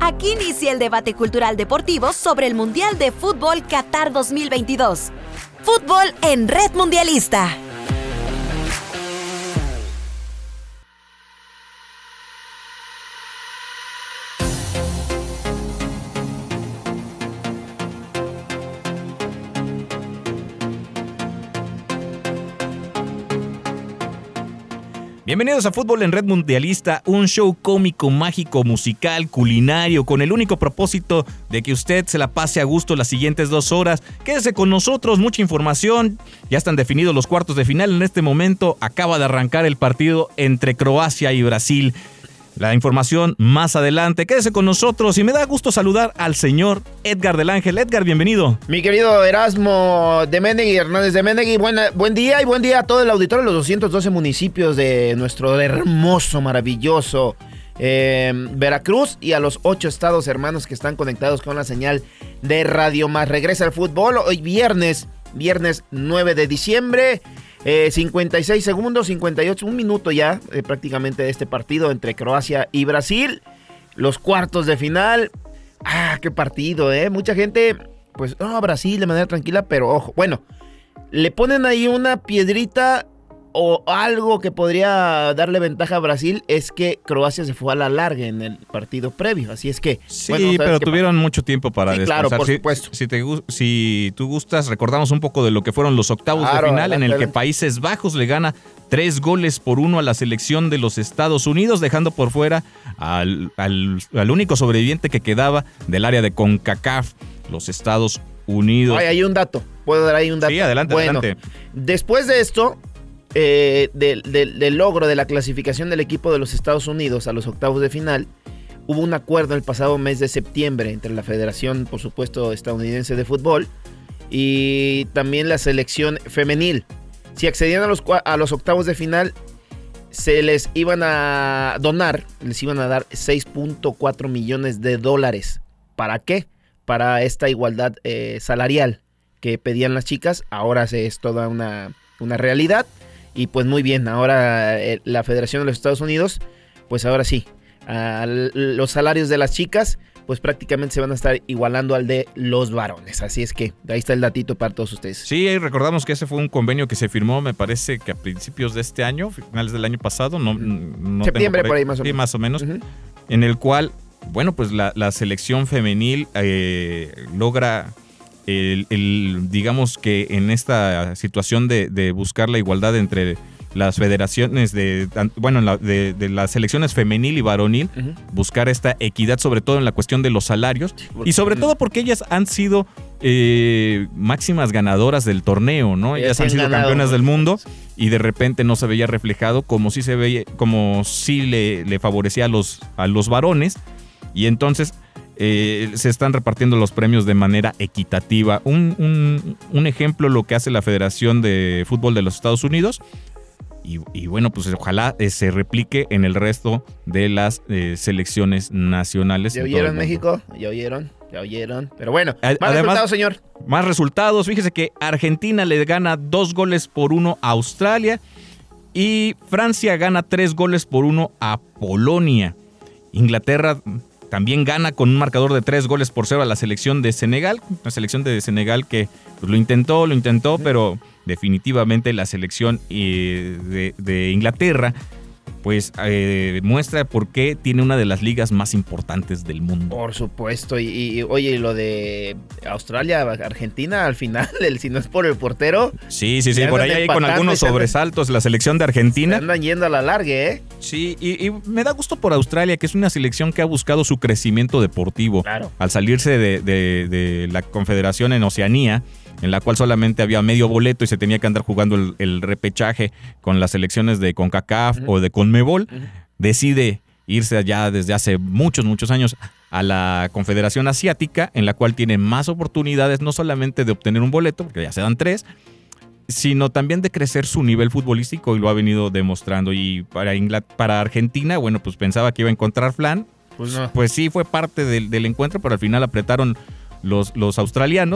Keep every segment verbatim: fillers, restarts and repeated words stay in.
Aquí inicia el debate cultural deportivo sobre el Mundial de Fútbol Qatar dos mil veintidós. Fútbol en Red Mundialista. Bienvenidos a Fútbol en Red Mundialista, un show cómico, mágico, musical, culinario, con el único propósito de que usted se la pase a gusto las siguientes dos horas. Quédese con nosotros, mucha información. Ya están definidos los cuartos de final. En este momento acaba de arrancar el partido entre Croacia y Brasil. La información más adelante. Quédese con nosotros y me da gusto saludar al señor Edgar del Ángel. Edgar, bienvenido. Mi querido Erasmo de Menegui, Hernández de Menegui, buena, buen día y buen día a todo el auditorio de los doscientos doce municipios de nuestro hermoso, maravilloso eh, Veracruz y a los ocho estados hermanos que están conectados con la señal de Radio Más. Regresa el fútbol hoy viernes, viernes nueve de diciembre. Eh, cincuenta y seis segundos, cincuenta y ocho, un minuto ya eh, prácticamente de este partido entre Croacia y Brasil. Los cuartos de final. Ah, qué partido, ¿eh? Mucha gente, pues, no, Brasil de manera tranquila, pero ojo. Bueno, le ponen ahí una piedrita o algo que podría darle ventaja a Brasil, es que Croacia se fue a la larga en el partido previo, así es que... Sí, bueno, pero tuvieron mucho tiempo para sí, descansar. Claro, por si, supuesto. Si, te, si tú gustas, recordamos un poco de lo que fueron los octavos claro, de final, en el que Países Bajos le gana tres goles por uno a la selección de los Estados Unidos, dejando por fuera al, al, al único sobreviviente que quedaba del área de CONCACAF, los Estados Unidos. Ay, hay un dato, puedo dar ahí un dato. Sí, adelante, bueno, adelante. Después de esto... Eh, del, del, del logro de la clasificación del equipo de los Estados Unidos a los octavos de final, hubo un acuerdo el pasado mes de septiembre entre la Federación, por supuesto, estadounidense de fútbol y también la selección femenil. Si accedían a los, a los octavos de final, se les iban a donar, les iban a dar seis punto cuatro millones de dólares. ¿Para qué? Para esta igualdad eh, salarial que pedían las chicas. Ahora es toda una, una realidad. Y pues muy bien, ahora eh, la Federación de los Estados Unidos, pues ahora sí, uh, los salarios de las chicas, pues prácticamente se van a estar igualando al de los varones. Así es que ahí está el datito para todos ustedes. Sí, recordamos que ese fue un convenio que se firmó, me parece que a principios de este año, finales del año pasado, no, no septiembre tengo por, ahí, por ahí más o menos. Sí, más o menos, uh-huh. En el cual, bueno, pues la, la selección femenil eh, logra... El, el, digamos que en esta situación de, de buscar la igualdad entre las federaciones de, bueno, la, de, de las selecciones femenil y varonil, uh-huh. buscar esta equidad, sobre todo en la cuestión de los salarios, y sobre todo porque ellas han sido eh, máximas ganadoras del torneo, ¿no? Ellas, ellas han sido ganado, campeonas del mundo y de repente no se veía reflejado como si se veía, como si le, le favorecía a los, a los varones, y entonces Eh, se están repartiendo los premios de manera equitativa. Un, un, un ejemplo lo que hace la Federación de Fútbol de los Estados Unidos y, y bueno, pues ojalá eh, se replique en el resto de las eh, selecciones nacionales. ¿Ya oyeron México? ¿Ya oyeron? ¿Ya oyeron? Pero bueno, más Además, resultados, señor. Más resultados. Fíjese que Argentina le gana dos goles por uno a Australia y Francia gana tres goles por uno a Polonia. Inglaterra también gana con un marcador de tres goles por cero a la selección de Senegal. Una selección de Senegal que pues, lo intentó, lo intentó, pero definitivamente la selección eh, de, de Inglaterra pues eh, muestra por qué tiene una de las ligas más importantes del mundo. Por supuesto, y, y oye, lo de Australia, Argentina, al final, el, si no es por el portero... Sí, sí, sí, por ahí hay con algunos sobresaltos la selección de Argentina. Se andan yendo a la larga, ¿eh? Sí, y, y me da gusto por Australia, que es una selección que ha buscado su crecimiento deportivo. Claro. Al salirse de, de, de la Confederación en Oceanía, en la cual solamente había medio boleto y se tenía que andar jugando el, el repechaje con las selecciones de CONCACAF uh-huh. o de CONMEBOL, uh-huh. decide irse allá desde hace muchos, muchos años a la Confederación Asiática, en la cual tiene más oportunidades no solamente de obtener un boleto, porque ya se dan tres, sino también de crecer su nivel futbolístico y lo ha venido demostrando. Y para, Ingl- para Argentina, bueno, pues pensaba que iba a encontrar flan, pues, no. pues sí fue parte del, del encuentro, pero al final apretaron los, los australianos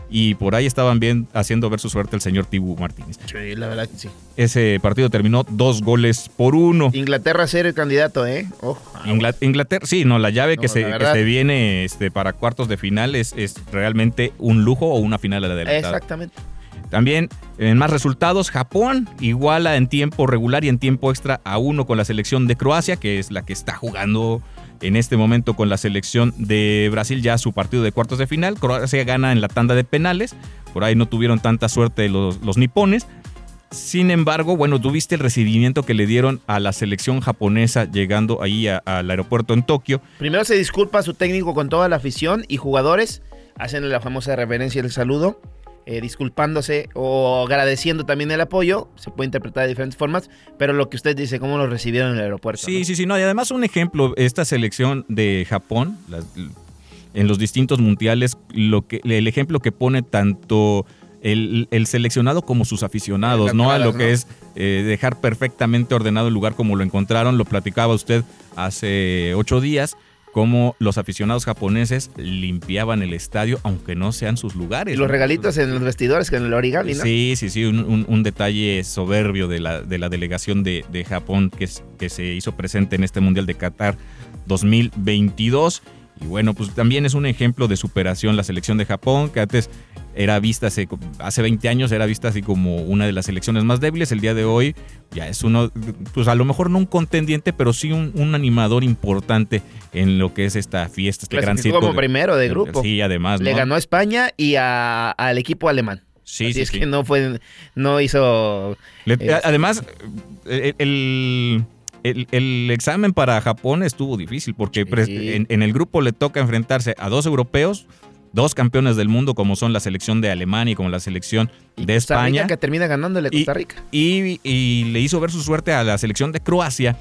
y por ahí estaban bien haciendo ver su suerte el señor Tibu Martínez. Sí, la verdad que sí. Ese partido terminó dos goles por uno. Inglaterra serio candidato, ¿eh? Ojo. Ingl- Inglaterra, sí, no, la llave No, que, se, la que se viene este, para cuartos de final es, es realmente un lujo o una final adelantada. Exactamente. También en más resultados, Japón iguala en tiempo regular y en tiempo extra a uno con la selección de Croacia, que es la que está jugando en este momento con la selección de Brasil ya su partido de cuartos de final. Croacia gana en la tanda de penales, por ahí no tuvieron tanta suerte los, los nipones. Sin embargo, bueno, tuviste el recibimiento que le dieron a la selección japonesa llegando ahí a, al aeropuerto en Tokio. Primero se disculpa a su técnico con toda la afición y jugadores, hacen la famosa reverencia y el saludo. Eh, disculpándose o agradeciendo también el apoyo, se puede interpretar de diferentes formas, pero lo que usted dice, cómo lo recibieron en el aeropuerto. Sí, ¿no? sí, sí, no, y además un ejemplo, esta selección de Japón, las, en los distintos mundiales, lo que, el ejemplo que pone tanto el, el seleccionado como sus aficionados, ¿no? A lo que ¿no? es eh, dejar perfectamente ordenado el lugar como lo encontraron, lo platicaba usted hace ocho días, cómo los aficionados japoneses limpiaban el estadio, aunque no sean sus lugares. Y los regalitos en los vestidores, que en el origami, ¿no? Sí, sí, sí, un, un, un detalle soberbio de la, de la delegación de, de Japón que, es, que se hizo presente en este Mundial de Qatar dos mil veintidós. Y bueno, pues también es un ejemplo de superación la selección de Japón, que antes era vista hace, hace veinte años, era vista así como una de las selecciones más débiles. El día de hoy ya es uno, pues a lo mejor no un contendiente, pero sí un, un animador importante en lo que es esta fiesta, este gran circo. Como primero de grupo. Sí, además, ¿no? Le ganó a España y a, al equipo alemán. Sí, Así sí, es sí. que no fue, no hizo... Le, eh, además, el... el El, el examen para Japón estuvo difícil porque sí. en, en el grupo le toca enfrentarse a dos europeos, dos campeones del mundo como son la selección de Alemania y como la selección y de Costa España. Rica, que termina ganándole a Costa Rica. Y, y, y le hizo ver su suerte a la selección de Croacia,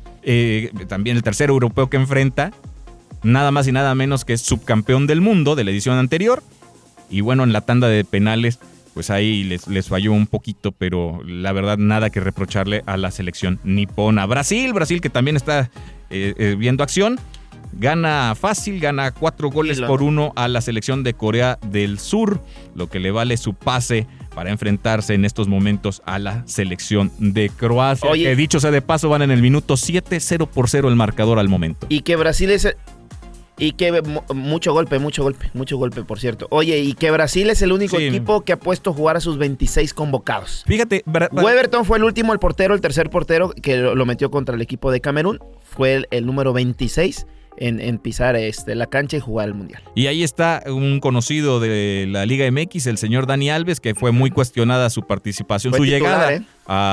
eh, también el tercer europeo que enfrenta, nada más y nada menos que es subcampeón del mundo de la edición anterior. Y bueno, en la tanda de penales, pues ahí les, les falló un poquito, pero la verdad nada que reprocharle a la selección nipona. Brasil, Brasil que también está eh, eh, viendo acción, gana fácil, gana cuatro goles por uno a la selección de Corea del Sur, lo que le vale su pase para enfrentarse en estos momentos a la selección de Croacia. Oye, que dicho sea de paso, van en el minuto siete, cero por cero el marcador al momento. Y que Brasil es... Y que mucho golpe, mucho golpe, mucho golpe, por cierto. Oye, y que Brasil es el único sí. equipo que ha puesto a jugar a sus veintiséis convocados. Fíjate, Bra Weberton fue el último, el portero, el tercer portero que lo metió contra el equipo de Camerún. Fue el, el número veintiséis en, en pisar este, la cancha y jugar el Mundial. Y ahí está un conocido de la Liga M X, el señor Dani Alves, que fue muy cuestionada su participación, fue su titular, llegada ¿eh?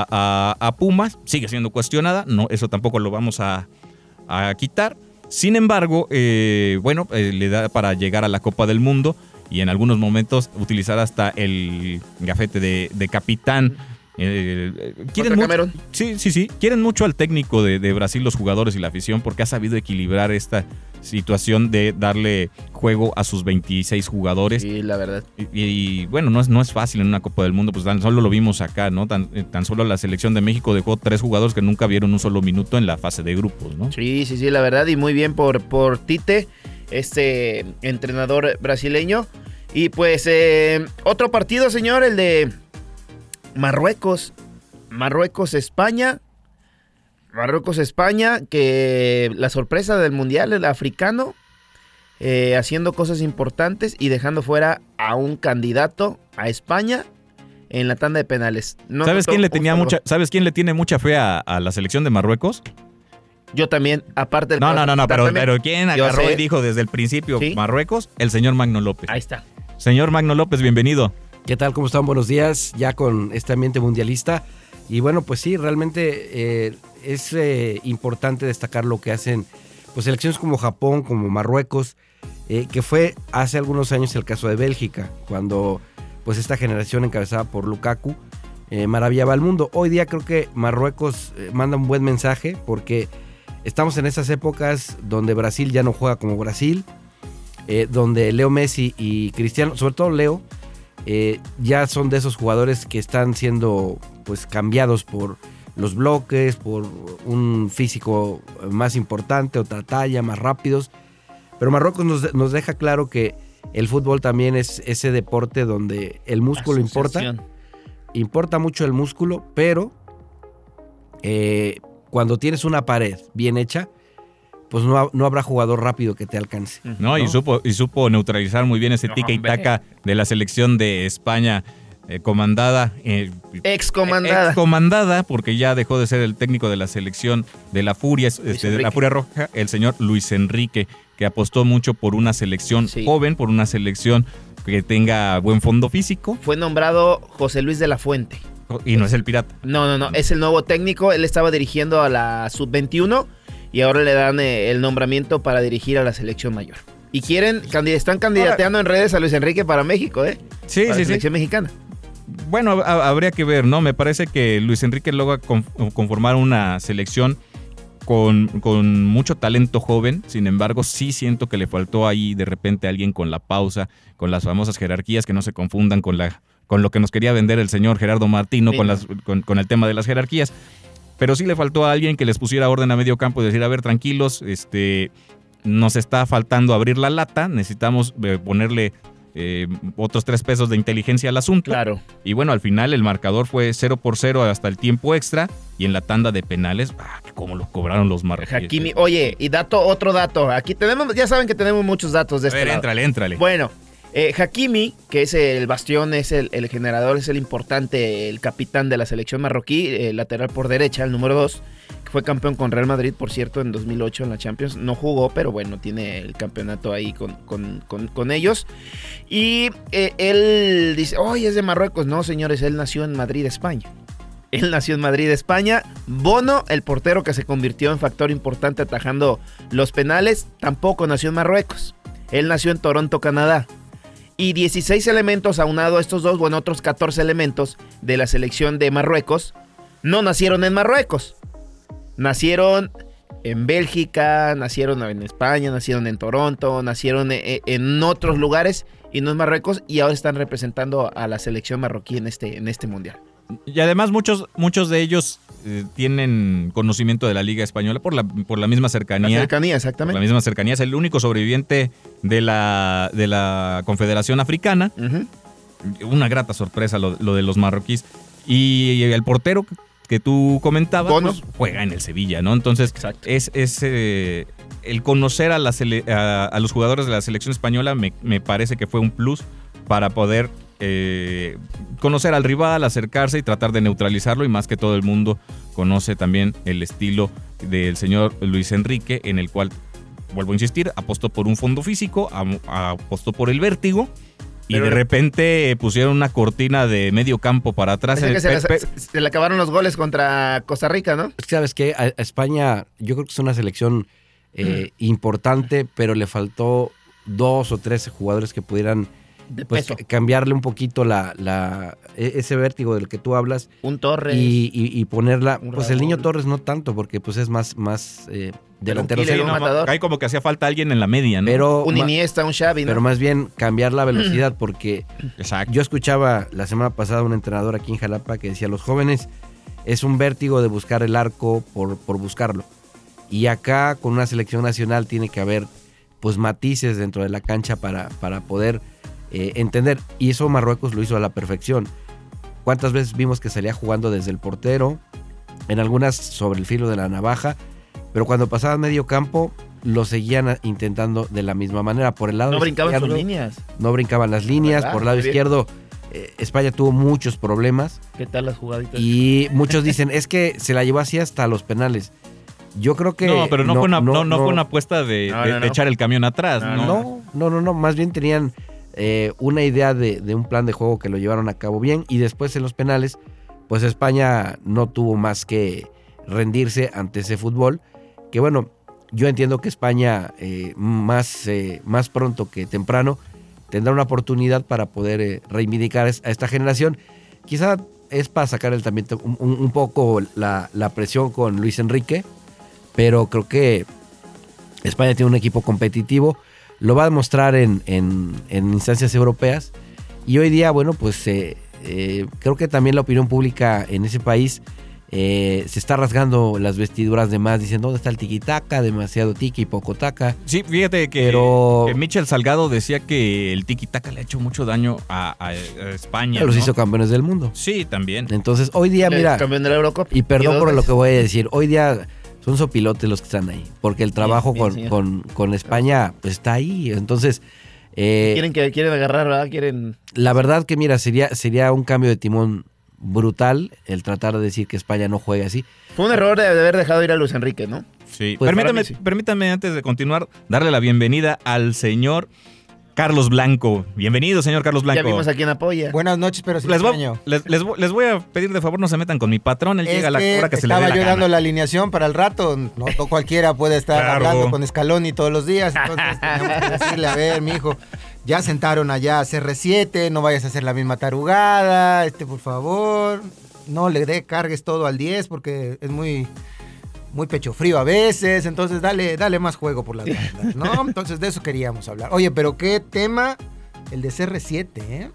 a, a, a Pumas. Sigue siendo cuestionada, no, eso tampoco lo vamos a, a quitar. Sin embargo, eh, bueno, eh, le da para llegar a la Copa del Mundo y en algunos momentos utilizar hasta el gafete de, de capitán. Eh, quieren mucho, sí, sí, sí. Quieren mucho al técnico de, de Brasil, los jugadores y la afición, porque ha sabido equilibrar esta situación de darle juego a sus veintiséis jugadores. Sí, la verdad. Y, y bueno, no es, no es fácil en una Copa del Mundo, pues tan solo lo vimos acá, ¿no? Tan, tan solo la selección de México dejó tres jugadores que nunca vieron un solo minuto en la fase de grupos, ¿no? Sí, sí, sí, la verdad, y muy bien por, por Tite, este entrenador brasileño. Y pues eh, otro partido, señor, el de Marruecos, Marruecos-España. Marruecos-España, que la sorpresa del Mundial, el africano, eh, haciendo cosas importantes y dejando fuera a un candidato a España en la tanda de penales. No ¿Sabes quién le tenía mucha, ¿Sabes quién le tiene mucha fe a, a la selección de Marruecos? Yo también, aparte del... No, no, no, no, pero, pero ¿quién agarró y dijo desde el principio ¿sí? Marruecos? El señor Magno López. Ahí está. Señor Magno López, bienvenido. ¿Qué tal? ¿Cómo están? Buenos días, ya con este ambiente mundialista. Y bueno, pues sí, realmente eh, es eh, importante destacar lo que hacen pues selecciones como Japón, como Marruecos, eh, que fue hace algunos años el caso de Bélgica, cuando pues esta generación encabezada por Lukaku eh, maravillaba al mundo. Hoy día creo que Marruecos eh, manda un buen mensaje porque estamos en esas épocas donde Brasil ya no juega como Brasil, eh, donde Leo Messi y Cristiano, sobre todo Leo, eh, ya son de esos jugadores que están siendo pues cambiados por los bloques, por un físico más importante, otra talla, más rápidos. Pero Marruecos nos, nos deja claro que el fútbol también es ese deporte donde el músculo importa. Importa mucho el músculo, pero eh, cuando tienes una pared bien hecha, pues no, no habrá jugador rápido que te alcance. No, ¿no? Y, supo, y supo neutralizar muy bien ese no, tica y taca de la selección de España. Eh, comandada eh, excomandada excomandada porque ya dejó de ser el técnico de la selección de la Furia este, de la Furia Roja, el señor Luis Enrique, que apostó mucho por una selección sí. joven, por una selección que tenga buen fondo físico. Fue nombrado José Luis de la Fuente. Y no es el Pirata. No, no, no, es el nuevo técnico. Él estaba dirigiendo a la sub veintiuno y ahora le dan eh, el nombramiento para dirigir a la selección mayor. Y quieren, están candidateando ahora, en redes a Luis Enrique para México, ¿eh? Sí, para sí, la selección sí. mexicana. Bueno, a, habría que ver, ¿no? Me parece que Luis Enrique logra conformar una selección con, con mucho talento joven. Sin embargo, sí siento que le faltó ahí de repente alguien con la pausa, con las famosas jerarquías, que no se confundan con, la, con lo que nos quería vender el señor Gerardo Martino, sí. con, las, con, con el tema de las jerarquías. Pero sí le faltó a alguien que les pusiera orden a medio campo y decir, a ver, tranquilos, este, nos está faltando abrir la lata, necesitamos eh, ponerle... Eh, otros tres pesos de inteligencia al asunto. Claro. Y bueno, al final el marcador fue cero por cero hasta el tiempo extra. Y en la tanda de penales, ah, cómo lo cobraron los marroquíes. Hakimi, oye, y dato, otro dato. Aquí tenemos, ya saben que tenemos muchos datos de a este ver, lado. Éntrale, éntrale. Bueno, eh, Hakimi, que es el bastión, es el, el generador, es el importante, el capitán de la selección marroquí, eh, lateral por derecha, el número dos, que fue campeón con Real Madrid, por cierto, en dos mil ocho en la Champions. No jugó, pero bueno, tiene el campeonato ahí con, con, con, con ellos. Y eh, él dice, oye, es de Marruecos. No, señores, él nació en Madrid, España. Él nació en Madrid, España. Bono, el portero que se convirtió en factor importante atajando los penales, tampoco nació en Marruecos. Él nació en Toronto, Canadá. Y dieciséis elementos aunado a estos dos, bueno, otros catorce elementos de la selección de Marruecos, no nacieron en Marruecos. Nacieron en Bélgica, nacieron en España, nacieron en Toronto, nacieron en, en otros lugares y no en Marruecos, y ahora están representando a la selección marroquí en este, en este mundial. Y además muchos, muchos de ellos eh, tienen conocimiento de la Liga Española por la, por la misma cercanía. La cercanía, exactamente. Por la misma cercanía. Es el único sobreviviente de la, de la Confederación Africana. Uh-huh. Una grata sorpresa lo, lo de los marroquíes. Y el portero que tú comentabas pues, juega en el Sevilla, ¿no? Entonces, exacto. es, es eh, el conocer a, la sele, a, a los jugadores de la selección española me, me parece que fue un plus para poder eh, conocer al rival, acercarse y tratar de neutralizarlo, y más que todo el mundo conoce también el estilo del señor Luis Enrique, en el cual, vuelvo a insistir, apostó por un fondo físico, apostó por el vértigo. Y Pero de repente pusieron una cortina de medio campo para atrás. Que se, pe- se, se le acabaron los goles contra Costa Rica, ¿no? Es que, ¿sabes qué? A España, yo creo que es una selección eh, mm. importante, pero le faltó dos o tres jugadores que pudieran pues, cambiarle un poquito la, la ese vértigo del que tú hablas. Un Torres. Y, y, y ponerla. Pues Raúl. El niño Torres no tanto, porque pues es más, más eh, delantero. Sí, no, hay como que hacía falta alguien en la media, ¿no? Pero, un Iniesta, un Xavi, ¿no? Pero más bien cambiar la velocidad, porque Exacto. Yo escuchaba la semana pasada un entrenador aquí en Jalapa que decía, los jóvenes es un vértigo de buscar el arco por, por buscarlo. Y acá con una selección nacional tiene que haber pues matices dentro de la cancha para, para poder eh, entender. Y eso Marruecos lo hizo a la perfección. ¿Cuántas veces vimos que salía jugando desde el portero? En algunas sobre el filo de la navaja. Pero cuando pasaban medio campo, lo seguían intentando de la misma manera. Por el lado no brincaban izquierdo, sus líneas. No brincaban las líneas. ¿Verdad? Por el lado Muy izquierdo, eh, España tuvo muchos problemas. ¿Qué tal las jugaditas? Y muchos dicen, es que se la llevó así hasta los penales. Yo creo que... No, pero no, no, fue, una, no, no, no fue una apuesta de, no, de, no, no. de echar el camión atrás. No, no, no, no. no. Más bien tenían eh, una idea de, de un plan de juego que lo llevaron a cabo bien. Y después en los penales, pues España no tuvo más que rendirse ante ese fútbol. Que bueno, yo entiendo que España eh, más, eh, más pronto que temprano tendrá una oportunidad para poder eh, reivindicar a esta generación. Quizá es para sacar el, también un, un poco la, la presión con Luis Enrique, pero creo que España tiene un equipo competitivo, lo va a demostrar en, en, en instancias europeas, y hoy día, bueno, pues eh, eh, creo que también la opinión pública en ese país Eh, se está rasgando las vestiduras de más, dicen, ¿dónde está el tiki-taka? Demasiado tiki y poco taka. Sí, fíjate que, Pero- que Michel Salgado decía que el tiki-taka le ha hecho mucho daño a, a- a España. Los ¿no? hizo campeones del mundo. Sí, también. Entonces, hoy día, mira, Campeón de la Eurocopa. y perdón dos por lo veces. que voy a decir, hoy día son sopilotes los que están ahí, porque el trabajo bien, con, señor. con, con España pues, está ahí. Entonces, eh, Quieren que quieren agarrar, ¿verdad? Quieren. la verdad que, mira, sería, sería un cambio de timón brutal el tratar de decir que España no juegue así. Fue un error de haber dejado ir a Luis Enrique, ¿no? Sí. Pues permítame, para mí sí. permítame, antes de continuar, darle la bienvenida al señor Carlos Blanco. Bienvenido, señor Carlos Blanco. Ya vimos a quién apoya. Buenas noches, pero sin Les voy, sueño. les, les voy- les voy a pedir de favor no se metan con mi patrón. Él Es llega a la que hora que se le dé estaba la yo gana. dando la alineación para el rato. No, no cualquiera puede estar Claro. hablando con Scaloni todos los días. Entonces tenemos que decirle, a ver, mijo, ya sentaron allá a C R siete, no vayas a hacer la misma tarugada, este, por favor. No le dé cargues todo al diez porque es muy, muy pecho frío a veces. Entonces dale, dale más juego por las bandas, ¿no? Entonces de eso queríamos hablar. Oye, pero qué tema el de C R siete, ¿eh?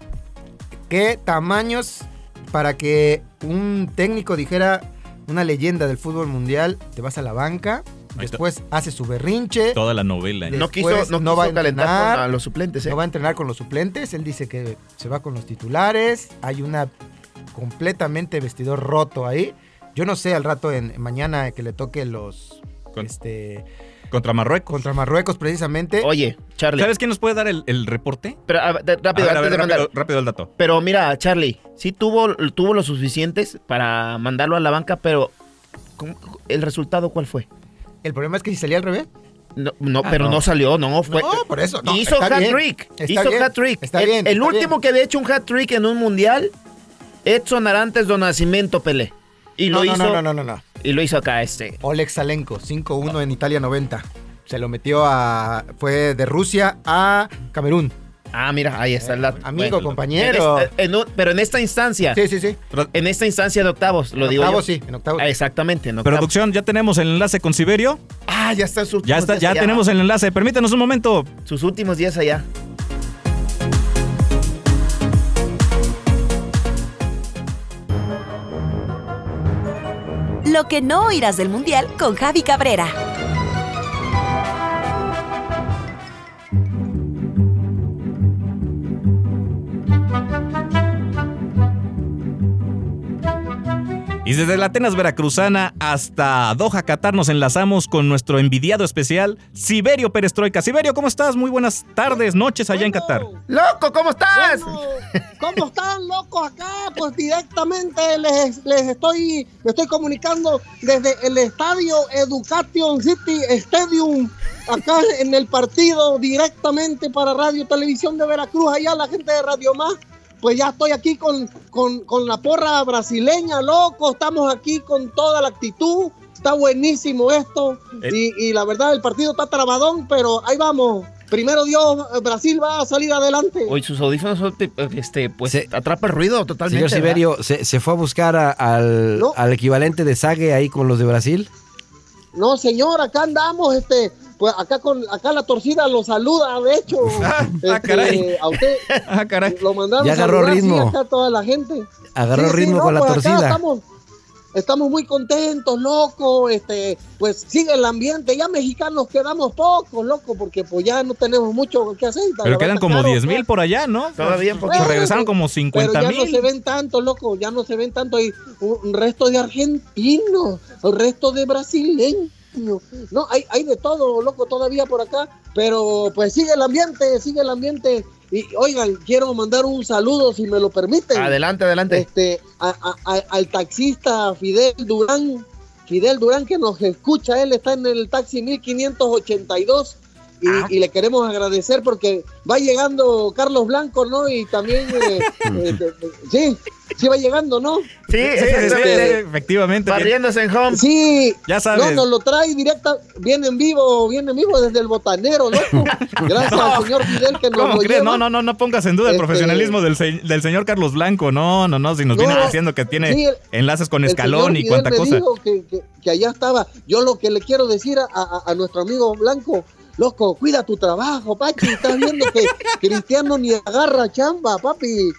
¿Qué tamaños para que un técnico dijera, una leyenda del fútbol mundial, te vas a la banca, Ahí está. después hace su berrinche, Toda la novela. ¿eh? No después quiso, no no quiso va a calentar entrenar, con a los suplentes, ¿eh? no va a entrenar con los suplentes, él dice que se va con los titulares, hay una completamente vestidor roto ahí. Yo no sé, al rato en mañana que le toque los Con- este Contra Marruecos. contra Marruecos precisamente. Oye, Charlie. ¿Sabes quién nos puede dar el, el reporte? Pero, a ver, rápido, A ver, a antes ver, de mandar. rápido, rápido el dato. Pero mira, Charlie, sí tuvo, tuvo lo suficientes para mandarlo a la banca, pero ¿cómo- ¿el resultado cuál fue? El problema es que si salía al revés. No, no Ah, pero no. no. salió, no fue. No, por eso, no, hizo está bien, hat-trick. está Hizo bien, hat-trick. está El, bien, el está último bien. que había hecho un hat-trick en un mundial, Edson Arantes do Nascimento Pelé. Y lo No, no, hizo. no, no, no, no, no. Y lo hizo acá este. Oleg Salenko, cinco uno en Italia noventa. Se lo metió a... Fue de Rusia a Camerún. Ah, mira, ahí está el dato. Amigo, Bueno, compañero. en esta- en un- pero en esta instancia, Sí, sí, sí. en esta instancia de octavos, lo en digo octavos yo. sí, en octavos. Ah, exactamente, en octavos. Producción, ya tenemos el enlace con Siberio. Ah, ya está sus Ya está, ya tenemos el enlace. Permítanos un momento. sus últimos días allá. Lo que no oirás del Mundial con Javi Cabrera. Y desde la Atenas Veracruzana hasta Doha, Qatar, nos enlazamos con nuestro envidiado especial, Siberio Perestroika. Siberio, ¿cómo estás? Muy buenas tardes, noches allá en Qatar. ¡Loco, ¿cómo estás? Bueno, ¿cómo están, locos, acá? Pues directamente les, les estoy, me estoy comunicando desde el estadio Education City Stadium, acá en el partido, directamente para Radio Televisión de Veracruz, allá la gente de Radio Más. Pues ya estoy aquí con, con, con la porra brasileña, loco, estamos aquí con toda la actitud, está buenísimo esto, y, y la verdad el partido está trabadón, pero ahí vamos. Primero Dios, Brasil va a salir adelante. Hoy sus audífonos son, este, pues Se- atrapa el ruido totalmente. Señor Siberio, ¿se, se fue a buscar a- al, No. al equivalente de Sague ahí con los de Brasil? No, señor, acá andamos, este, pues acá con, acá la torcida lo saluda, de hecho. Ah, Este, caray. a usted Ah, caray. lo mandaron Ya agarró saludar, sí, ritmo. acá toda la gente. Agarró Sí, sí, ritmo no, con la pues acá torcida. Estamos, estamos muy contentos, loco, este, pues sigue el ambiente, ya mexicanos quedamos pocos, loco, porque pues ya no tenemos mucho que hacer. Pero quedan como diez mil por allá, ¿no? Todavía un Pues poquito. regresaron como Pero cincuenta ya no se mil. ven tanto, loco, ya no se ven tanto. Hay un un resto de argentinos, un resto de brasileños. No, hay, hay de todo, loco, todavía por acá. Pero pues sigue el ambiente, sigue el ambiente. Y oigan, quiero mandar un saludo, si me lo permiten. Adelante, adelante. Este, a- a- a- al taxista Fidel Durán, Fidel Durán que nos escucha, él está en el taxi mil quinientos ochenta y dos y, Ah. y le queremos agradecer porque va llegando Carlos Blanco, ¿no? Y también, eh, eh, de- de- sí, sí va llegando, ¿no? Sí, Sí, sí, sí, exactamente. efectivamente. Barriéndose en home. Sí, Ya sabes. no, nos lo trae directa, viene en vivo, viene en vivo desde el botanero, loco. Gracias No. al señor Fidel que nos ¿Cómo lo crees? lleva. No, no, no, no pongas en duda el Este- profesionalismo del, se- del señor Carlos Blanco. No, no, no. Si nos No, viene diciendo que tiene sí, el- enlaces con El Escalón señor y Fidel cuánta me cosa. dijo que, que- que allá estaba. Yo lo que le quiero decir a, a- a nuestro amigo Blanco, loco, cuida tu trabajo, papi. Estás viendo que Cristiano ni agarra chamba, papi.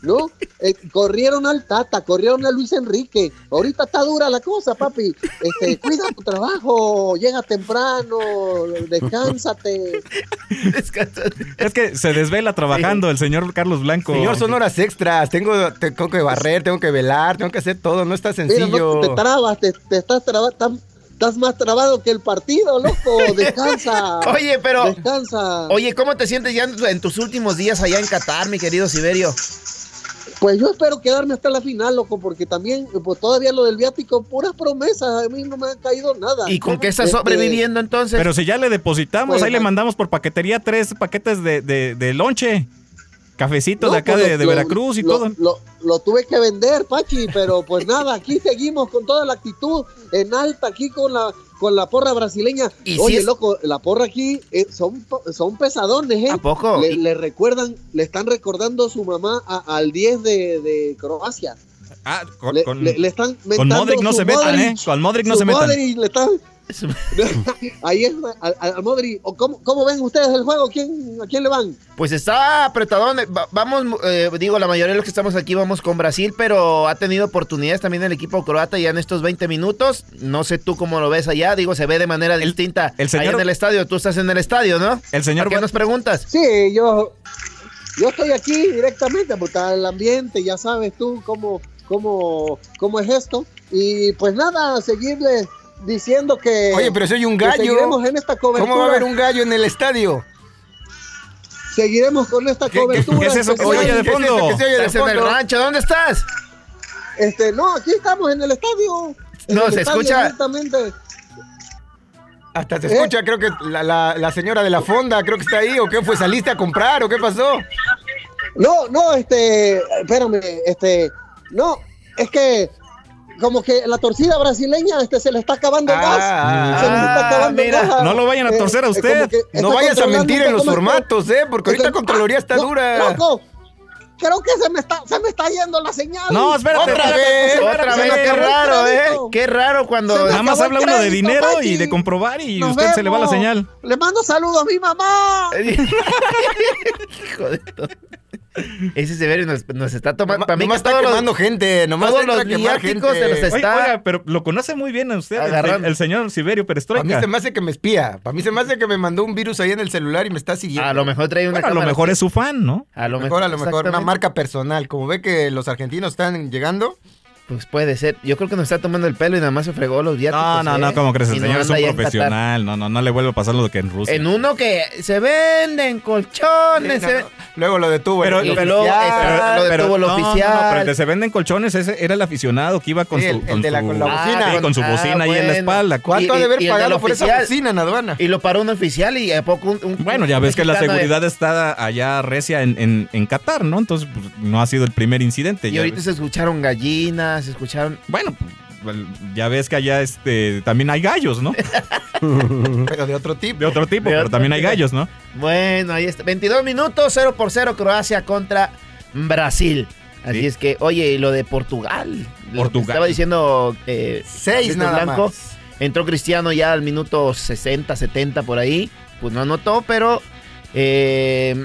¿no? Eh, corrieron al Tata, corrieron a Luis Enrique. Ahorita está dura la cosa, papi. Este, cuida tu trabajo, llega temprano, descánsate. Descánsate. Es que se desvela trabajando el señor Carlos Blanco. Señor, son horas extras. Tengo, tengo que barrer, tengo que velar, tengo que hacer todo. No está sencillo. Mira, no, te trabas, te, te estás trabando. Estás más trabado que el partido, loco. Descansa. Oye, pero. Descansa. Oye, ¿cómo te sientes ya en tus últimos días allá en Qatar, mi querido Siberio? Pues yo espero quedarme hasta la final, loco, porque también, pues todavía lo del viático, puras promesas, a mí no me ha caído nada. ¿Y con qué estás este... sobreviviendo entonces? Pero si ya le depositamos, pues, ahí le mandamos por paquetería tres paquetes de, de, de lonche. Cafecito no, de acá pues de, lo, de Veracruz y lo, todo. Lo, lo, lo tuve que vender, Pachi, pero pues nada, aquí seguimos con toda la actitud en alta, aquí con la con la porra brasileña. Oye, si es... loco, la porra aquí eh, son, son pesadones, ¿eh? ¿A poco? Le, le recuerdan, le están recordando a su mamá a, al diez de, de Croacia. Ah, con, le, con, le, le están con Modric no se metan, ¿eh? Con Modric no se metan. Modric le están... Ahí es al, al Modric. ¿Cómo, ¿Cómo ven ustedes el juego? ¿Quién, ¿A quién le van? Pues está apretadón. Vamos, eh, digo, la mayoría de los que estamos aquí vamos con Brasil, pero ha tenido oportunidades también el equipo croata ya en estos veinte minutos. No sé tú cómo lo ves allá. Digo, se ve de manera el, distinta el señor, ahí en el estadio. Tú estás en el estadio, ¿no? El señor. ¿Qué nos preguntas? Sí, yo, yo estoy aquí directamente porque está el ambiente, ya sabes tú cómo, cómo, cómo es esto. Y pues nada, seguirle diciendo que... Oye, pero soy un gallo. Seguiremos en esta cobertura. ¿Cómo va a haber un gallo en el estadio? Seguiremos con esta ¿Qué, cobertura. ¿Qué es eso que se oye de fondo? ¿Qué es eso que se oye de fondo? ¿Estás en el rancho? ¿Dónde estás? Este, no, aquí estamos en el estadio. En no, el se estadio escucha... Directamente. Hasta se escucha, ¿Eh? creo que la, la, la señora de la fonda, creo que está ahí. ¿O qué fue? ¿Saliste a comprar o qué pasó? No, no, este... Espérame, este... No, es que... Como que la torcida brasileña este, se le está acabando el gas. Ah, se le está acabando mira, el gas. No lo vayan a torcer a usted. Eh, no vayas a mentir en los formatos, ¿eh? Porque ahorita la Contraloría está no, dura. Loco, creo que se me está, se me está yendo la señal. No, espérate. Otra espérate, vez, espérate, otra vez. Qué raro, ¿eh? Qué raro cuando... Nada más habla uno de dinero Pachi. y de comprobar y Nos usted vemos. se le va la señal. Le mando saludos a mi mamá. Hijo de todo. Ese Severio nos, nos está tomando. Para mí no está quemando los, gente, nomás todos los viáticos se los está. Oiga, oiga, pero lo conoce muy bien a usted, el, el señor Siberio Perestroika. A mí se me hace que me espía. Para mí se me hace que me mandó un virus ahí en el celular y me está siguiendo. A lo mejor trae una bueno, cámara. A lo mejor es su fan, ¿no? A lo mejor, a lo mejor una marca personal. Como ve que los argentinos están llegando. Pues puede ser. Yo creo que nos está tomando el pelo y nada más se fregó los viáticos. No, no, ¿eh? no, ¿cómo crees? El y señor no es un profesional. No, no, no le vuelve a pasar lo que en Rusia. En uno que se venden colchones. Sí, se no, ven... no. Luego lo detuvo pero, el, el, pero, oficial. lo detuvo el no, oficial. No, no, pero el de se venden colchones ese era el aficionado que iba con sí, su, el, con, el de la, su con la bocina. ah, con su bocina ah, ahí bueno. en la espalda. ¿Cuánto ha de haber pagado por oficial? Esa bocina en aduana? Y lo paró un oficial y a poco un, un Bueno, ya un ves que la seguridad de... está allá recia en, en, en Qatar, ¿no? Entonces pues, no ha sido el primer incidente. Y ya ahorita ves. se escucharon gallinas, se escucharon... Bueno, ya ves que allá este también hay gallos, ¿no? Pero de otro tipo. De otro tipo, de pero otro también tipo. Hay gallos, ¿no? Bueno, ahí está. veintidós minutos, cero por cero Croacia contra Brasil. Así sí. es que, oye, y lo de Portugal. Portugal. Estaba diciendo... Eh, Seis nada Blanco, más. Entró Cristiano ya al minuto sesenta, setenta por ahí. Pues no anotó, pero... Eh,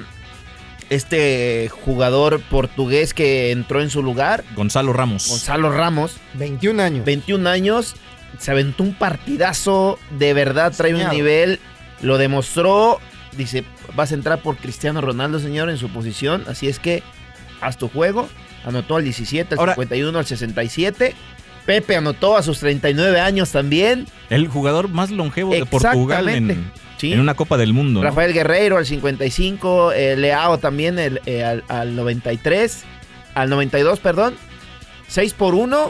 este jugador portugués que entró en su lugar, Gonzalo Ramos. Gonzalo Ramos. veintiún años. veintiún años. Se aventó un partidazo. De verdad, trae Señor. un nivel. Lo demostró. Dice, vas a entrar por Cristiano Ronaldo, señor, en su posición. Así es que, haz tu juego. Anotó al diecisiete, al Ahora, cincuenta y uno, al sesenta y siete. Pepe anotó a sus treinta y nueve años también. El jugador más longevo de Portugal en, sí. en una Copa del Mundo. Rafael ¿no? Guerreiro al cincuenta y cinco, eh, Leao también el, eh, al, al noventa y tres, al noventa y dos, perdón. seis por uno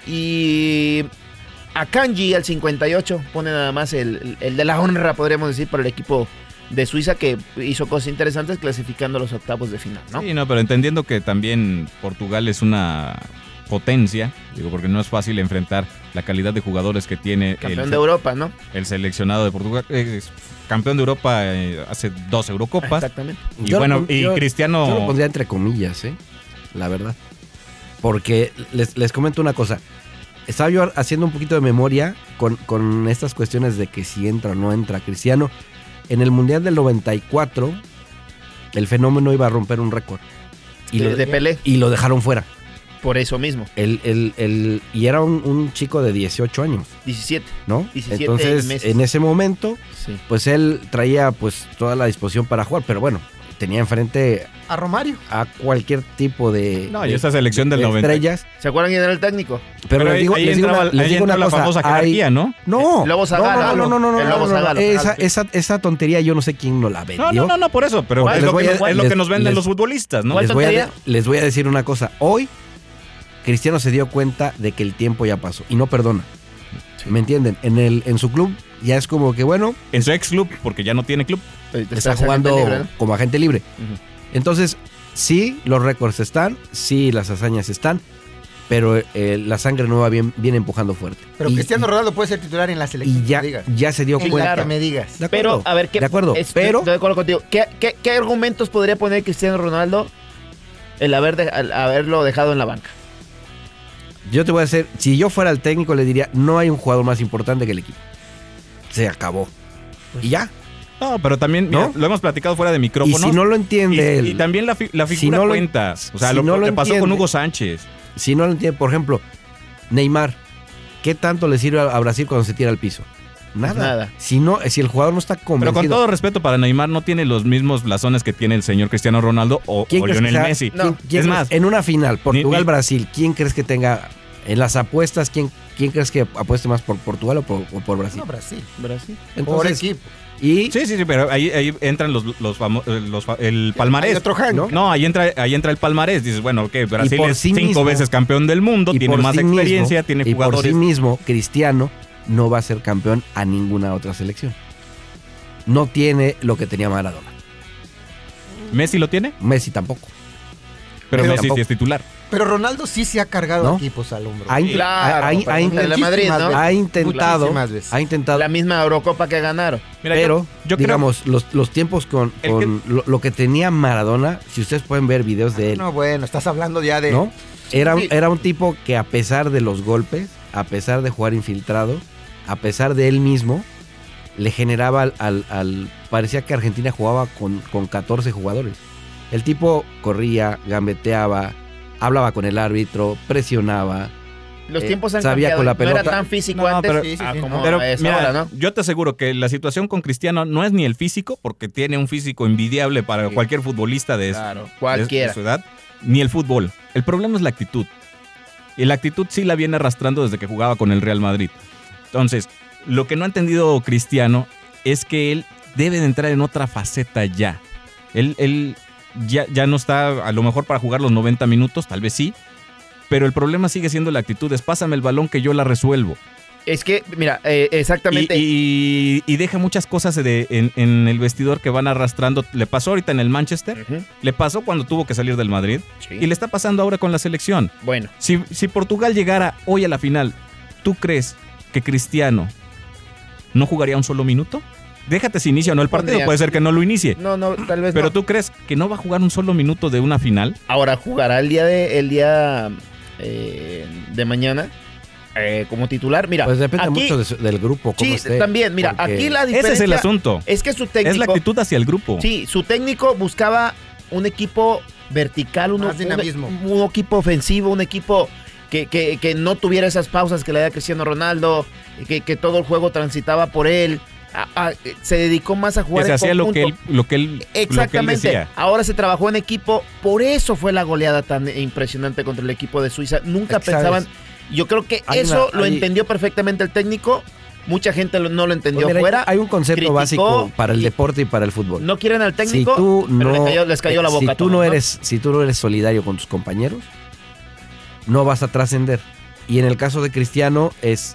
y Akanji al cincuenta y ocho. Pone nada más el, el, el de la honra, podríamos decir, para el equipo de Suiza, que hizo cosas interesantes clasificando a los octavos de final, ¿no? Sí, no, pero entendiendo que también Portugal es una potencia, digo, porque no es fácil enfrentar la calidad de jugadores que tiene campeón el, de Europa, ¿no? El seleccionado de Portugal, es campeón de Europa eh, hace dos Eurocopas. Exactamente. Y yo bueno, lo, y yo, Cristiano... Yo lo pondría entre comillas, ¿eh? La verdad. Porque les, les comento una cosa. Estaba yo haciendo un poquito de memoria con, con estas cuestiones de que si entra o no entra Cristiano. En el Mundial del noventa y cuatro, el fenómeno iba a romper un récord. y de, lo, de Pelé. Y lo dejaron fuera. Por eso mismo. El, el, el, y era un, un chico de dieciocho años. diecisiete. ¿No? diecisiete Entonces, meses. en ese momento, sí. pues él traía pues toda la disposición para jugar, pero bueno, tenía enfrente a Romario, a cualquier tipo de, no, y de, esa selección de, del de noventa. estrellas. ¿Se acuerdan quién era el técnico? Pero, pero les digo, ahí les digo entraba, una, les ahí digo una entró cosa. la famosa jerarquía, hay, ¿no? No, Lobo Zagalo. no, no, no, no, no, el no, Lobo no, no, Zagalo. esa, esa, esa tontería yo no sé quién nos la vendió. No, no, no, no, por eso, pero es lo, voy que, a- es lo les- que nos venden les- los futbolistas, ¿no? ¿Cuál Les voy, a, tontería? les voy a decir una cosa. Hoy, Cristiano se dio cuenta de que el tiempo ya pasó y no perdona. ¿Me entienden? En, el, en su club ya es como que, bueno, En su ex club, porque ya no tiene club. está jugando libre, ¿no? como agente libre. Ujú. Entonces, sí, los récords están, sí, las hazañas están, pero eh, la sangre nueva viene, viene empujando fuerte. pero Y- Cristiano y- Ronaldo puede ser titular en la selección. Y ya, que digas. ya se dio En cuenta. la que me digas. De acuerdo, Pero, a ver, ¿qué, de acuerdo, es- pero estoy de acuerdo contigo. ¿Qué, qué, qué argumentos podría poner Cristiano Ronaldo el haber de- al haberlo dejado en la banca? yo te voy a decir, si yo fuera el técnico le diría, no hay un jugador más importante que el equipo. Se acabó. Y ya. No, pero también, ¿No? mira, lo hemos platicado fuera de Y micrófonos. si no lo entiende Y, él, y también la, fi- la Si figura no lo- cuenta. O sea, si lo no lo que pasó con entiende. Hugo Sánchez. si no lo entiende, por ejemplo, Neymar, ¿qué tanto le sirve a, a Brasil cuando se tira al piso? Nada. Nada. Si no, si el jugador no está Pero convencido. con todo respeto para Neymar, no tiene los mismos blasones que tiene el señor Cristiano Ronaldo o, ¿Quién o crees que Lionel sea- Messi. ¿quién- No, quién es crees- más, en una final, Portugal-Brasil, ni- ¿quién crees que tenga en las apuestas, quién, quién crees que apueste más por Portugal o por, o por Brasil? No, Brasil. Brasil. Por Entonces, equipo. y Sí, sí, sí, pero ahí, ahí entran los, los, famo- eh, los fa- el palmarés. Hay otro Jaime. ¿no? No, ahí entra, ahí entra el palmarés. Dices, bueno, ok, Brasil por es sí cinco mismo- veces campeón del mundo, y tiene por más sí experiencia, mismo- tiene y por jugadores. sí mismo, Cristiano no va a ser campeón a ninguna otra selección. No tiene lo que tenía Maradona. Messi lo tiene, Messi tampoco. pero Pero Messi tampoco. sí es titular. Pero Ronaldo sí se ha cargado ¿No? equipos al hombro. Ha, in- Claro, ha- ha- por ha- ejemplo, el de Madrid, ¿no? Muchísimas ha intentado, Muchísimas veces. ha intentado, La misma Eurocopa que ganaron. Mira, pero yo, yo creo- digamos, los, los tiempos con, El con lo, lo que tenía Maradona, si ustedes pueden ver videos de él, No, bueno, estás hablando ya de... ¿no? Era, Sí. era un tipo que a pesar de los golpes, a pesar de jugar infiltrado, a pesar de él mismo, le generaba al... al- al- parecía que Argentina jugaba con, con catorce jugadores. El tipo corría, gambeteaba, hablaba con el árbitro, presionaba. Los Eh, tiempos han sabía cambiado. con la No era pelota. tan físico No, antes pero- Sí, sí, a sí, como no. Pero es mira, ahora, ¿no? yo te aseguro que la situación con Cristiano no es ni el físico, porque tiene un físico envidiable para Sí. cualquier futbolista de, Claro, de- cualquiera. de su edad, ni el fútbol. El problema es la actitud. Y la actitud sí la viene arrastrando desde que jugaba con el Real Madrid. Entonces, lo que no ha entendido Cristiano es que él debe de entrar en otra faceta ya. Él, él ya, ya no está a lo mejor para jugar los noventa minutos, tal vez sí, pero el problema sigue siendo la actitud. Es pásame el balón que yo la resuelvo. Es que, mira, eh, exactamente. Y, y- y deja muchas cosas de- en, en el vestidor que van arrastrando. Le pasó ahorita en el Manchester, Ujú, le pasó cuando tuvo que salir del Madrid sí. y le está pasando ahora con la selección. Bueno, Si, si Portugal llegara hoy a la final, ¿tú crees que Cristiano no jugaría un solo minuto? Déjate si inicia o no el partido, Pondría- puede ser que no lo inicie. no, no, tal vez Pero no. ¿tú crees que no va a jugar un solo minuto de una final? Ahora jugará el día de el día eh, de mañana eh, como titular. Mira, Pues depende aquí- mucho de su- del grupo. Cómo Sí, esté, también, mira, porque- aquí la Ese diferencia es el asunto. es que su técnico Es la actitud hacia el grupo. Sí, su técnico buscaba un equipo vertical, un, Más dinamismo. un, un equipo ofensivo, un equipo que, que- que no tuviera esas pausas que le da Cristiano Ronaldo, que, que todo el juego transitaba por él. A- a- se dedicó más a Que jugar se en hacía lo que él, conjunto. lo que él, lo que él Exactamente. decía. Ahora se trabajó en equipo, por eso fue la goleada tan impresionante contra el equipo de Suiza. Nunca Es que, pensaban. ¿sabes? Yo creo que Hay eso una- lo hay- entendió perfectamente el técnico. Mucha gente lo- no lo entendió Pues mira, fuera. hay un concepto criticó básico para el y- deporte y para el fútbol. No quieren al si técnico, tú pero no, les cayó, les cayó la boca. si a tú todos, no eres, si tú no eres solidario con tus compañeros, no vas a trascender. Y en el caso de Cristiano es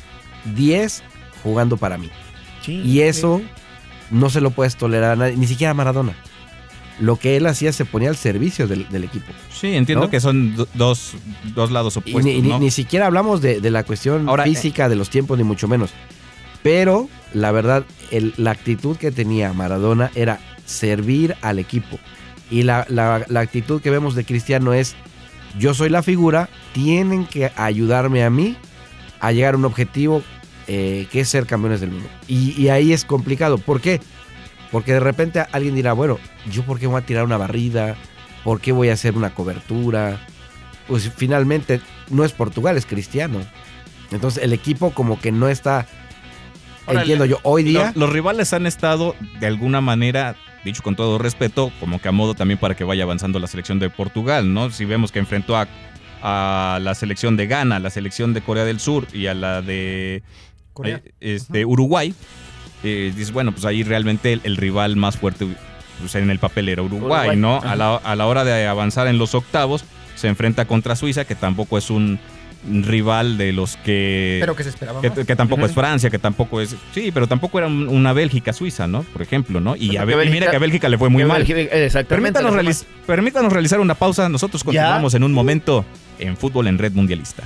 diez jugando para mí. Sí, Y sí. eso no se lo puedes tolerar a nadie, ni siquiera a Maradona. Lo que él hacía se ponía al servicio del, del equipo. Sí, entiendo ¿No? que son do- dos, dos lados Y opuestos, ni, ni- ¿no? ni siquiera hablamos de, de la cuestión Ahora, física de los tiempos, ni mucho menos. Pero la verdad, el- la actitud que tenía Maradona era servir al equipo. Y la, la- la actitud que vemos de Cristiano es, yo soy la figura, tienen que ayudarme a mí a llegar a un objetivo eh, que es ser campeones del mundo. Y, y ahí es complicado. ¿Por qué? Porque de repente alguien dirá, bueno, ¿yo por qué voy a tirar una barrida? ¿por qué voy a hacer una cobertura? Pues finalmente no es Portugal, es Cristiano. Entonces el equipo como que no está, Ahora, entiendo yo, hoy día... Los, los rivales han estado de alguna manera, dicho con todo respeto, como que a modo también para que vaya avanzando la selección de Portugal, ¿no? Si vemos que enfrentó a, a la selección de Ghana, a la selección de Corea del Sur y a la de Corea. eh, este, Uruguay, eh, dices, bueno, pues ahí realmente el, el rival más fuerte pues, en el papel era Uruguay, Uruguay, ¿no? ajá. A la, a la hora de avanzar en los octavos, se enfrenta contra Suiza, que tampoco es un rival de los que... Pero que se esperaba Que, más. que tampoco Ujú. es Francia, que tampoco es... Sí, pero tampoco era un- una Bélgica-Suiza, ¿no? Por ejemplo, ¿no? Y, Porque a Bel- y mira Bélgica- que a Bélgica le fue muy Que mal. Bélgica- Exactamente. Permítanos, realiz- permítanos realizar una pausa. Nosotros continuamos en un momento en Fútbol en Red Mundialista.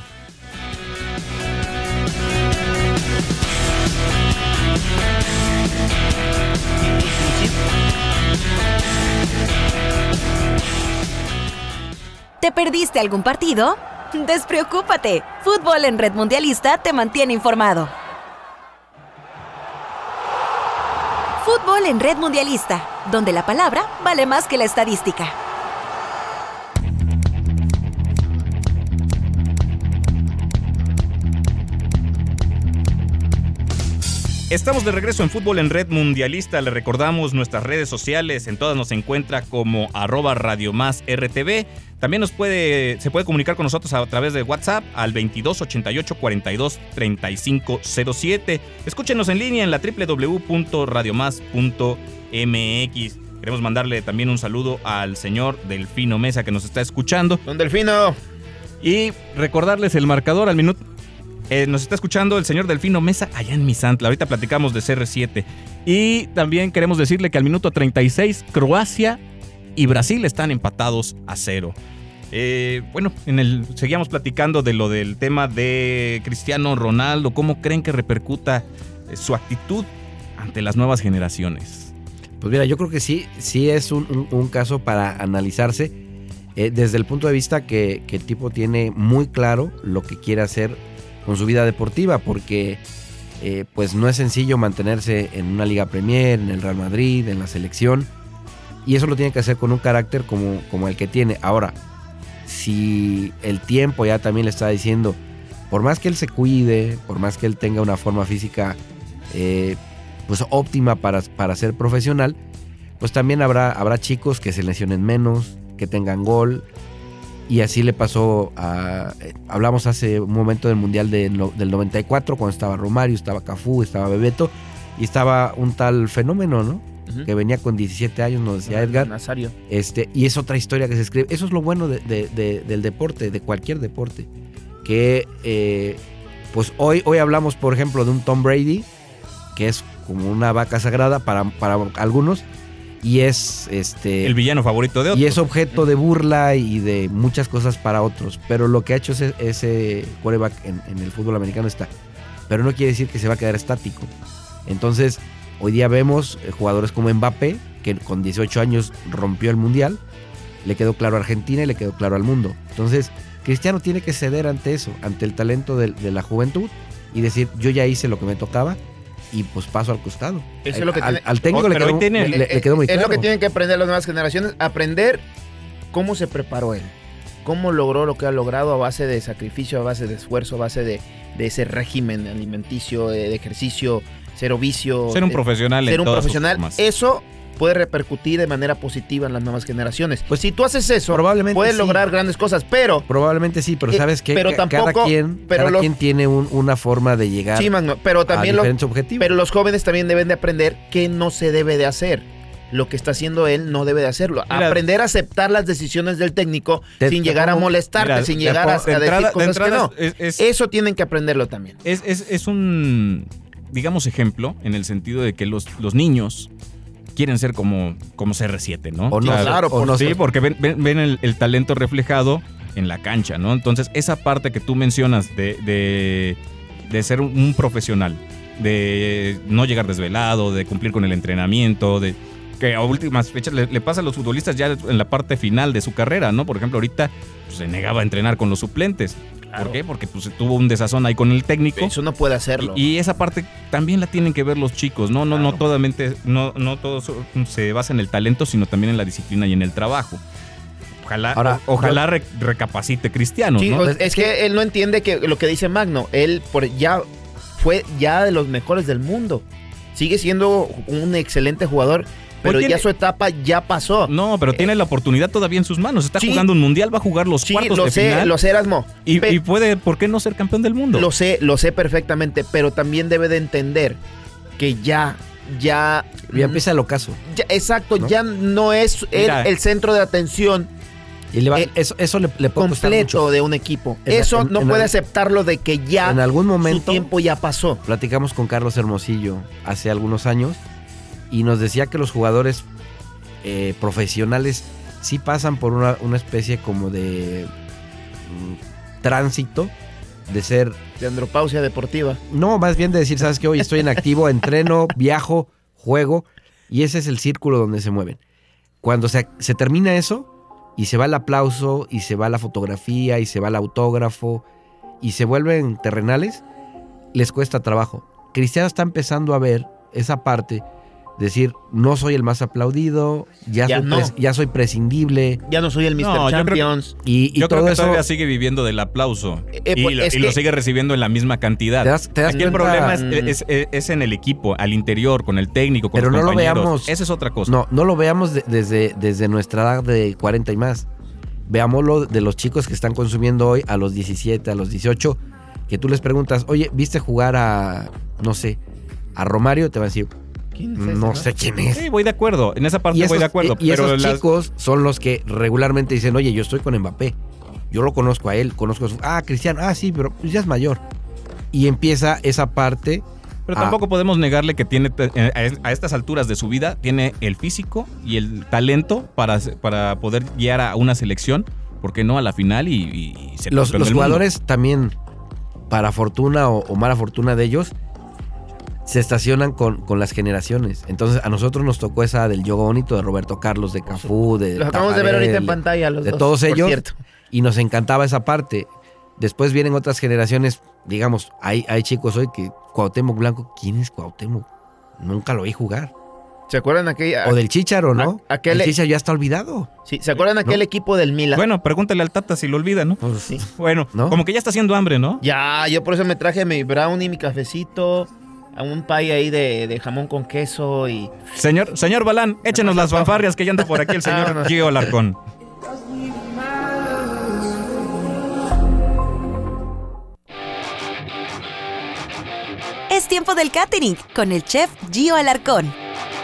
¿Te perdiste algún partido? Despreocúpate. Fútbol en Red Mundialista te mantiene informado. Fútbol en Red Mundialista, donde la palabra vale más que la estadística. Estamos de regreso en Fútbol en Red Mundialista. Le recordamos nuestras redes sociales. En todas nos encuentra como arroba Radio Más R T V. También nos puede, se puede comunicar con nosotros a través de WhatsApp al veintidós ochenta y ocho cuarenta y dos treinta y cinco cero siete. Escúchenos en línea en la doble u doble u doble u punto radio más punto m x. Queremos mandarle también un saludo al señor Delfino Mesa que nos está escuchando. Don Delfino. Y recordarles el marcador al minuto. Eh, nos está escuchando el señor Delfino Mesa allá en Misantla. Ahorita platicamos de C R siete. Y también queremos decirle que al minuto treinta y seis, Croacia y Brasil están empatados a cero. Eh, bueno, en el, seguíamos platicando de lo del tema de Cristiano Ronaldo. ¿Cómo creen que repercuta eh, su actitud ante las nuevas generaciones? Pues mira, yo creo que sí, sí es un, un- un caso para analizarse eh, desde el punto de vista que, que el tipo tiene muy claro lo que quiere hacer con su vida deportiva, porque eh, pues no es sencillo mantenerse en una Liga Premier, en el Real Madrid, en la selección, y eso lo tiene que hacer con un carácter como, como el que tiene. Ahora, si el tiempo ya también le está diciendo, por más que él se cuide, por más que él tenga una forma física eh, pues óptima para, para ser profesional, pues también habrá, habrá chicos que se lesionen menos, que tengan gol. Y así le pasó a... eh, hablamos hace un momento del Mundial de no- del noventa y cuatro, cuando estaba Romario, estaba Cafú, estaba Bebeto, y estaba un tal Fenómeno, ¿no? Ujú. Que venía con diecisiete años, nos decía Edgar. Nazario. Este, y es otra historia que se escribe. Eso es lo bueno de- de- de- del deporte, de cualquier deporte. Que eh, pues hoy, hoy hablamos, por ejemplo, de un Tom Brady, que es como una vaca sagrada para, para algunos, y es este El villano favorito de otros. y es objeto de burla y de muchas cosas para otros. Pero lo que ha hecho ese, ese quarterback en, en el fútbol americano está. Pero no quiere decir que se va a quedar estático. Entonces, hoy día vemos eh, jugadores como Mbappé, que con dieciocho años rompió el mundial. Le quedó claro a Argentina y le quedó claro al mundo. Entonces, Cristiano tiene que ceder ante eso, ante el talento de, de la juventud y decir, yo ya hice lo que me tocaba y pues paso al costado. Eso es lo que al, tiene- al técnico Oh, le pero quedó, hoy tiene- le- le quedó muy es claro. lo que tienen que aprender las nuevas generaciones, aprender cómo se preparó él, cómo logró lo que ha logrado a base de sacrificio, a base de esfuerzo, a base de, de ese régimen alimenticio, de, de ejercicio, cero vicio. Ser un de- profesional en ser un todas sus profesional. formas. Eso puede repercutir de manera positiva en las nuevas generaciones. Pues si tú haces eso, Probablemente puedes sí. lograr grandes cosas, pero Probablemente sí, pero Eh, sabes que pero cada tampoco- quien, pero cada los- quien tiene un- una forma de llegar sí, Magno, pero a también lo, diferentes objetivos. pero los jóvenes también deben de aprender que no se debe de hacer. Lo que está haciendo él no debe de hacerlo. Mira, aprender a aceptar las decisiones del técnico te- sin te llegar a pongo- molestarte, Mira, sin de llegar a, a por- de decir entrada- de cosas entrada que no. es- es- Eso tienen que aprenderlo también. Es, es, es un, digamos, ejemplo en el sentido de que los, los niños quieren ser como, como C R siete, ¿no? O no, claro, o por- no Sí, ser. porque ven, ven- ven el, el talento reflejado en la cancha, ¿no? Entonces, esa parte que tú mencionas de, de, de ser un, un profesional, de no llegar desvelado, de cumplir con el entrenamiento, de que a últimas fechas le, le pasa a los futbolistas ya en la parte final de su carrera, ¿no? Por ejemplo, ahorita pues, se negaba a entrenar con los suplentes. Claro. ¿Por qué? Porque pues, tuvo un desazón ahí con el técnico. Eso no puede hacerlo. Y, y esa parte también la tienen que ver los chicos, ¿no? No, no, Claro. totalmente, no, no todo so- se basa en el talento, sino también en la disciplina y en el trabajo. Ojalá, Ahora, o- ojalá re- recapacite Cristiano, Sí, ¿no? o- es que él no entiende que lo que dice Magno, él por ya fue ya de los mejores del mundo. Sigue siendo un excelente jugador, pero Pues ya tiene- su etapa ya pasó. No, pero tiene la oportunidad todavía en sus manos. Está Sí. jugando un mundial, va a jugar los Sí, cuartos lo de sé, final. lo sé, Erasmo. y, Pe- y puede, ¿por qué no ser campeón del mundo? Lo sé, lo sé perfectamente, pero también debe de entender que ya, ya, Ya empieza el ocaso. ya- exacto, ¿no? ya no es él Mira. el centro de atención Y le va- Eh, eso, eso le, le puede costar completo mucho. de un equipo. En- Eso en- no en puede al- aceptarlo de que ya En algún su momento tiempo ya pasó. platicamos con Carlos Hermosillo hace algunos años y nos decía que los jugadores eh, profesionales sí pasan por una, una especie como de mm, tránsito de ser, De andropausia deportiva. no, más bien de decir, sabes que hoy estoy en activo, entreno, viajo, juego, y ese es el círculo donde se mueven. Cuando se, se termina eso y se va el aplauso y se va la fotografía y se va el autógrafo y se vuelven terrenales, les cuesta trabajo. Cristiano está empezando a ver esa parte, decir, no soy el más aplaudido, ya, Ya soy, no. pres- ya soy prescindible, Ya no soy el mister No, yo creo que- Champions. y, y Yo todo creo que eso todavía sigue viviendo del aplauso. Eh, y pues, lo, es y lo que- sigue recibiendo en la misma cantidad. te das, te das Aquí el cuenta- problema es, Mm. es- es- es en el equipo, al interior, con el técnico, con Pero los no lo compañeros. veamos- Esa es otra cosa. No, no lo veamos de- desde, desde nuestra edad de cuarenta y más. Veámoslo de los chicos que están consumiendo hoy a los diecisiete, a los dieciocho, que tú les preguntas, oye, ¿viste jugar a, no sé, a Romario? Te van a decir, ¿Quién es ese, no sé quién es. Sí, voy de acuerdo. En esa parte Y voy esos, de acuerdo. y- y pero esos las- chicos son los que regularmente dicen, oye, yo estoy con Mbappé. Yo lo conozco a él, conozco a su... Ah, Cristiano, ah, sí, pero pues ya es mayor. Y empieza esa parte... Pero Ah. tampoco podemos negarle que tiene eh, a a estas alturas de su vida tiene el físico y el talento para, para poder guiar a una selección, ¿por qué no a la final y, y ser Los, campeón los del mundo? jugadores también, para fortuna o, o mala fortuna de ellos, se estacionan con, con las generaciones. Entonces a nosotros nos tocó esa del Yogo Bonito, de Roberto Carlos, de Cafú, de Los acabamos de ver ahorita en Tafarel, pantalla los de dos, todos por ellos. cierto. Y nos encantaba esa parte. Después vienen otras generaciones, digamos, hay, hay chicos hoy que Cuauhtémoc Blanco, ¿quién es Cuauhtémoc? Nunca lo vi jugar. ¿Se acuerdan aquella? O del Chícharo, ¿no? a- aquel- El Chícharo ya está olvidado. Sí, ¿se acuerdan aquel ¿No? equipo del Milan? Bueno, pregúntale al Tata si lo olvida, ¿no? Pues, Sí. Bueno, ¿No? como que ya está haciendo hambre, ¿no? Ya, yo por eso me traje mi brownie, mi cafecito, a un pie ahí de, de jamón con queso y... Señor, señor Balán, échenos las fanfarrias que ya anda por aquí el señor Vámonos. Gio Alarcón. Es tiempo del catering con el chef Gio Alarcón.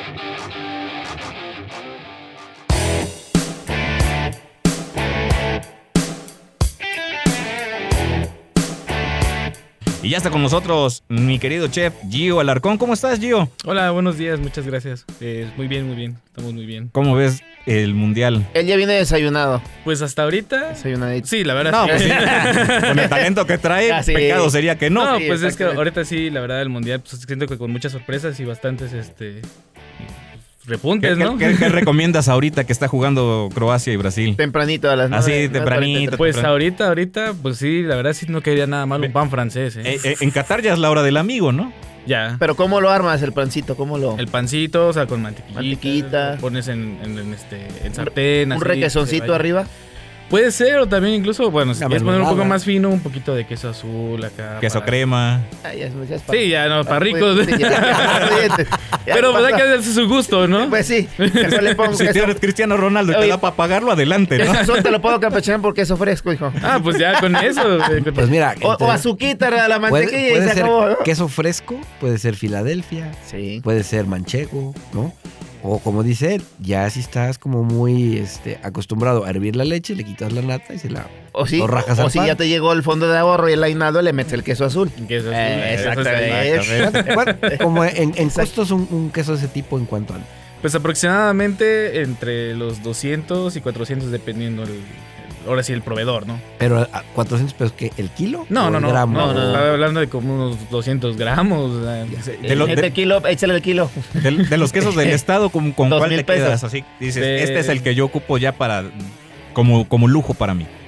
Y ya está con nosotros mi querido chef Gio Alarcón. ¿Cómo estás, Gio? Hola, buenos días, muchas gracias. Eh, muy bien, muy bien, estamos muy bien. ¿Cómo ves el mundial? Él ya viene desayunado. Pues hasta ahorita, Desayunadito. sí, la verdad. No, sí. pues sí. Con el talento que trae, Ah, sí. pecado sería que no. No, Sí, pues es que exactamente. ahorita sí, la verdad, el mundial, pues siento que con muchas sorpresas y bastantes, este, repuntes, ¿Qué, ¿no? qué- qué recomiendas ahorita que está jugando Croacia y Brasil? Tempranito a las Así, nueve, tempranito. nueve cuarenta y tres. Pues ahorita, ahorita, pues sí, la verdad sí no quería nada mal un pan francés, ¿eh? Eh, eh, en Qatar ya es la hora del amigo, ¿no? Ya. Pero ¿cómo lo armas el pancito? ¿Cómo lo...? El pancito, o sea, con mantequillita. Mantequita. Lo pones en, en, en este, en sartén. un así, requesoncito que se vaya. arriba. Puede ser, o también incluso, bueno, si Una quieres poner un poco mermelada. más fino, un poquito de queso azul acá. Queso para- crema. Ay, ya es- ya es para- Sí, ya no, para pues, ricos. sí, ya- ya- ya- Pero pues hay que pasa. darse su gusto, ¿no? Pues sí, eso le pongo Si queso. tienes Cristiano Ronaldo y te Oye. da para pagarlo, adelante, ¿no? Eso te lo puedo campechanear por queso fresco, hijo. Ah, pues ya con eso. eh, con- Pues mira, O, entre- o azuquita a la puede, mantequilla y puede se ser acabó, ¿no? queso fresco, puede ser Filadelfia, Sí. puede ser manchego, ¿no? O como dice él, ya si estás como muy este, acostumbrado a hervir la leche, le quitas la nata y se la... O sí, Lo rajas o al si pan. ya te llegó el fondo de ahorro y el ainado, le metes el queso azul. queso azul, Eh, eso está exactamente. bien. Bueno, como en, en Exacto. costos un, un queso de ese tipo en cuanto al... Pues aproximadamente entre los doscientos y cuatrocientos dependiendo el, el- ahora sí el proveedor, ¿no? Pero a cuatrocientos pesos, ¿qué? ¿El kilo? No, ¿O no, el no, gramo? no, no, no. estaba hablando de como unos doscientos gramos. o sea, De, lo- Este de- kilo, échale el kilo. de- de los quesos del estado, ¿con, con Dos cuál mil te pesos. quedas? Así dices, De- este es el que yo ocupo ya para como, como lujo para mí.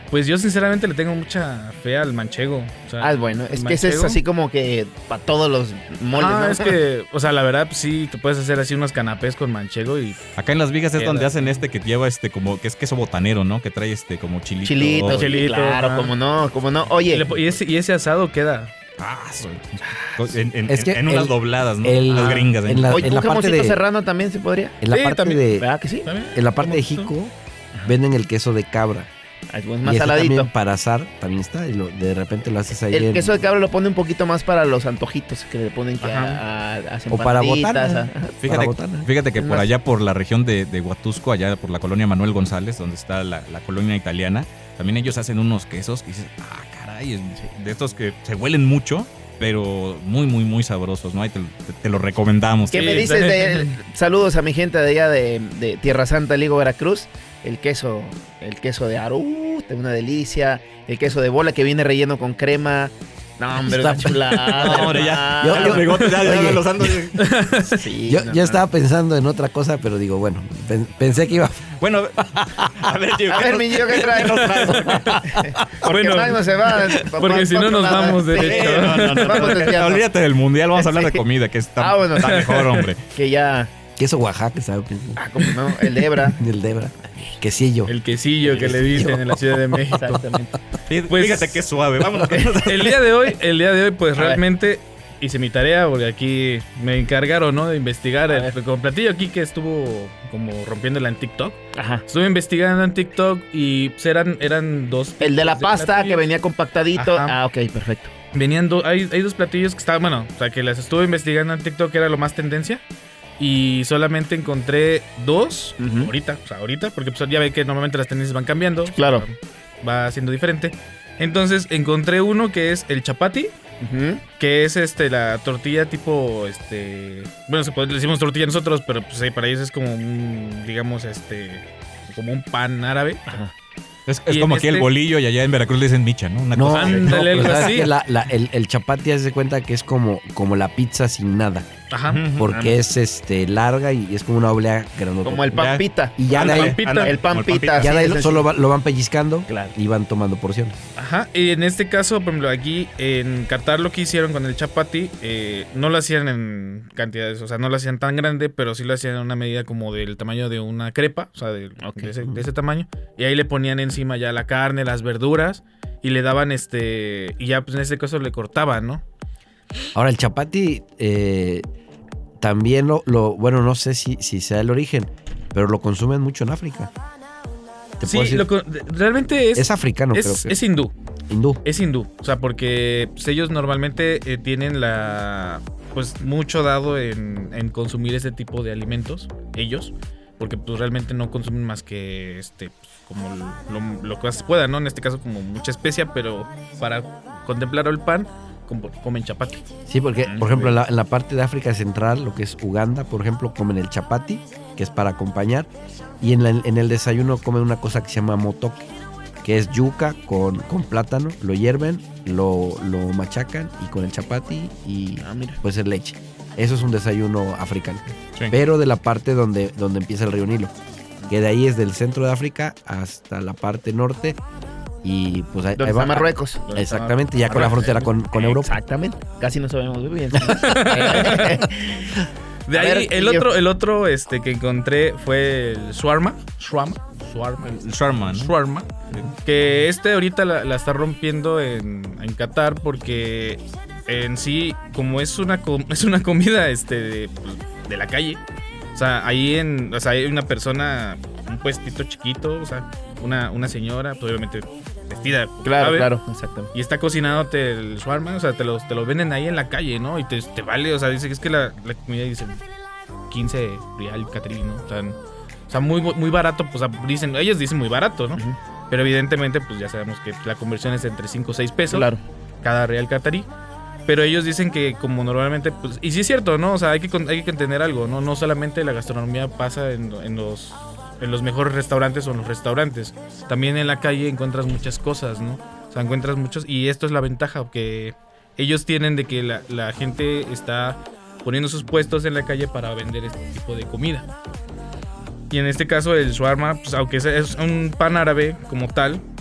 Pues yo sinceramente le tengo mucha fe al manchego. O sea, Ah, bueno, es el que ese es manchego. así como que para todos los moldes, Ah, ¿no? es que, o sea, la verdad, pues, sí, te puedes hacer así unos canapés con manchego y Acá en Las Vigas es Queda. donde hacen este que lleva este como que es queso botanero, ¿no? Que trae este como chilito. Chilito, Oh, chilito, claro, ajá. como no, como no. y, Oye, le po- y ese, y ese asado queda. Ah, soy- en, en- Es que en unas el- dobladas, ¿no? el- Las gringas. ¿eh? en la- oye, en un la parte jamoncito de- serrano también se podría. En la Sí, parte también. de ¿Verdad que sí? ¿También? en la parte de ¿Cómo Jico venden el queso de cabra. Ah, es más y ese saladito. también para asar también está y lo- de repente lo haces ahí El en- queso de cabra lo pone un poquito más para los antojitos que le ponen que Ajá. a, a, a o para empanaditas, botana. a- para Fíjate, botana. fíjate que Es por más- allá por la región de, de Huatusco, allá por la colonia Manuel González, donde está la, la colonia italiana, también ellos hacen unos quesos y dices, ah, caray, es de estos que se huelen mucho, pero muy, muy, muy sabrosos, ¿no? Ahí te, te- te lo recomendamos. ¿Qué Sí, me sí. dices de saludos a mi gente de allá de, de Tierra Santa, Ligo, Veracruz? El queso, el queso de Aru, es una delicia. El queso de bola que viene relleno con crema. No, hombre, Está- una chulada. No, hombre, ya. hermano. Yo- yo- Los bigotes ya, ya Oye. me los ando- Sí, Yo, no, yo no. estaba pensando en otra cosa, pero digo, bueno, pen- pensé que iba. Bueno, a ver, Gio, A ¿qué ver, nos- mi Gio, ¿qué traes? Porque Bueno, Magno se va. porque si no nos vamos Sí, derecho. no, no, no, Vamos no, desviando. olvídate del mundial, vamos a hablar de Sí. comida, que está, Ah, bueno. está mejor, hombre. Que ya. Queso Oaxaca, ¿sabes? Pensando. Ah, como no, el de Hebra. El Debra. Quesillo. El quesillo que le dicen en la Ciudad de México. Exactamente. Fí- Pues- Fíjate qué suave, vámonos. El día de hoy, el día de hoy, pues A ver. realmente hice mi tarea porque aquí me encargaron, ¿no? De investigar A el, ver. con platillo aquí que estuvo como rompiéndola en TikTok. Ajá. Estuve investigando en TikTok y pues, eran, eran dos. El de la tipos pasta que platillos. venía compactadito. Ajá. Ah, ok, perfecto. Venían dos, hay, hay dos platillos que estaban, bueno, o sea, que las estuve investigando en TikTok, que era lo más tendencia. Y solamente encontré dos, Ujú. ahorita, o sea, ahorita, porque pues, ya ve que normalmente las tendencias van cambiando. Claro. o sea, va siendo diferente. Entonces encontré uno que es el chapati, Ujú. que es este la tortilla tipo, este, bueno, se puede, le decimos tortilla nosotros, pero pues sí, para ellos es como un, digamos, este, como un pan árabe. Ajá. Es, es Y como en aquí este- el bolillo y allá en Veracruz le dicen micha, ¿no? Una No, cosa así. Ándale, no, algo pero ¿sabes así. qué? La- la- el, el chapati hace cuenta que es como, como la pizza sin nada. Ajá. Ujú. Porque es este larga y es como una oblea grandota. Como el pan Ya. pita. Y ya de Ándale, ahí, pampita. ándale, El pan como el pita. ya sí, de ahí ese solo sí. va- lo van pellizcando Claro. y van tomando porciones. Ajá, y en este caso, por ejemplo, aquí en Qatar lo que hicieron con el chapati, eh, no lo hacían en cantidades, o sea, no lo hacían tan grande, pero sí lo hacían en una medida como del tamaño de una crepa, o sea, de, Ok. de ese, de ese tamaño. Y ahí le ponían encima ya la carne, las verduras, y le daban este, y ya pues en este caso le cortaban, ¿no? Ahora, el chapati eh, también lo, lo- bueno, no sé si, si sea el origen, pero lo consumen mucho en África. Te Sí, puedo decir, lo co- realmente es, es africano, es, creo que es hindú. hindú. Es hindú, o sea, porque pues, ellos normalmente eh, tienen la, pues mucho dado en, en consumir ese tipo de alimentos, ellos, porque pues realmente no consumen más que este, pues, como lo, lo que más se pueda, ¿no? En este caso como mucha especia, pero para contemplar el pan, com- comen chapati. Sí, porque, Mm, por ejemplo, en bien. la, en la parte de África Central, lo que es Uganda, por ejemplo, comen el chapati, que es para acompañar, y en, la- en el desayuno comen una cosa que se llama motoque, que es yuca con, con plátano, lo hierven, lo, lo machacan y con el chapati y Ah, mira. pues es leche. Eso es un desayuno africano. Sí. Pero de la parte donde, donde empieza el río Nilo, que de ahí es del centro de África hasta la parte norte y pues ahí, ¿Dónde ahí está va. Marruecos? Exactamente, ya con la frontera con, con Europa. Exactamente. Casi no sabemos muy bien. De A ahí ver, el y yo- otro, el otro este, que encontré fue el shawarma, shawarma, shawarma, El shawarma, ¿no? shawarma, que este ahorita la, la está rompiendo en, en Qatar porque en sí, como es una com- es una comida este de, pues, de la calle, o sea, ahí en, o sea, hay una persona, un puestito chiquito, o sea, una, una señora, pues, obviamente vestida, Claro, ¿sabe? claro. Exactamente. Y está cocinándote el shawarma, o sea, te los, te lo venden ahí en la calle, ¿no? Y te, te vale, o sea, dice que es que la, la comida dice quince real Catrín, ¿no? O sea, o sea, muy, muy barato, pues dicen, ellos dicen muy barato, ¿no? Ujú. Pero evidentemente, pues ya sabemos que la conversión es entre cinco o seis pesos Claro. cada real catarí. Pero ellos dicen que como normalmente, pues, y sí es cierto, ¿no? O sea, hay que, con- hay que entender algo, ¿no? No solamente la gastronomía pasa en, en los, en los mejores restaurantes o en los restaurantes. También en la calle encuentras muchas cosas, ¿no? O sea, encuentras muchos, y esto es la ventaja que ellos tienen de que la, la gente está poniendo sus puestos en la calle para vender este tipo de comida. Y en este caso el shawarma, pues aunque es- es un pan árabe como tal,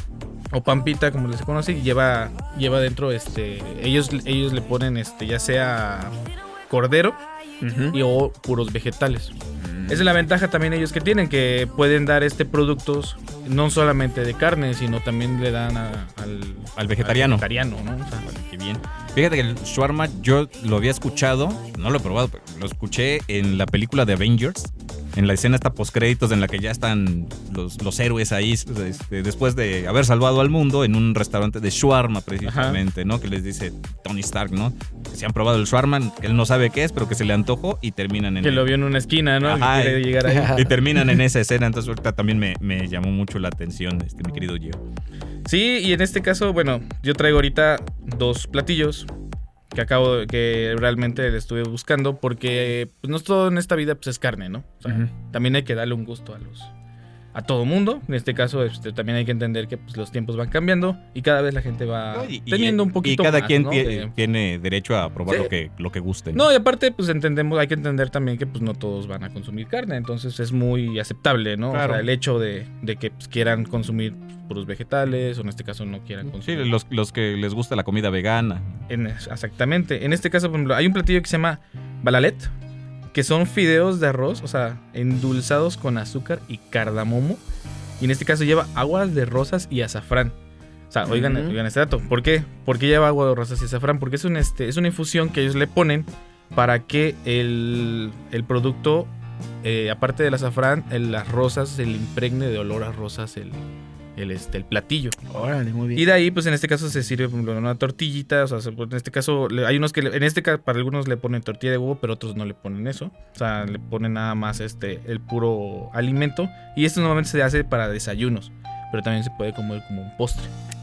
o pampita, como les conoce, y lleva, lleva dentro, este, ellos, ellos le ponen, este, ya sea cordero Ujú. y o puros vegetales. Esa es la ventaja también ellos que tienen, que pueden dar este productos no solamente de carne, sino también le dan a- al, Al vegetariano. al vegetariano, ¿no? O sea, Qué bien. Fíjate que el shawarma yo lo había escuchado, no lo he probado, pero lo escuché en la película de Avengers, en la escena esta postcréditos en la que ya están los, los héroes ahí este, después de haber salvado al mundo en un restaurante de shawarma precisamente, ¿no? Que les dice Tony Stark, ¿no? Que se han probado el shawarma, que él no sabe qué es, pero que se le antojó y terminan en que el- lo vio en una esquina, ¿no? Ajá, Que quiere y- llegar ahí. y terminan en esa escena, entonces ahorita también me, me llamó mucho la atención, este, mi querido Gio. Sí, y en este caso, bueno, yo traigo ahorita dos platillos que acabo de- que realmente le estuve buscando porque pues, no todo en esta vida pues, es carne, ¿no? O sea, Ujú. también hay que darle un gusto a los a todo mundo. En este caso este, también hay que entender que pues, los tiempos van cambiando y cada vez la gente va No, y- y- teniendo un poquito Y cada más, quien ¿no? tie- De- tiene derecho a probar Sí. lo que, lo que guste. No, y aparte, pues entendemos, hay que entender también que pues no todos van a consumir carne, entonces es muy aceptable, ¿no? Claro. O sea, el hecho de, de que pues, quieran consumir puros vegetales, o en este caso no quieran Sí, consumir. los, los que les gusta la comida vegana. En- exactamente. En este caso, por ejemplo, hay un platillo que se llama balalet, que son fideos de arroz, o sea, endulzados con azúcar y cardamomo. Y en este caso lleva aguas de rosas y azafrán. O sea, oigan, Ujú. oigan este dato. ¿Por qué? ¿Por qué lleva agua de rosas y azafrán? Porque es, un, este, es una infusión que ellos le ponen para que el, el producto, eh, aparte del azafrán, el- las rosas se le impregne de olor a rosas el, el, este, el platillo. Órale, muy bien. Y de ahí, pues en este caso se sirve por ejemplo, una tortillita. O sea, se- en este caso, le- hay unos que, le- en este caso, para algunos le ponen tortilla de huevo, pero otros no le ponen eso. O sea, le ponen nada más este, el puro alimento. Y esto normalmente se hace para desayunos, pero también se puede comer como un postre.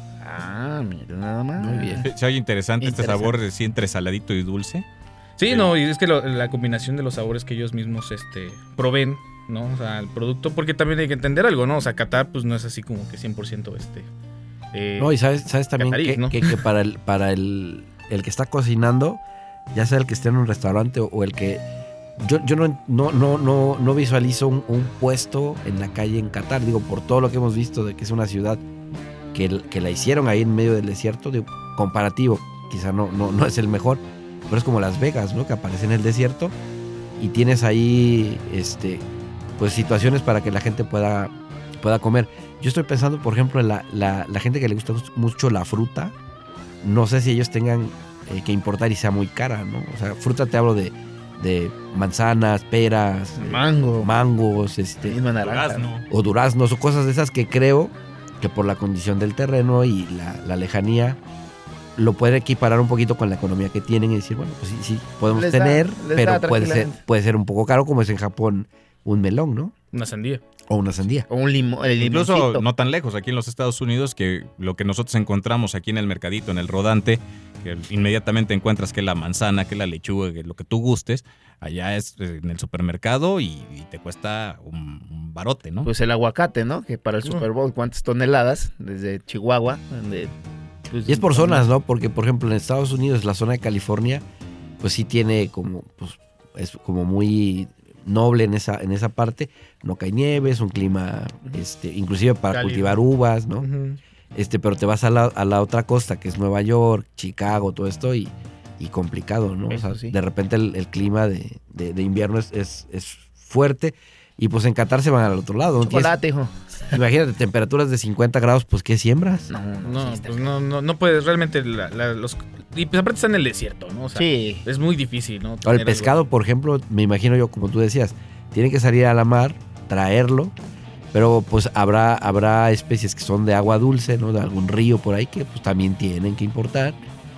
Ah, mira, nada más. Muy bien. Se, se oye interesante, este Interesante. sabor así entre saladito y dulce. Sí, Sí. no, y es que lo- la combinación de los sabores que ellos mismos este, proveen, ¿no? O sea, el producto, porque también hay que entender algo, ¿no? O sea, Qatar, pues no es así como que cien por ciento este. eh, No, y sabes, sabes también Catarí, que, ¿no? que- que para, el, para el, el que está cocinando, ya sea el que esté en un restaurante o, o el que... Yo, yo no, no, no, no, no visualizo un, un puesto en la calle en Qatar, digo, por todo lo que hemos visto de que es una ciudad que, el- que la hicieron ahí en medio del desierto, de comparativo, quizá no, no, no es el mejor, pero es como Las Vegas, ¿no? Que aparece en el desierto y tienes ahí, este, pues situaciones para que la gente pueda, pueda comer. Yo estoy pensando, por ejemplo, en la, la, la gente que le gusta mucho la fruta. No sé si ellos tengan eh, que importar y sea muy cara, ¿no? O sea, fruta te hablo de, de manzanas, peras, eh, Mango. mangos, este, Misma naranja. Durazno. o duraznos o cosas de esas que creo que por la condición del terreno y la, la lejanía lo pueden equiparar un poquito con la economía que tienen y decir, bueno, pues sí, sí, podemos Les da- tener, les pero da puede ser, tranquilamente. puede ser un poco caro como es en Japón un melón, ¿no? una sandía. O una sandía. O un limón. El Incluso limoncito. no tan lejos, aquí en los Estados Unidos, que lo que nosotros encontramos aquí en el mercadito, en el rodante, que inmediatamente encuentras que la manzana, que la lechuga, que lo que tú gustes, allá es eh, en el supermercado y, y te cuesta un, un barote, ¿no? Pues el aguacate, ¿no? Que para el No. Super Bowl, ¿cuántas toneladas? Desde Chihuahua. Donde, pues, Y es por zonas, ¿no? Porque, por ejemplo, en Estados Unidos, la zona de California, pues sí tiene como, pues, es como muy noble en esa, en esa parte. No cae nieve, es un clima, este, inclusive para Cálido. cultivar uvas, ¿no? Ujú. Este, pero te vas a la, a la otra costa, que es Nueva York, Chicago, todo esto, y, y complicado, ¿no? O Eso sea, sí. de repente el, el clima de, de- de invierno es, es, es fuerte. Y pues en Qatar se van al otro lado. ¿no? Tienes- chocolate, hijo. imagínate, temperaturas de cincuenta grados, pues ¿qué siembras? No, no, No, sí, está pues bien. no, no, no puedes realmente la- la- los y pues aparte está en el desierto, ¿no? O sea, Sí. es muy difícil, ¿no? O el Tener algo- pescado, por ejemplo, me imagino yo, como tú decías, tiene que salir a la mar, traerlo, pero pues habrá, habrá especies que son de agua dulce, ¿no? De algún río por ahí que pues también tienen que importar.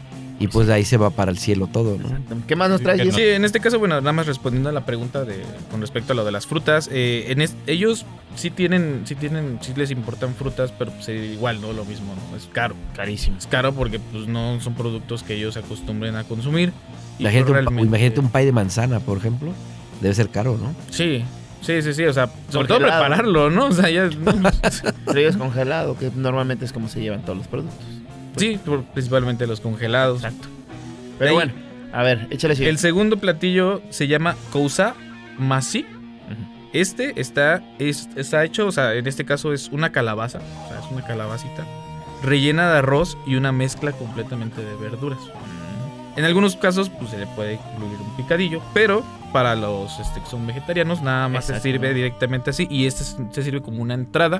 Y pues de ahí se va para el cielo todo, ¿no? ¿Qué más nos traes, que Gis? Sí, en este caso, bueno, nada más respondiendo a la pregunta de con respecto a lo de las frutas, eh, en es- ellos sí tienen, sí tienen, sí les importan frutas, pero pues eh, igual, ¿no? Lo mismo, ¿no? Es caro, carísimo. Es caro porque pues no son productos que ellos se acostumbren a consumir. Y, Imagínate, pues, un, pa- realmente- imagínate un pay de manzana, por ejemplo. Debe ser caro, ¿no? Sí, sí, sí, sí, o sea, sobre todo Congelado. prepararlo, ¿no? O sea, ya... no, Pero ellos congelado, que normalmente es como se llevan todos los productos. sí, por- principalmente los congelados. Exacto. Pero Ahí- bueno, a ver, échale así. El segundo platillo se llama Kousa Masi. Este está, es- está hecho, o sea, en este caso es una calabaza, o sea, es una calabacita. rellena de arroz y una mezcla completamente de verduras. En algunos casos pues se le puede incluir un picadillo, pero para los este, que son vegetarianos nada más se sirve directamente así y este se sirve como una entrada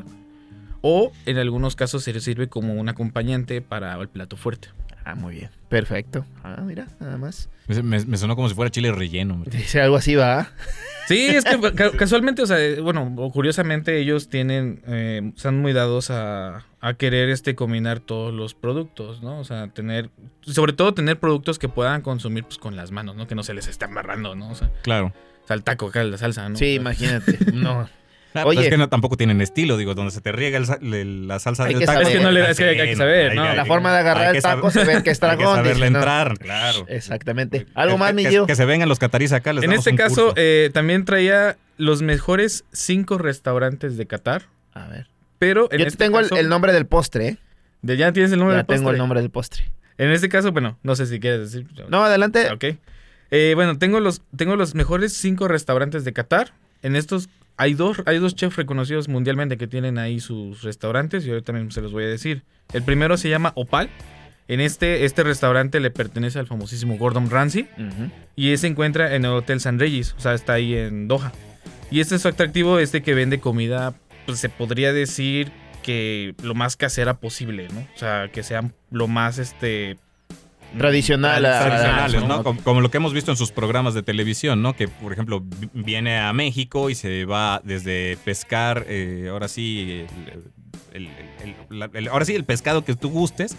o en algunos casos se sirve como un acompañante para el plato fuerte. Ah, muy bien. Perfecto. Ah, mira, nada más. Me, me- me sonó como si fuera chile relleno. Dice algo así, va. Sí, es que ca- casualmente, o sea, bueno, o curiosamente ellos tienen, eh, están muy dados a, a querer este combinar todos los productos, ¿no? O sea, tener, sobre todo tener productos que puedan consumir pues con las manos, ¿no? Que no se les esté amarrando, ¿no? O sea, Claro. o sea, el taco acá, la salsa, ¿no? Sí, imagínate. No. Ah, pues Oye. es que no, tampoco tienen estilo, digo, donde se te riega el sa- el- la salsa Hay del que taco. saber. Es que no le- es que hay que saber, ¿no? La forma de agarrar hay el que taco saber- se ve que es Hay que dragón, saberle dice, ¿no? entrar, claro. Exactamente. ¿Algo Que- más, que, mi que, Gio? que se vengan los catarís acá. Les En damos este un caso, curso. eh, también traía los mejores cinco restaurantes de Qatar, A ver. pero en Yo este tengo el, caso, el nombre del postre, ¿eh? de, ya tienes el nombre Ya del postre. tengo el nombre del postre. En este caso, bueno, no sé si quieres decir. No, adelante. Ok. Eh, bueno, tengo los, tengo los mejores cinco restaurantes de Qatar. En estos hay dos, hay dos chefs reconocidos mundialmente que tienen ahí sus restaurantes y ahorita también se los voy a decir. El primero se llama Opal. En este, este restaurante le pertenece al famosísimo Gordon Ramsay Ujú. y se encuentra en el Hotel San Regis, o sea, está ahí en Doha. Y este es su atractivo, este que vende comida, pues se podría decir que lo más casera posible, ¿no? O sea, que sea lo más, este... Tradicional. a- Tradicionales, a- ¿no? Como, como lo que hemos visto en sus programas de televisión, ¿no? Que, por ejemplo, vi- viene a México y se va desde pescar, eh, ahora sí, el, el- el- la- el- ahora sí, el pescado que tú gustes,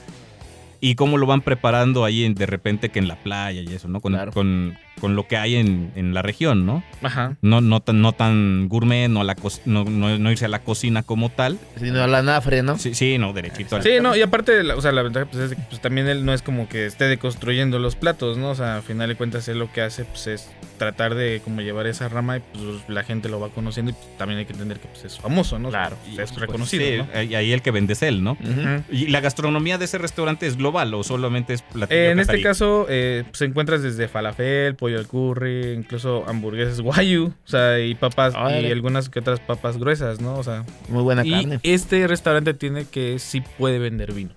y cómo lo van preparando ahí en- de repente que en la playa y eso, ¿no? Con, Claro. con, con lo que hay en, en la región, ¿no? Ajá. No, no, tan, no tan gourmet, no, a la co- no, no, no irse a la cocina como tal. Sino a la nafre, ¿no? Sí, sí, no, derechito al... Sí, no, y aparte, la- o sea, la ventaja pues, es de que pues, también él no es como que esté deconstruyendo los platos, ¿no? O sea, al final de cuentas él lo que hace pues es tratar de como llevar esa rama y pues la gente lo va conociendo y pues, también hay que entender que pues, es famoso, ¿no? Claro. O sea, es reconocido, Sí, ¿no? ahí ahí el que vende es él, ¿no? Ujú. Ujú. ¿Y la gastronomía de ese restaurante es global o solamente es platillo Eh, en este catarí? caso, eh, pues encuentras desde falafel, pollo al curry, incluso hamburguesas guayu, o sea, y papas, Órale. y algunas que otras papas gruesas, ¿no? O sea, Muy buena y carne. este restaurante tiene que sí puede vender vino,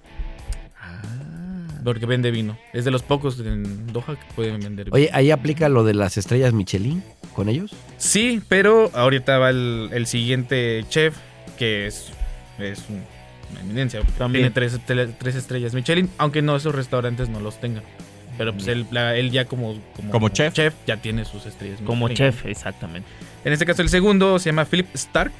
Ah. porque vende vino. Es de los pocos en Doha que pueden vender vino. Oye, ¿ahí aplica lo de las estrellas Michelin con ellos? Sí, pero ahorita va el, el siguiente chef, que es, es un- una eminencia. También. Tiene tres, tele- tres estrellas Michelin, aunque no esos restaurantes no los tengan. Pero pues él, la- él ya como, Como chef. ya tiene sus estrellas Como Michelin. chef, exactamente. En este caso el segundo se llama Philip Stark.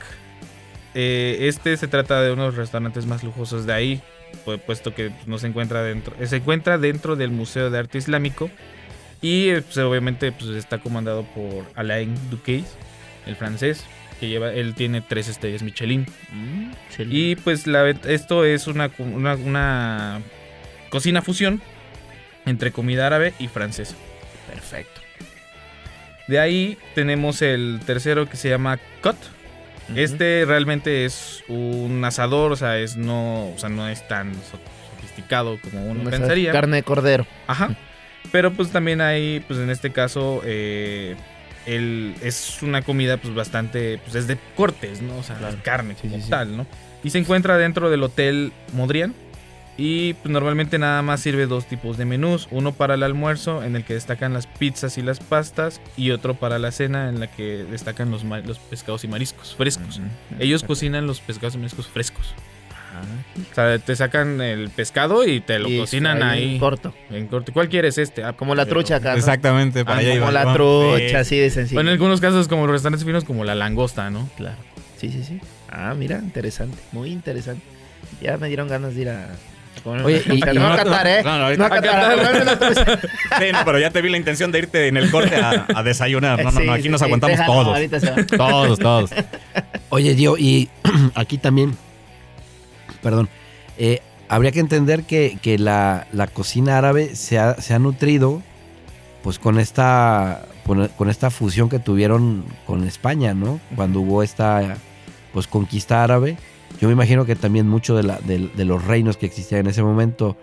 Eh, este se trata de uno de los restaurantes más lujosos de ahí, pu- puesto que no se encuentra dentro, se encuentra dentro del Museo de Arte Islámico y eh, pues, obviamente pues, está comandado por Alain Ducasse, el francés, que lleva, él tiene tres estrellas Michelin. Mm, Y pues la, esto es una, co- una, una cocina fusión entre comida árabe y francesa. Perfecto. De ahí tenemos el tercero que se llama Cut. Este realmente es un asador, o sea, es no, o sea, no es tan so- sofisticado como uno Una pensaría. Carne de cordero. Ajá. Pero pues también hay, pues en este caso, eh, el, es una comida pues bastante, pues es de cortes, ¿no? O sea, Claro. carne Sí, como sí, sí. tal, ¿no? Y se encuentra dentro del Hotel Modrian. Y pues, normalmente nada más sirve dos tipos de menús. Uno para el almuerzo, en el que destacan las pizzas y las pastas. Y otro para la cena, en la que destacan los, ma- los pescados y mariscos frescos. Ellos cocinan los pescados y mariscos frescos. O sea, te sacan el pescado y te lo Y cocinan ahí. en corto. En corte. ¿Cuál quieres este? Ah, Como la pero- trucha acá, ¿no? Exactamente, para Ah, allá como iba, la ¿no? trucha, Eh, así de sencillo. Bueno, en algunos casos, como los restaurantes finos, como la langosta, ¿no? Claro. Sí, sí, sí. Ah, mira, interesante. Muy interesante. Ya me dieron ganas de ir a... a comer Oye, una- y- no, y- a Qatar, ¿eh? No, no, No ahorita- a Qatar. a comerme una trucha. Sí, no, pero ya te vi la intención de irte en el corte a, a desayunar. No, no, Sí, no, aquí sí, nos sí, aguantamos déjalo, todos. ahorita se va. Todos, todos. Oye, Dio, y aquí también, perdón, eh, habría que entender que, que la, la cocina árabe se ha, se ha nutrido pues con esta, con, con esta fusión que tuvieron con España, ¿no? Cuando hubo esta pues conquista árabe. Yo me imagino que también mucho de, la, de, de los reinos que existían en ese momento,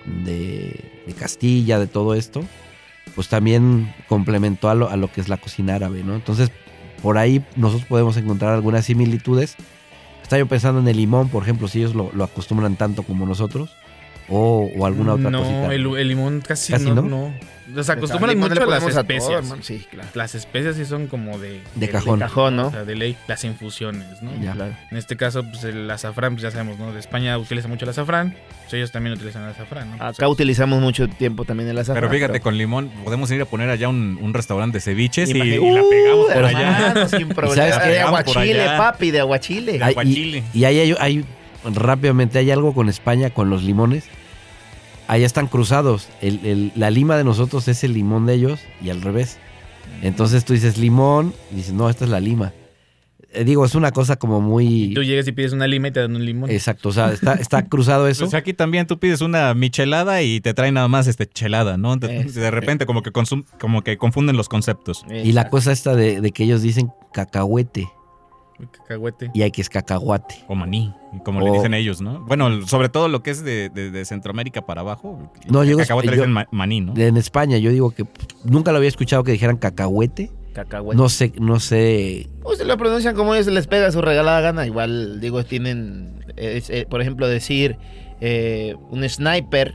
de, de Castilla, de todo esto, pues también complementó a lo, a lo que es la cocina árabe, ¿no? Entonces, por ahí nosotros podemos encontrar algunas similitudes. Estaba yo pensando en el limón, por ejemplo, si ellos lo, lo acostumbran tanto como nosotros. O, o alguna otra no, cosita. el, el limón casi, ¿Casi no, no? no. Se acostumbran Limón mucho le a las ponemos a especias. todo, hermano. Sí, claro. Las especias sí son como de... De cajón. De cajón, ¿no? O sea, de ley. Las infusiones, ¿no? Ya. Claro. En este caso, pues el azafrán, pues ya sabemos, ¿no? De España utiliza mucho el azafrán. Pues ellos también utilizan el azafrán, ¿no? Acá utilizamos mucho tiempo también el azafrán. Pero fíjate, con limón podemos ir a poner allá un, un restaurante de ceviches y, Imagínate. y la pegamos por Uh, allá. hermano, sin problema. ¿Sabes qué? De Pegamos por aguachile, allá. papi, de aguachile. De Hay- aguachile. Y, y ahí hay, hay- rápidamente, hay algo con España, con los limones. Allá están cruzados. El, el- la lima de nosotros es el limón de ellos y al revés. Entonces tú dices limón y dices, no, esta es la lima. Eh, digo, es una cosa como muy... Tú llegas y pides una lima y te dan un limón. Exacto, o sea, está, está cruzado eso. Pues aquí también tú pides una michelada y te traen nada más este chelada, ¿no? De, Eso. de repente como que consum- como que confunden los conceptos. Y la cosa esta de, de que ellos dicen cacahuete Uy, cacahuete. y hay que es cacahuate. O maní, como le O- dicen ellos, ¿no? Bueno, sobre todo lo que es de, de- de Centroamérica para abajo. No, yo- Cacahuate le yo- dicen ma- maní, ¿no? En España yo digo que pff, nunca lo había escuchado que dijeran cacahuete. Cacahuete. No sé, no sé. Ustedes lo pronuncian como ellos les pega su regalada gana. Igual, digo, tienen, es, eh, por ejemplo, decir eh, un sniper,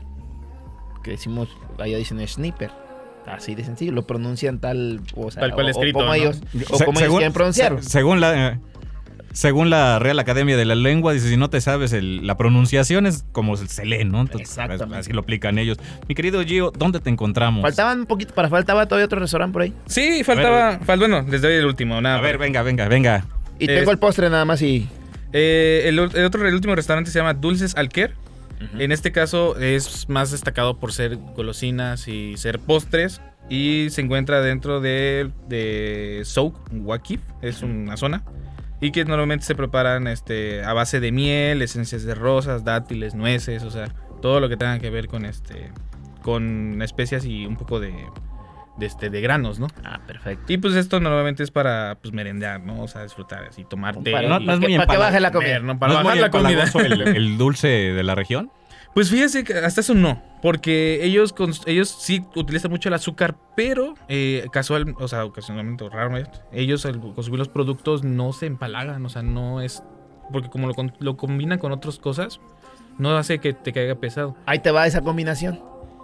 que decimos, allá dicen sniper. Así de sencillo, lo pronuncian tal, o sea, Tal cual o- escrito, o como ¿no? ellos, o Se- como ellos quieren pronunciarlo. se- según la eh, según la Real Academia de la Lengua, dice, si no te sabes el- la pronunciación es como se lee, ¿no? Entonces, Exactamente. así lo aplican ellos. Mi querido Gio, ¿dónde te encontramos? Faltaban un poquito, para faltaba todavía otro restaurante por ahí. Sí, faltaba... fal- bueno, les doy el último. Nada, A ver, venga, venga, venga. Y Es- tengo el postre nada más y... Eh, el, el otro, el último restaurante se llama Dulces Alquer. En este caso es más destacado por ser golosinas y ser postres. Y se encuentra dentro de, de Souk Wakif, es una zona. Y que normalmente se preparan este, a base de miel, esencias de rosas, dátiles, nueces, o sea, todo lo que tenga que ver con este con especias y un poco de, de, este, de granos, ¿no? Ah, perfecto. Y pues esto normalmente es para pues merendar, ¿no? O sea, disfrutar así, tomarte. Para, no- no es muy para que empalagoso. baje la comida. comer, ¿no? Para ¿No es bajar muy la comida. empalagoso el, el dulce de la región? Pues fíjese que hasta eso no, porque ellos cons- ellos sí utilizan mucho el azúcar, pero eh, casual, o sea, ocasionalmente o raramente, ellos al consumir los productos no se empalagan, o sea, no es porque como lo, con- lo combinan con otras cosas, no hace que te caiga pesado. Ahí te va esa combinación.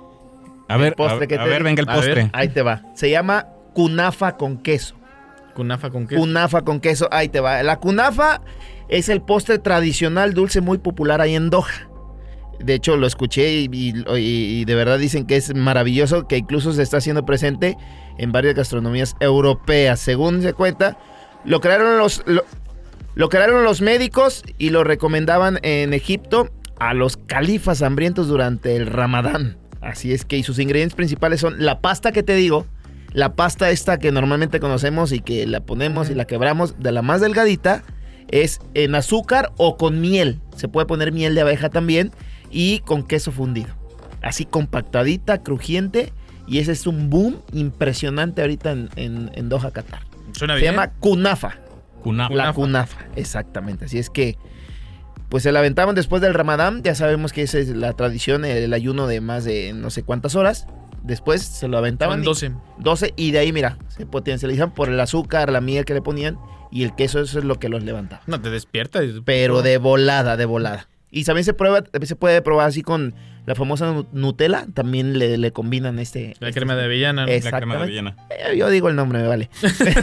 A ver, postre a, que a te ver, di. venga el A ver. postre. Ahí te va. Se llama cunafa con queso. Cunafa con queso. Cunafa con queso, ahí te va. La cunafa es el postre tradicional dulce muy popular ahí en Doha. De hecho, lo escuché y, y- y de verdad dicen que es maravilloso, que incluso se está haciendo presente en varias gastronomías europeas. Según se cuenta, lo crearon los, lo, lo crearon los médicos y lo recomendaban en Egipto a los califas hambrientos durante el Ramadán. Así es que, y sus ingredientes principales son la pasta que te digo, la pasta esta que normalmente conocemos y que la ponemos y la quebramos, de la más delgadita, es en azúcar o con miel. Se puede poner miel de abeja también y con queso fundido. Así compactadita, crujiente, y ese es un boom impresionante ahorita en, en, en Doha, Qatar. Suena Se bien. llama kunafa. Kunafa. La kunafa, exactamente. Así es que, pues se la aventaban después del Ramadán. Ya sabemos que esa es la tradición, el ayuno de más de no sé cuántas horas. Después se lo aventaban. Son y- doce. doce, y de ahí, mira, se potencializan por el azúcar, la miel que le ponían y el queso, eso es lo que los levantaba. No te despiertas. Pero de volada, de volada. Y también se prueba, también se puede probar así con la famosa nu- Nutella, también le, le combinan este. La este- crema de avellana. ¿no? Es- La crema de Exactamente. avellana. Eh, Yo digo el nombre, me vale.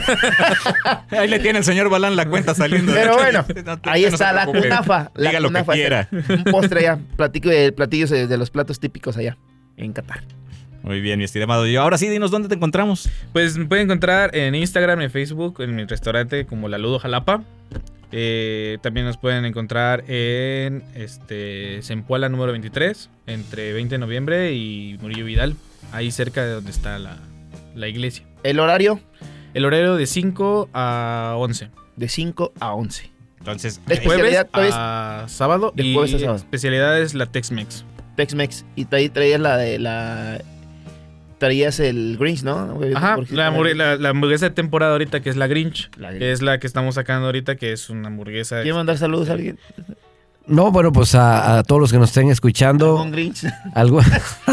Ahí le tiene el señor Balán la cuenta saliendo. Pero bueno, No te- ahí no se está la preocupe. cunafa. La Diga lo que cunafa, quiera. Un postre allá, platico de platillos de, de los platos típicos allá en Qatar. Muy bien, mi estimado Gio. Ahora sí, dinos dónde te encontramos. Pues me pueden encontrar en Instagram, en Facebook, en mi restaurante como La Ludo Jalapa. Eh, también nos pueden encontrar en este Zempoala número veintitrés, entre veinte de noviembre y Murillo Vidal, ahí cerca de donde está la, la iglesia. El horario El horario de cinco a once. de cinco a once. Entonces, De De jueves especialidad, todavía a sábado. de y jueves a sábado. especialidad es la Tex-Mex. Tex-Mex. Y ahí traías la de la. Traías el Grinch, ¿no? Ajá, Porque- la, hamburg- la- la hamburguesa de temporada ahorita que es la Grinch, La que Grinch. es la que estamos sacando ahorita, que es una hamburguesa. ¿Quiere mandar saludos a alguien? No, bueno, pues a, a todos los que nos estén escuchando. ¿Algún Grinch? Algo.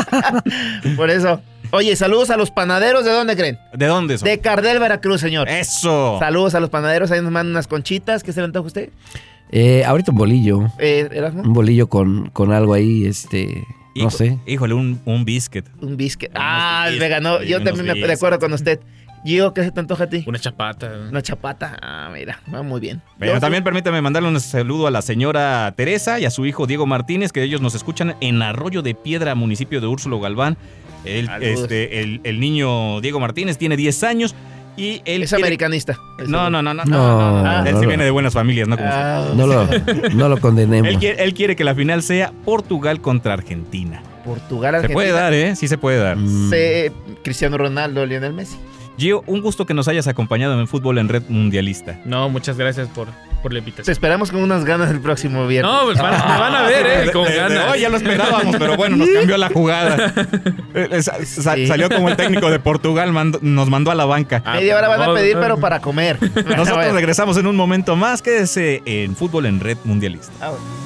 Por eso. Oye, saludos a los panaderos. ¿De dónde creen? ¿de dónde son? De Cardel, Veracruz, señor. Eso. Saludos a los panaderos. Ahí nos mandan unas conchitas. ¿Qué se le antoja a usted? Eh, ahorita un bolillo. Eh, ¿Erasmo? Un bolillo con, con algo ahí, este... No Hijo- sé. Híjole, un, un biscuit. Un biscuit. Unos Ah, biscuits, me ganó. Yo unos también me de biscuits. acuerdo con usted. Gio, ¿qué se te antoja a ti? Una chapata. Una chapata. Ah, mira, va muy bien. Bueno, Yo- también permítame mandarle un saludo a la señora Teresa y a su hijo Diego Martínez, que ellos nos escuchan en Arroyo de Piedra, municipio de Úrsulo Galván. El, Saludos. este, el, el niño Diego Martínez tiene diez años y él Es quiere- americanista. No, no, no, no, no, No, no, no. Él no, sí no. viene de buenas familias, ¿no? Como usted. Ah, No lo, no lo condenemos. Él quiere, él quiere que la final sea Portugal contra Argentina. Portugal, Se Argentina. puede dar, ¿eh? Sí se puede dar. Mm. Se- Cristiano Ronaldo, Lionel Messi. Gio, un gusto que nos hayas acompañado en Fútbol en Red Mundialista. No, muchas gracias por, por la Te invitación. esperamos con unas ganas el próximo viernes. No, pues van, me van a ver, ¿eh? Con De- de- de- ganas. hoy ya lo esperábamos, pero bueno, nos cambió la jugada. Eh, eh, sa- sa- Sí. Salió como el técnico de Portugal, mando- nos mandó a la banca. Ah, Media hora van a no, pedir, no. pero para comer. Nosotros Bueno. regresamos en un momento más. Quédese en Fútbol en Red Mundialista. Ah, bueno.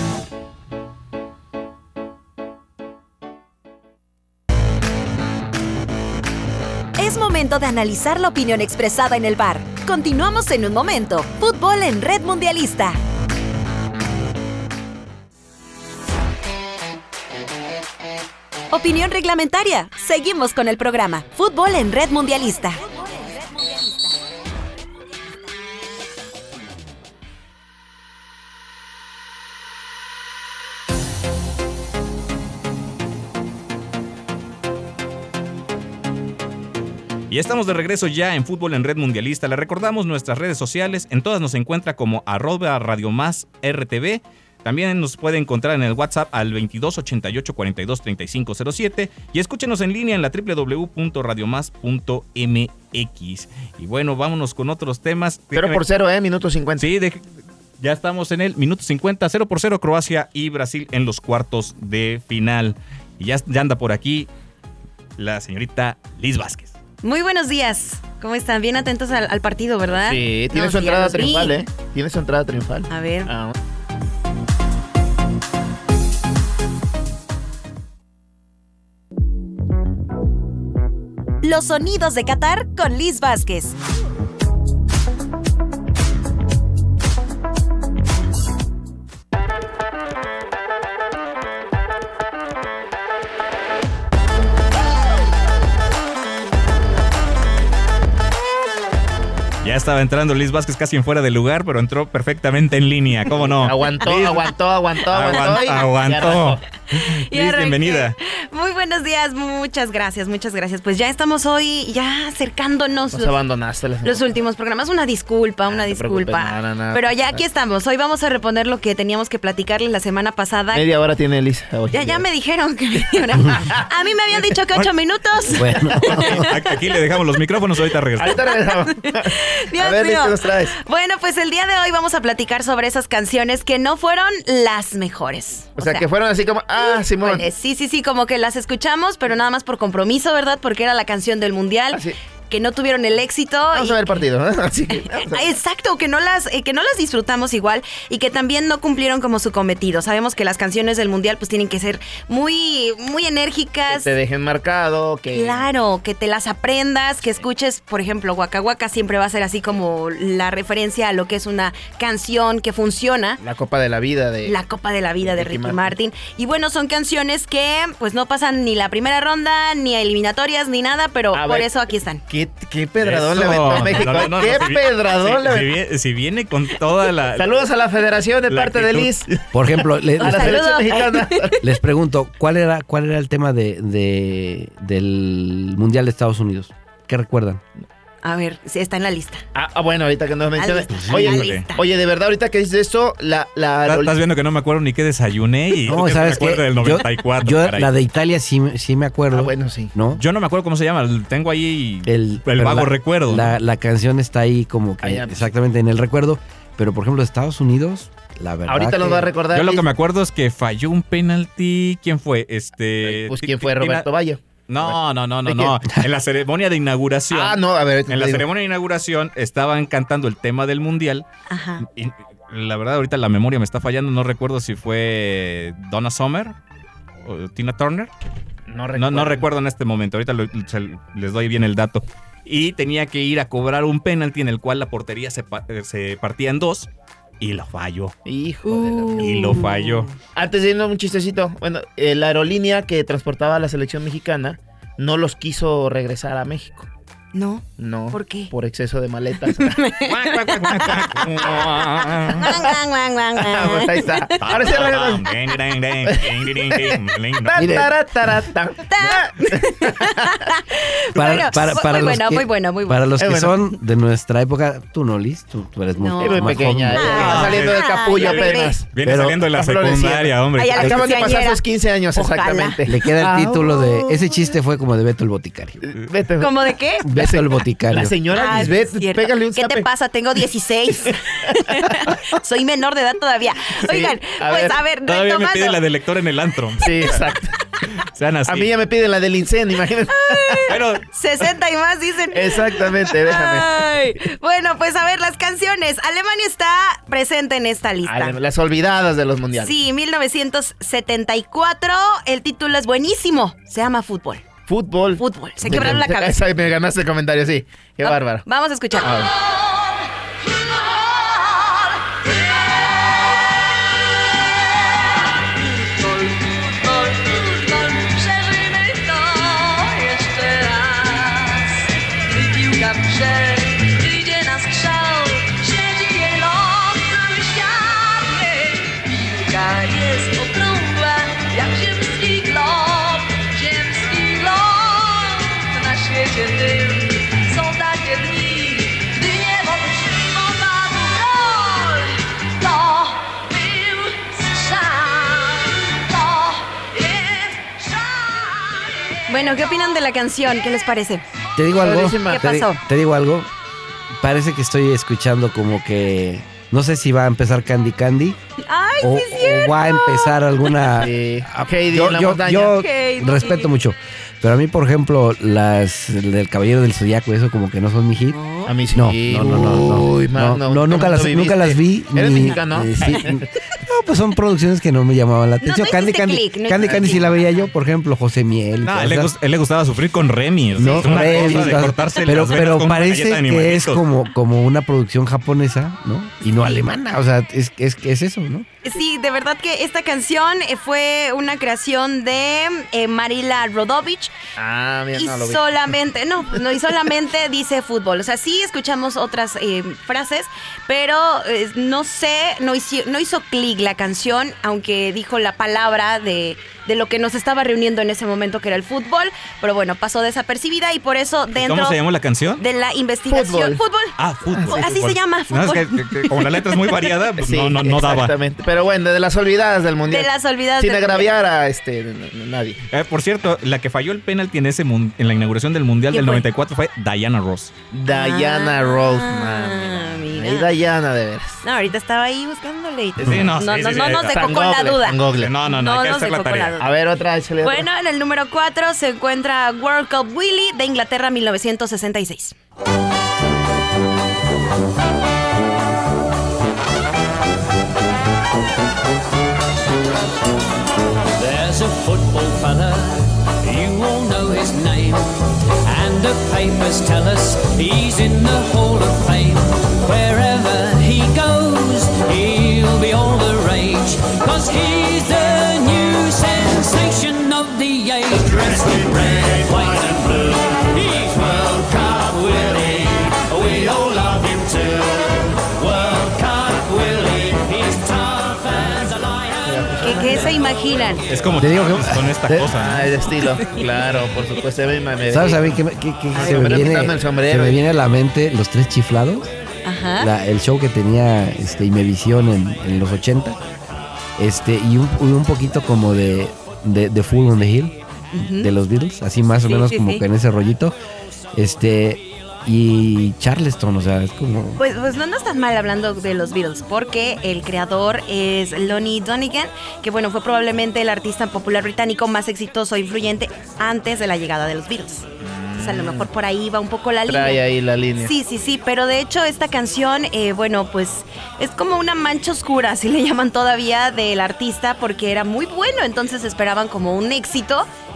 Es momento de analizar la opinión expresada en el bar. Continuamos en un momento. Fútbol en Red Mundialista. Opinión reglamentaria. Seguimos con el programa. Fútbol en Red Mundialista. Y estamos de regreso ya en Fútbol en Red Mundialista. Le recordamos nuestras redes sociales. En todas nos encuentra como arroba Radio Más R T V. También nos puede encontrar en el WhatsApp al veintidós ochenta y ocho cuarenta y dos treinta y cinco cero siete. Y escúchenos en línea en la doble u doble u doble u punto radio más punto m x. Y bueno, vámonos con otros temas. Cero por cero, ¿eh? Minuto cincuenta. Sí, de- ya estamos en el minuto cincuenta, cero por cero, Croacia y Brasil en los cuartos de final. Y ya, ya anda por aquí la señorita Liz Vázquez. Muy buenos días. ¿Cómo están? Bien atentos al, al partido, ¿verdad? Sí, tiene No, su sí, ya entrada los vi. triunfal, ¿eh? Tiene su entrada triunfal. A ver. Ah, Los sonidos de Qatar con Liz Vázquez. Ya estaba entrando Liz Vázquez casi en fuera de lugar, pero entró perfectamente en línea, ¿cómo no? Aguantó, Liz- aguantó, aguantó, aguantó. Aguan- y- ya aguantó. arrancó. Y Liz, arranqué. bienvenida. Muy buenos días, muchas gracias, muchas gracias. Pues ya estamos hoy ya acercándonos Nos los, abandonaste. la- los últimos programas. Una disculpa, una Ah, no te preocupes, disculpa. no, no, no. Pero ya aquí estamos. Hoy vamos a reponer lo que teníamos que platicarles la semana pasada. Media hora tiene Elisa. hoy. Ya, ya me dijeron que media hora. A mí me habían dicho que ocho minutos. Bueno, Aquí- Aquí le dejamos los micrófonos, ahorita regresamos. Ahorita regresamos. Dios A ver, Liz, mío. ¿qué nos traes? Bueno, pues el día de hoy vamos a platicar sobre esas canciones que no fueron las mejores. O sea, que fueron así como, ah, Simón. Híjole, sí, sí, sí, como que las escuchamos, pero nada más por compromiso, ¿verdad? Porque era la canción del mundial, Así. que no tuvieron el éxito. Vamos y- a ver el partido, ¿no? Así que, vamos a Ah, ver. Exacto, que no las eh, que no las disfrutamos igual y que también no cumplieron como su cometido. Sabemos que las canciones del mundial pues tienen que ser muy muy Que enérgicas. te dejen marcado, que... Claro, que te las aprendas, que escuches, por ejemplo, Waka Waka siempre va a ser así como la referencia a lo que es una canción que funciona. La Copa de la Vida de... La Copa de la Vida de Ricky Ricky Martin. Martin. Y bueno, son canciones que pues no pasan ni la primera ronda, ni a eliminatorias, ni nada, pero A por ver. eso aquí están. ¿Qué, qué pedradón le Eso. aventó a México? No, no, no, ¿Qué no, si vi- pedradón si- le si, aventó? viene, si viene con toda la... Saludos a la federación de La parte de Liz. actitud. por ejemplo, le- A la les, selección Saludos. mexicana. les pregunto, ¿cuál era, cuál era el tema de, de- del Mundial de Estados Unidos? ¿Qué recuerdan? A ver, sí, está en la lista. Ah, ah, bueno, ahorita que nos mencionas. lista, Oye, la híjole. lista. oye, de verdad, ahorita que dices esto, la... la Estás- Estás viendo que no me acuerdo ni qué desayuné y No, que ¿sabes me qué? acuerdo del Yo- noventa y cuatro. Yo, caray. la de Italia sí, me- sí me acuerdo, Ah, bueno, sí. ¿no? Yo no me acuerdo cómo se llama, tengo ahí el, El, pero vago la- recuerdo. La, la canción está ahí como que Ah, ya, pues. exactamente en el recuerdo, pero por ejemplo de Estados Unidos, la verdad Ahorita nos que- va a recordar. Yo lo Liz. que me acuerdo es que falló un penalti. ¿Quién fue? Este. Pues, Ti- ¿quién fue? Tina- Roberto Bayo. No, no, no, no, ¿De no. En la ceremonia de inauguración. Ah, no, a ver. ahorita En la te digo. ceremonia de inauguración estaban cantando el tema del mundial. Ajá. Y la verdad, ahorita la memoria me está fallando. No recuerdo si fue Donna Summer o Tina Turner. No No, no recuerdo en este momento. Ahorita lo- se- les doy bien el dato. Y tenía que ir a cobrar un penalti en el cual la portería se, pa- eh, se partía en dos. y lo falló. Hijo Uh. de la... Y lo falló. Antes de irnos un chistecito, bueno, eh, la aerolínea que transportaba a la selección mexicana no los quiso regresar a México. No. No. ¿Por qué? Por exceso de maletas. Guang, guang, guang, guang, guang. Pues ahí está. Ahora sí, Mire. Bueno, muy bueno, muy bueno, muy bueno. Para los Eh, que bueno. son de nuestra época, tú no, Liz, tú, tú eres muy, No. Es muy más pequeña, joven. eh, Ah, saliendo del ay, capullo ya bebé. apenas. Viene Pero- saliendo de la está floreciendo. secundaria, hombre. Ay, a la Acaban de quinceañera. pasar sus quince años, Ojalá. exactamente. Le queda el Ah, título de... oh. Ese chiste fue como de Beto el Boticario. Vete. ¿Cómo de qué? Beto el Boticario. La señora Ah, Lisbeth, es cierto. pégale un ¿Qué zape. te pasa? Tengo dieciséis. Soy menor de edad todavía. Oigan, a pues ver, a ver, Todavía me retomando. pide la de lector en el antro. Sí, exacto. Sean así. A mí ya me piden la del Incen, imagínate. Pero sesenta y más dicen. Exactamente, déjame. Ay, bueno, pues a ver, las canciones. Alemania está presente en esta lista. Ay, las olvidadas de los mundiales. Sí, mil novecientos setenta y cuatro. El título es buenísimo. Se llama Fútbol. Fútbol. Fútbol. Se quebraron la cabeza. Esa, me ganaste el comentario, sí. Qué Va- bárbaro. Vamos a escuchar. A ver. Przeżyjmy to jeszcze raz. Gdy piłka w grze, idzie na strzał, śledzi jej los cały świat. Jej piłka jest okrągła, jak ziemski glob, ziemski glob. Na świecie tym są takie dni, gdy niebo przyjmowało broń. To był strzał, to jest szaj. Bueno, ¿qué opinan de la canción? ¿Qué les parece? Te digo algo. Padrísima. ¿Qué Te, di- pasó? te digo algo. Parece que estoy escuchando como que... No sé si va a empezar Candy Candy Ay, o, sí es cierto. o va a empezar alguna... Sí. Ah, Heidi yo en la yo- montaña. yo Heidi. respeto mucho. Pero a mí, por ejemplo, las del Caballero del Zodiaco, eso como que no son mi hit. A mí sí. No, no, no, no, no. Uy, No, mano, no, nunca, ¿cómo las, lo nunca las vi. viviste? ¿Eres ni- mexicano? eh, sí. No, pues son producciones que no me llamaban la atención. no Candy hiciste Candy, click, no Candy, hiciste Candy sí click. la veía yo, por ejemplo, José Miel. y no, a todas él, le esas. gust- él le gustaba sufrir con Remy. o sea, No, es una Remy, cosa de las- cortarse pero, las venas pero con una parece galleta de que es animalitos. como, como una producción japonesa, ¿no? Y no alemana, o sea, es, es, es eso, ¿no? Sí, de verdad que esta canción eh, fue una creación de eh, Marila Rodovich. Ah, mira, Y no lo vi. solamente, no, no, y solamente dice fútbol. O sea, sí escuchamos otras eh, frases, pero eh, no sé, no hizo, no hizo clic la canción, aunque dijo la palabra de, de lo que nos estaba reuniendo en ese momento, que era el fútbol. Pero bueno, pasó desapercibida y por eso dentro ¿Cómo se llamó la canción? de la investigación. Fútbol. Ah, fútbol. Así fútbol. se llama, No, es fútbol. que, que- que como la letra es muy variada, pues Sí, no, no, no daba. Exactamente. Pero bueno, de las olvidadas del mundial. De las olvidadas Sin del agraviar a este n- n- nadie. Eh, por cierto, la que falló el penalti en ese mun- en la inauguración del Mundial ¿Quién del fue? noventa y cuatro fue Diana Ross. Diana Ah, Rose, man. mira. Ahí Diana, de veras. No, ahorita estaba ahí buscándole. y- Sí, no, sí, no, sí, no, sí, no sí. nos dejó San con la Google, duda. San Google. No, no, no, hay que nos hacer la dejó con la tarea. duda. A ver, otra, échale otra. Bueno, en el número cuatro se encuentra World Cup Willy de Inglaterra mil novecientos sesenta y seis. There's a football fella, you all know his name, and the papers tell us he's in the Hall of Fame. Wherever he goes, he'll be all the rage, cause he's the new sensation of the age. Dressed in red, white and blue, he's World Cup Willie, we all love him too. World Cup Willie, he's tough as a lion. ¿Qué, qué se imaginan? Es como Te digo que- Chávez con esta te- cosa. Ah, el estilo. Claro, por supuesto. Me, me, me- ¿Sabes a mí qué, me- qué- qué Ay, se, me hombre, viene, quítame el sombrero. se me viene a la mente? Los Tres Chiflados. Ajá. La- el show que tenía este, Imevisión en, en los ochenta. Este, y un, y un poquito como de, de, de Fool on the Hill, de los Beatles, así más o Sí, menos sí, como sí. que en ese rollito. Este, y Charleston, o sea, es como... Pues, pues no, no estás mal hablando de los Beatles, porque el creador es Lonnie Donegan, que bueno, fue probablemente el artista popular británico más exitoso e influyente antes de la llegada de los Beatles. Entonces a lo mejor por ahí va un poco la línea. Trae ahí la línea. Sí, sí, sí, pero de hecho esta canción, eh, bueno, pues es como una mancha oscura, así le llaman todavía, del artista, porque era muy bueno, entonces esperaban como un éxito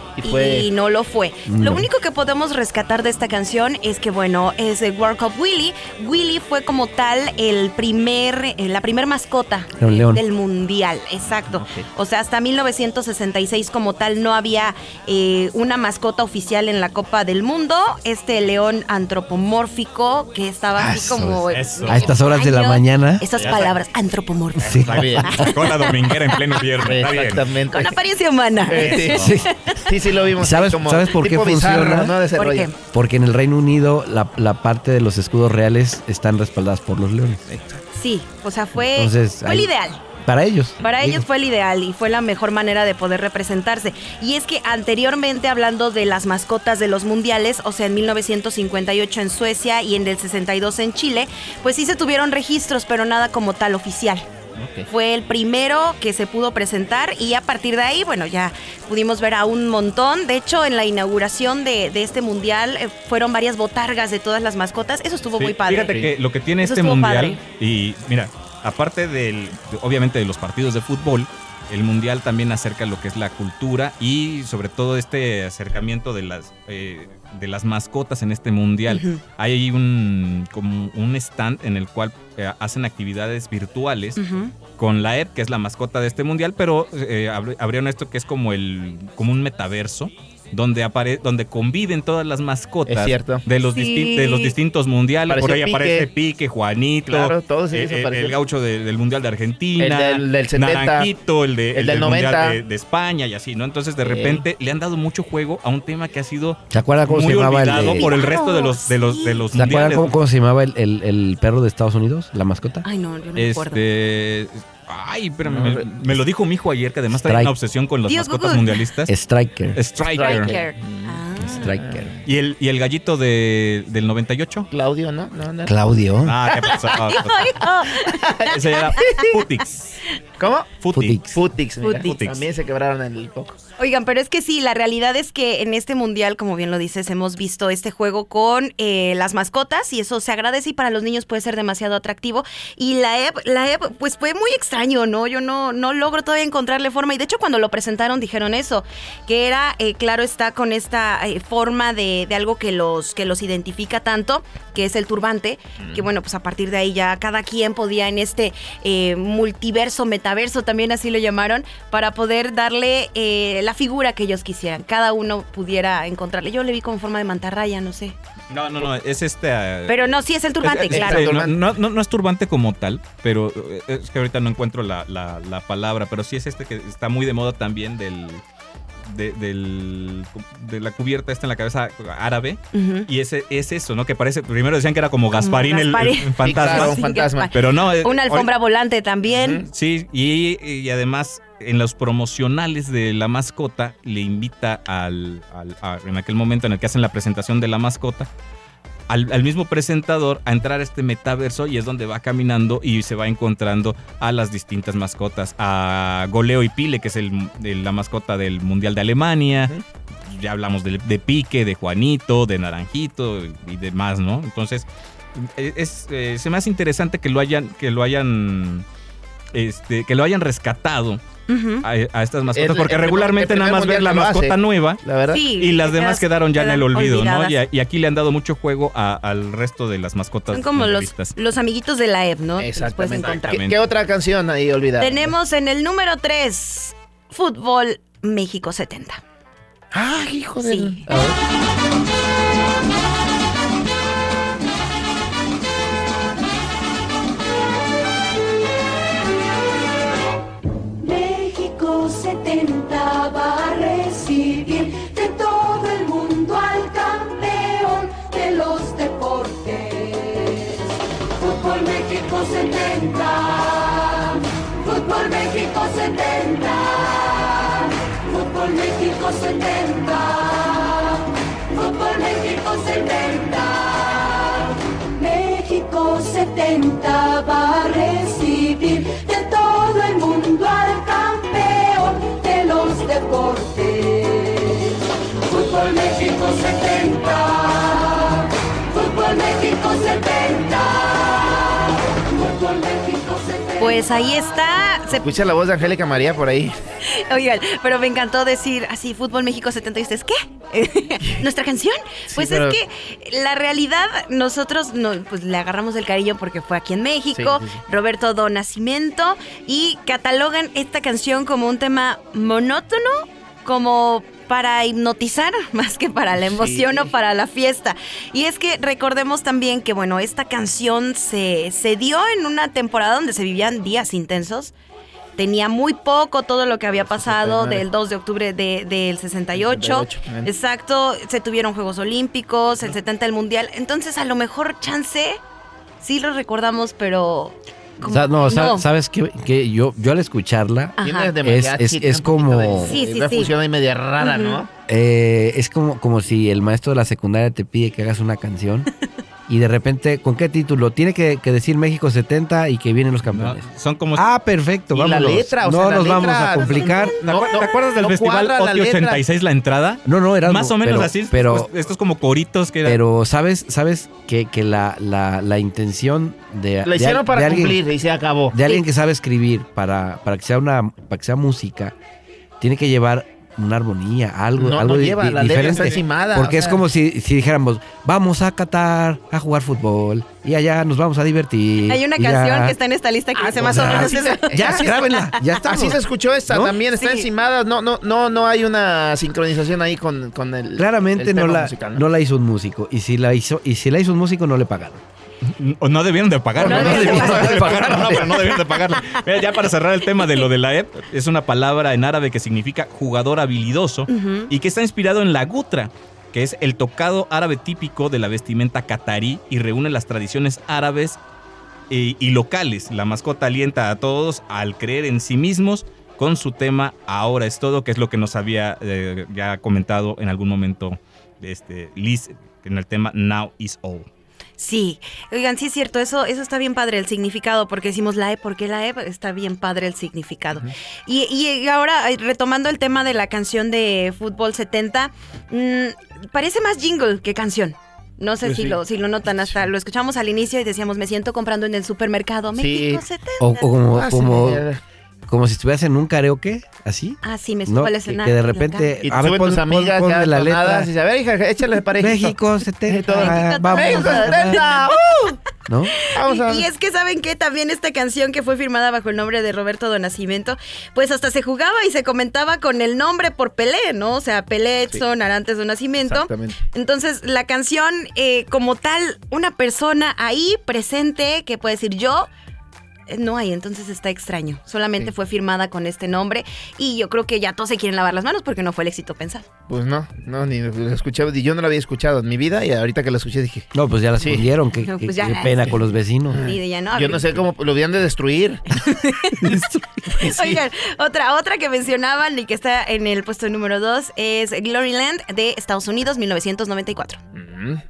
Y, fue... y no lo fue. No. Lo único que podemos rescatar de esta canción es que, bueno, es de World Cup Willy. Willy fue como tal el primer, eh, la primer mascota Era un león. del mundial, exacto. Ok. O sea, hasta mil novecientos sesenta y seis como tal no había eh, una mascota oficial en la Copa del Mundo. Este león antropomórfico que estaba así Eso como... es, eso. A estas horas de la Año, mañana. Esas Ya palabras, antropomórfico. Sí. Está bien. Con la dominguera en pleno viernes. Está bien. Exactamente. Con apariencia humana. Eh, sí. Sí. sí, sí lo vimos. ¿Sabes- como sabes por qué tipo bizarro, funciona? ¿no? De ese ¿Por rollo. qué? Porque en el Reino Unido la, la parte de los escudos reales están respaldadas por los leones. Sí, o sea, fue, Entonces, fue ahí- el ideal. Para ellos. Para digo. ellos fue el ideal y fue la mejor manera de poder representarse. Y es que anteriormente, hablando de las mascotas de los mundiales, o sea, en mil novecientos cincuenta y ocho en Suecia y en el sesenta y dos en Chile, pues sí se tuvieron registros, pero nada como tal oficial. Ok. Fue el primero que se pudo presentar y a partir de ahí, bueno, ya pudimos ver a un montón. De hecho, en la inauguración de, de este mundial eh, fueron varias botargas de todas las mascotas. Eso estuvo Sí, muy padre. Fíjate que lo que tiene Eso este estuvo mundial, padre. y mira, aparte del, de- obviamente de los partidos de fútbol, el mundial también acerca lo que es la cultura y sobre todo este acercamiento de las eh, de las mascotas en este mundial. Ujú. Hay ahí un como un stand en el cual eh, hacen actividades virtuales Ujú. con la E P, que es la mascota de este mundial, pero eh, abri- abrieron esto que es como el como un metaverso donde apare donde conviven todas las mascotas Es cierto. de los Sí. distin- de los distintos mundiales. Apareció Por ahí Pique. aparece Pique, Juanito, Claro, todos ellos eh, eh, aparecieron. el gaucho de- del mundial de Argentina, El del- del setenta, Naranjito, el, de, el del mundial noventa. de, de España y así, ¿no? Entonces de Sí. repente le han dado mucho juego a un tema que ha sido ¿Se acuerdan cómo muy se llamaba el, olvidado de- por el Claro, resto de los de los de los ¿Se acuerdan mundiales. cómo, cómo se llamaba el, el- el perro de Estados Unidos? La mascota. Ay, no, yo no me acuerdo. Este, ay, espérame, No, me, re- me lo dijo mi hijo ayer que además trae Strike. una obsesión con las Dios, mascotas Google. mundialistas. Striker. Striker. Striker. Ah. Striker. Y el y el gallito de, del noventa y ocho. Claudio, ¿no? No, no. Claudio. Ah, ¿qué pasó? Ay, no. Ese era Futix. ¿Cómo? Futix. Futix, mira. Futix. También se quebraron el coco. Oigan, pero es que sí, la realidad es que en este mundial, como bien lo dices, hemos visto este juego con eh, las mascotas y eso se agradece y para los niños puede ser demasiado atractivo. Y la E P, la E P, pues fue muy extraño, ¿no? Yo no, no logro todavía encontrarle forma. Y de hecho, cuando lo presentaron dijeron eso, que era, eh, claro, está con esta eh, forma de, de algo que los, que los identifica tanto, que es el turbante, que bueno, pues a partir de ahí ya cada quien podía en este eh, multiverso, metaverso, también así lo llamaron, para poder darle eh, la figura que ellos quisieran. Cada uno pudiera encontrarle. Yo le vi como forma de mantarraya, no sé. No, no, no, es este. eh, Pero no, sí es el turbante, es- es- claro. eh, no, no, no- no es turbante como tal, pero eh, es que ahorita no encuentro la, la- la palabra, pero sí es este que está muy de moda también del. De, del- de la cubierta esta en la cabeza árabe. Ujú. Y ese es eso, ¿no? Que parece. Primero decían que era como Gasparín, el- Gasparín. el, fantasma. Sí, claro, un Sí, fantasma. Gaspar. Pero no. eh, Una alfombra hoy- volante también. Sí, y, y además en los promocionales de la mascota le invita al, al- a- en aquel momento en el que hacen la presentación de la mascota al, al mismo presentador a entrar a este metaverso y es donde va caminando y se va encontrando a las distintas mascotas, a Goleo y Pile, que es el, de la mascota del Mundial de Alemania. Ya hablamos de, de Pique, de Juanito, de Naranjito y demás, ¿no? Entonces es, es, eh, se me hace interesante que lo hayan que lo hayan este, que lo hayan rescatado Ujú. a, a estas mascotas, El- porque el primer- regularmente el nada primer más ven la mundial que lo mascota hace. nueva La verdad. Sí, y las te demás quedas- quedaron ya en el quedan olvido, ¿no? olvidadas. Y, y aquí le han dado mucho juego a- al resto de las mascotas. Son como los, mundialistas. los amiguitos de la E P, ¿no? Que los puedes Exactamente. encontrar. ¿Qué, qué otra canción ahí olvidada? Tenemos en el número tres, Fútbol México setenta. Ah, hijo de... Sí. A ver. México setenta va a recibir de todo el mundo al campeón de los deportes. Fútbol México setenta, Fútbol México setenta, Fútbol México setenta, Fútbol México setenta. México setenta va a recibir de todo el mundo al campeón de los deportes. Fútbol México setenta, Fútbol México setenta, Fútbol México setenta. Pues ahí está. Se... Escucha la voz de Angélica María por ahí. Oigan, pero me encantó decir así, Fútbol México setenta y ustedes, ¿qué? ¿Nuestra canción? Pues sí, pero... es que la realidad, nosotros no, pues le agarramos el cariño porque fue aquí en México, sí, sí, sí. Roberto Do Nascimento, y catalogan esta canción como un tema monótono, como para hipnotizar más que para la emoción, sí, o para la fiesta. Y es que recordemos también que, bueno, esta canción se, se dio en una temporada donde se vivían días intensos. Tenía muy poco todo lo que había pasado del dos de octubre de, del sesenta y ocho. sesenta y ocho, exacto, se tuvieron Juegos Olímpicos, el setenta el Mundial. Entonces, a lo mejor, chance, sí lo recordamos, pero... O sea, no, no. Sabes que, que yo, yo al escucharla es, es, es como... Sí, sí, una sí. fusión ahí media rara, uh-huh. ¿no? Eh, es como, como si el maestro de la secundaria te pide que hagas una canción y de repente, ¿con qué título? Tiene que, que decir México setenta y que vienen los campeones. No, son como... Ah, perfecto, vámonos. La letra, o no sea, nos la vamos letra, a complicar. No, no, ¿te acuerdas del no festival O T I ochenta y seis, la entrada? No, no, era... Más o menos pero, así, pero, pues, estos como coritos que eran... Pero, ¿sabes sabes que, que la, la, la intención de... La hicieron de, para de cumplir alguien, y se acabó. De alguien que sabe escribir para, para, que sea una, para que sea música, tiene que llevar... una armonía, algo, no, algo no di, lleva, di, la diferente. Está encimada, porque o es sea. como si, si dijéramos, vamos a Qatar a jugar fútbol y allá nos vamos a divertir. Hay una canción ya. que está en esta lista que ah, dice más o menos eso. Ya, grábenla, ya está. Así se escuchó esta ¿no? también, está sí. encimada, no, no, no, no hay una sincronización ahí con, con el. Claramente el no, la, musical, ¿no? no la hizo un músico, y si la hizo, y si la hizo un músico no le pagaron. O no debieron de pagarlo. No, no, no debieron de pagarlo. No, pero no debieron de pagarlo. Mira, ya para cerrar el tema de lo de la E P, es una palabra en árabe que significa jugador habilidoso uh-huh. y que está inspirado en la gutra, que es el tocado árabe típico de la vestimenta catarí y reúne las tradiciones árabes y, y locales. La mascota alienta a todos al creer en sí mismos con su tema Ahora es todo, que es lo que nos había eh, ya comentado en algún momento este, Liz, en el tema Now is All. Sí, oigan, sí es cierto, eso, eso está bien padre el significado, porque decimos la E, ¿por qué la E? Está bien padre el significado. Uh-huh. Y, y ahora, retomando el tema de la canción de Fútbol setenta, mmm, parece más jingle que canción. No sé pues si, sí. lo, si lo notan, hasta lo escuchamos al inicio y decíamos, me siento comprando en el supermercado México sí. setenta. O, o como... Ah, como... Como si estuvieras en un karaoke, ¿así? Ah, sí, me subo ¿no? al escenario. Que de repente... Y a ver, pon, tus amigas pon, pon la letra. Y a ver, hija, échale pareja. México setenta. México, vamos. México setenta. Uh. ¿No? Vamos a... y, y es que, ¿saben qué? También esta canción que fue firmada bajo el nombre de Roberto Do Nascimento, pues hasta se jugaba y se comentaba con el nombre por Pelé, ¿no? O sea, Pelé Edson sí. Arantes Do Nascimento. Exactamente. Entonces, la canción, eh, como tal, una persona ahí presente que puede decir yo... No hay, entonces está extraño. Solamente sí. fue firmada con este nombre y yo creo que ya todos se quieren lavar las manos porque no fue el éxito pensado. Pues no, no, ni lo escuchaba. Yo no lo había escuchado en mi vida y ahorita que lo escuché dije... No, pues ya la escondieron, sí. qué, no, pues qué, qué pena sí. con los vecinos. Sí, ya no, yo no sé cómo lo habían de destruir. sí. Oigan, otra, otra que mencionaban y que está en el puesto número dos es Gloryland de Estados Unidos, mil novecientos noventa y cuatro. Mm-hmm.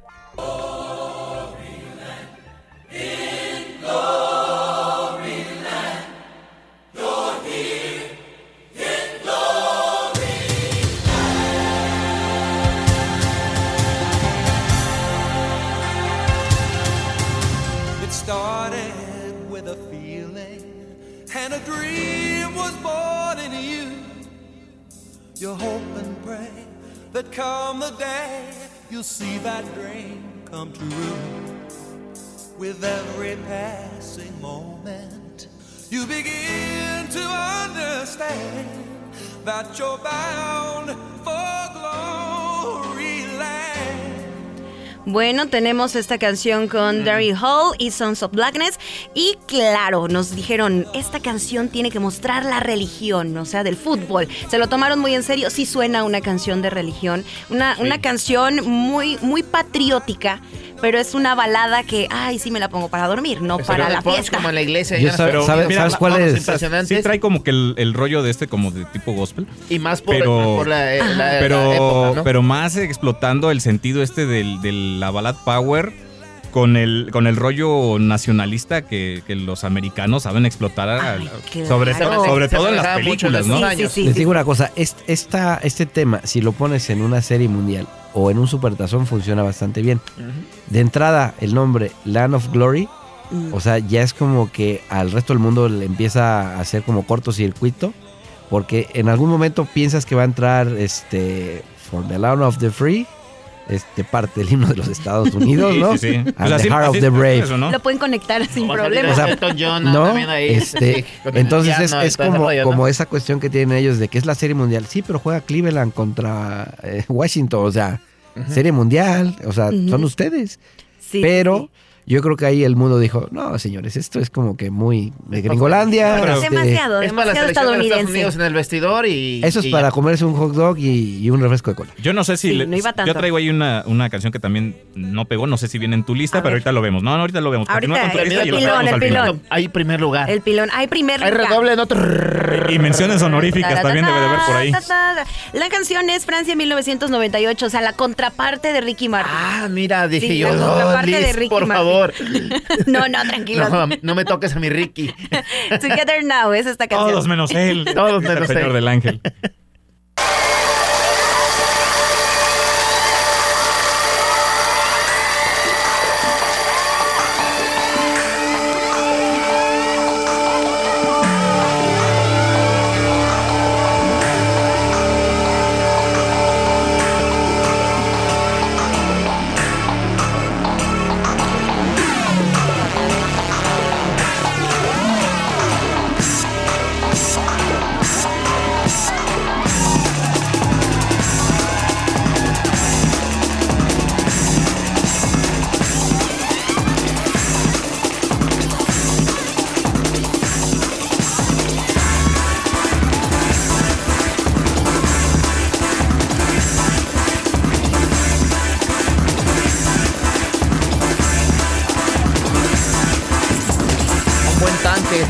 And a dream was born in you. You hope and pray that come the day you'll see that dream come true. With every passing moment you begin to understand that you're bound for glory land. Bueno, tenemos esta canción con Daryl Hall y Sons of Blackness y claro, nos dijeron, esta canción tiene que mostrar la religión, o sea, del fútbol. Se lo tomaron muy en serio, sí suena una canción de religión, una, sí. una canción muy, muy patriótica, pero es una balada que, ay, sí me la pongo para dormir, no Eso para la fiesta. Como en la iglesia. Yo sabe, pero, sabe, mira, ¿sabes cuál es? Sí trae como que el, el rollo de este como de tipo gospel. Y más por, pero, por la, la, pero, la época, ¿no? Pero más explotando el sentido este del, del la ballad power con el con el rollo nacionalista que, que los americanos saben explotar a, Ay, claro. sobre, sobre todo en las películas, ¿no? Sí, sí, sí, Les sí, digo sí. una cosa, este, esta, este tema, si lo pones en una serie mundial o en un supertazón, funciona bastante bien. Uh-huh. De entrada, el nombre Land of Glory Mm. O sea, ya es como que al resto del mundo le empieza a hacer como cortocircuito, porque en algún momento piensas que va a entrar este For the Land of the Free, este parte del himno de los Estados Unidos, ¿no? Sí, sí, sí. And Pues the así- Heart así of the es Brave. eso, ¿no? Lo pueden conectar sin O sea, problema. o sea, Elton John, ¿no? también ahí, Este, con el entonces es, piano y es todo ese como, rollo, ¿no? como esa cuestión que tienen ellos de que es la serie mundial. Sí, pero juega Cleveland contra eh, Washington, o sea, Ujú. serie mundial, o sea, Ujú. son ustedes. Sí, pero sí. yo creo que ahí el mundo dijo, no, señores, esto es como que muy de Gringolandia. Pero- este, demasiado, Es para la demasiado selección de los Estados estadounidense. Unidos en el vestidor y... eso es y para ya. comerse un hot dog y, y un refresco de cola. Yo no sé si... Sí, le- no iba tanto. yo traigo ahí una, una canción que también no pegó, no sé si viene en tu lista, A pero ver. ahorita lo vemos. No, no, ahorita lo vemos. Ahorita, Continúa con tu el lista y lo pilón, sacamos el al final. pilón. Hay primer lugar. El pilón. Hay primer Hay lugar. redoble, no... trrr. Y menciones honoríficas Ta, ta, también ta, debe de haber por ahí. ta, ta, ta. La canción es Francia mil novecientos noventa y ocho, o sea, la contraparte de Ricky Martin. Ah, mira, dije Sí, yo, la no, contraparte de Liz, Ricky por Martin. favor. No, no, tranquilo. No, no me toques a mi Ricky. Together Now es esta canción. Todos menos él. Todos El menos señor él. del ángel. Un buen tanque.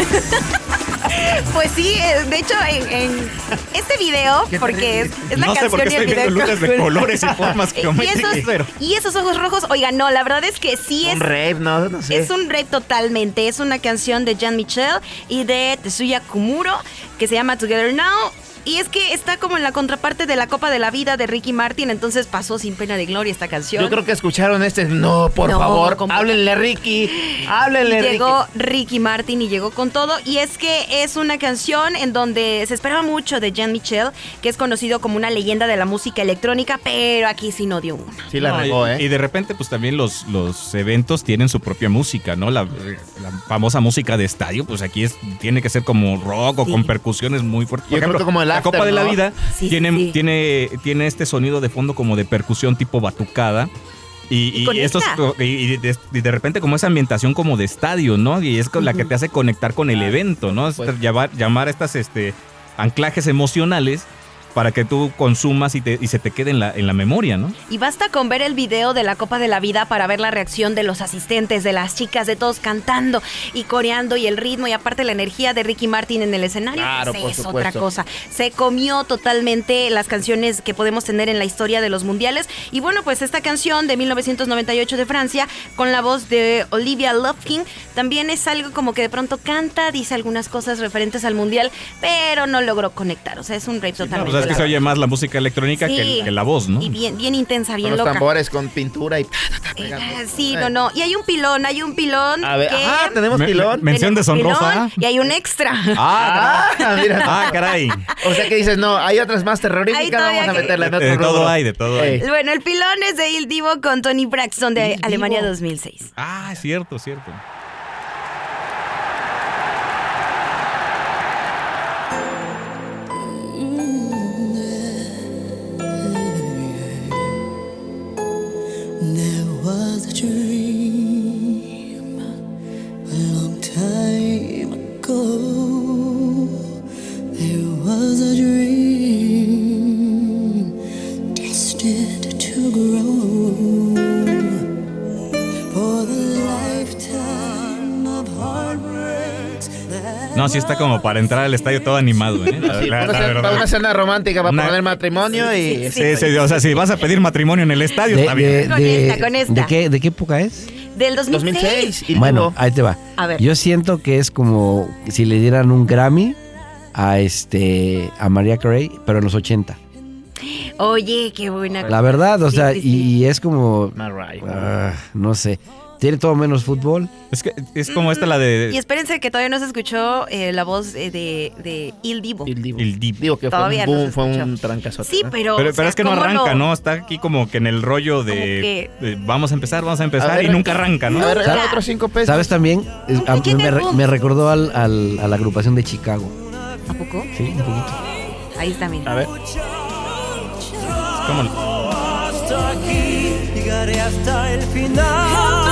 Pues sí, eh, de hecho, en, en este video, Qué porque es, terrible. es la No sé canción por qué y el estoy video. viendo luces de colores y formas y, geométricas, esos, pero- y esos ojos rojos, oigan, no, la verdad es que sí es. Un rave, no, no sé. Es un rap totalmente. Es una canción de Jean Michel y de Tetsuya Komuro que se llama Together Now. Y es que está como en la contraparte de la Copa de la Vida de Ricky Martin, entonces pasó sin pena de gloria esta canción. Yo creo que escucharon este. No, por No, favor, como- háblenle a Ricky. Y Háblenle, llegó Ricky. Ricky Martin y llegó con todo. Y es que es una canción en donde se esperaba mucho de Jean Michel, que es conocido como una leyenda de la música electrónica, pero aquí sí no dio una. Sí la No, regó, y, ¿eh? y de repente, pues también los, los eventos tienen su propia música, ¿no? La, la famosa música de estadio, pues aquí es, tiene que ser como rock o Sí. con percusiones muy fuertes. Yo creo que como el la after, Copa de la ¿no? Vida Sí, tiene, sí, sí. Tiene, tiene este sonido de fondo como de percusión tipo batucada. Y, Y y, conecta. estos, y, y de, y de repente como esa ambientación como de estadio, ¿no? Y es con la que te hace conectar con el evento, ¿no? Es Pues. llamar, llamar estas este, anclajes emocionales para que tú consumas y, te, y se te quede en la, en la memoria, ¿no? Y basta con ver el video de la Copa de la Vida para ver la reacción de los asistentes, de las chicas, de todos cantando y coreando y el ritmo y aparte la energía de Ricky Martin en el escenario. Claro, pues por es supuesto. otra cosa. Se comió totalmente las canciones que podemos tener en la historia de los mundiales. Y bueno, pues esta canción de mil novecientos noventa y ocho de Francia con la voz de Olivia Lufkin también es algo como que de pronto canta, dice algunas cosas referentes al mundial, pero no logró conectar. O sea, es un rap No, totalmente. pues es que se la- oye más la música electrónica Sí. que, el- que la voz, ¿no? Y bien, bien intensa, bien Con los loca. tambores, con pintura y... Eh, sí, no, no. Y hay un pilón, hay un pilón. A ver, que ajá, tenemos Me- pilón. me- mención tenemos deshonrosa. pilón Y hay un extra. Ah, Ah, mira. ah, caray. O sea que dices, no, hay otras más Hay terroríficas, todavía vamos a que- meterla en De, otro de todo rubro. hay, de todo hay. Ey. Bueno, el pilón es de Il Divo con Tony Braxton de Il Divo. Alemania dos mil seis. Ah, es cierto, cierto. There was a dream a long time ago. There was a dream destined to grow for the lifetime of heartbreaks that No, sí está como para entrar al estadio todo animado, ¿eh? La, Sí, la- para, la hacer- verdad. para una cena romántica, para Una- poner matrimonio y... Sí, sí, o sea, si vas a pedir matrimonio en el estadio, De, está bien. de- Con de- esta, con esta. ¿de qué, ¿De qué época es? Del dos mil seis. dos mil seis. Il Bueno, Divo. ahí te va. A ver. Yo siento que es como si le dieran un Grammy a este a Mariah Carey, pero en los ochenta. Oye, qué buena. La verdad, o Sí, sea, sí, y, sí. y es como Mariah. ah, no sé. Tiene todo menos fútbol. Es que es como esta la de... Y espérense que todavía no se escuchó eh, la voz eh, de, de Il Divo. Il Divo. El Divo. Digo que fue Todavía un, no boom, se fue un escuchó. trancazote. Sí, ¿no? pero... Pero, o pero sea, es que no ¿cómo arranca, lo- ¿no? Está aquí como que en el rollo de, que- de vamos a empezar, vamos a A empezar ver, y nunca arranca, ¿no? A ver, Nunca. regala otros cinco pesos. ¿Sabes también? Es- a- quién me, es re- Boom? me recordó al, al- a la agrupación de Chicago. ¿A poco? Sí, un poquito. Ahí está, mira. A ver. Es como- Hasta aquí llegaré hasta el final.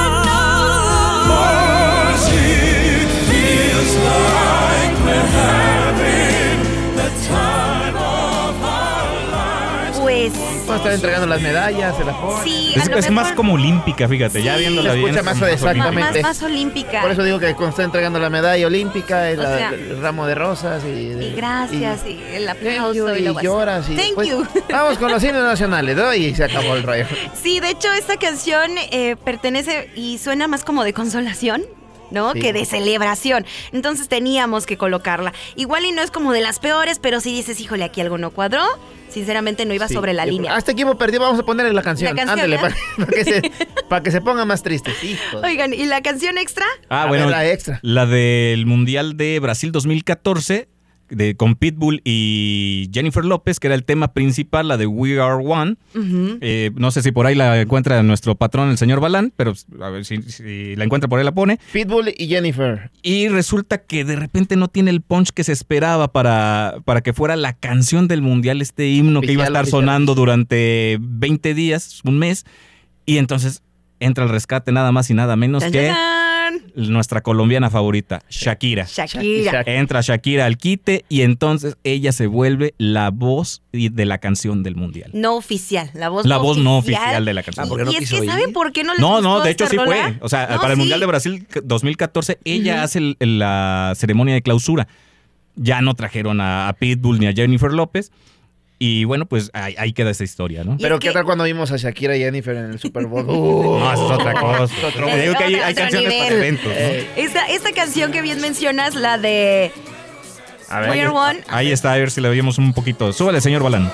Pues Vamos a estar entregando las medallas, se las ponen. sí, Es, a lo es más mejor como olímpica, fíjate, ya Sí. viéndola Se bien. escucha es más como exactamente. más, Exactamente. más olímpica. Por eso digo que cuando está entregando la medalla olímpica, el, O sea, el ramo de rosas y... Y gracias, y, el Thank aplauso you, y, y lo lloras y Thank después, you. vamos con los himnos nacionales, ¿no? Y se acabó el rollo. Sí, de hecho, esta canción eh, pertenece y suena más como de consolación, ¿no? Sí. Que de celebración. Entonces teníamos que colocarla. Igual y no es como de las peores, pero si dices, híjole, aquí algo no cuadró, sinceramente no iba Sí. sobre la Eh, línea. Ah, este equipo perdió, vamos a ponerle la canción. La canción, Ándale, ¿eh? para, para que se, para que se pongan más tristes. Hijo. Oigan, ¿y la canción extra? Ah, A bueno, ver, la extra. la del Mundial de Brasil dos mil catorce, de, con Pitbull y Jennifer López, que era el tema principal, la de We Are One. Ujú. Eh, no sé si por ahí la encuentra nuestro patrón, el señor Balán, pero a ver si, si la encuentra por ahí la pone. Pitbull y Jennifer. Y resulta que de repente no tiene el punch que se esperaba para, para que fuera la canción del Mundial, este himno que iba a Oficial, estar oficial. sonando durante veinte días, un mes. Y entonces entra al rescate nada más y nada menos Tan, que tan. nuestra colombiana favorita, Shakira. Shakira. Shakira. Entra Shakira al quite y entonces ella se vuelve la voz y- de la canción del Mundial. No oficial, la voz La no voz oficial. no oficial de la canción. Ah, porque no y es quiso que, ir. ¿saben por qué no les No, gustó no, de esta hecho sí rola? fue. O sea, No, para el sí. Mundial de Brasil dos mil catorce, ella Ujú. hace el- el- la ceremonia de clausura. Ya no trajeron a, a Pitbull ni a Jennifer López. Y bueno, pues ahí, ahí queda esa historia, ¿no? Y Pero es ¿qué que- tal cuando vimos a Shakira y Jennifer en el Super Bowl? Uh, No, eso es otra cosa. otro- Te digo que hay, otro- hay otro canciones para nivel. eventos, ¿no? Eh, Esta, esta canción que bien mencionas, la de a We Are ver. One. Ahí está, a ver si le oímos un poquito. Súbale, señor Balán.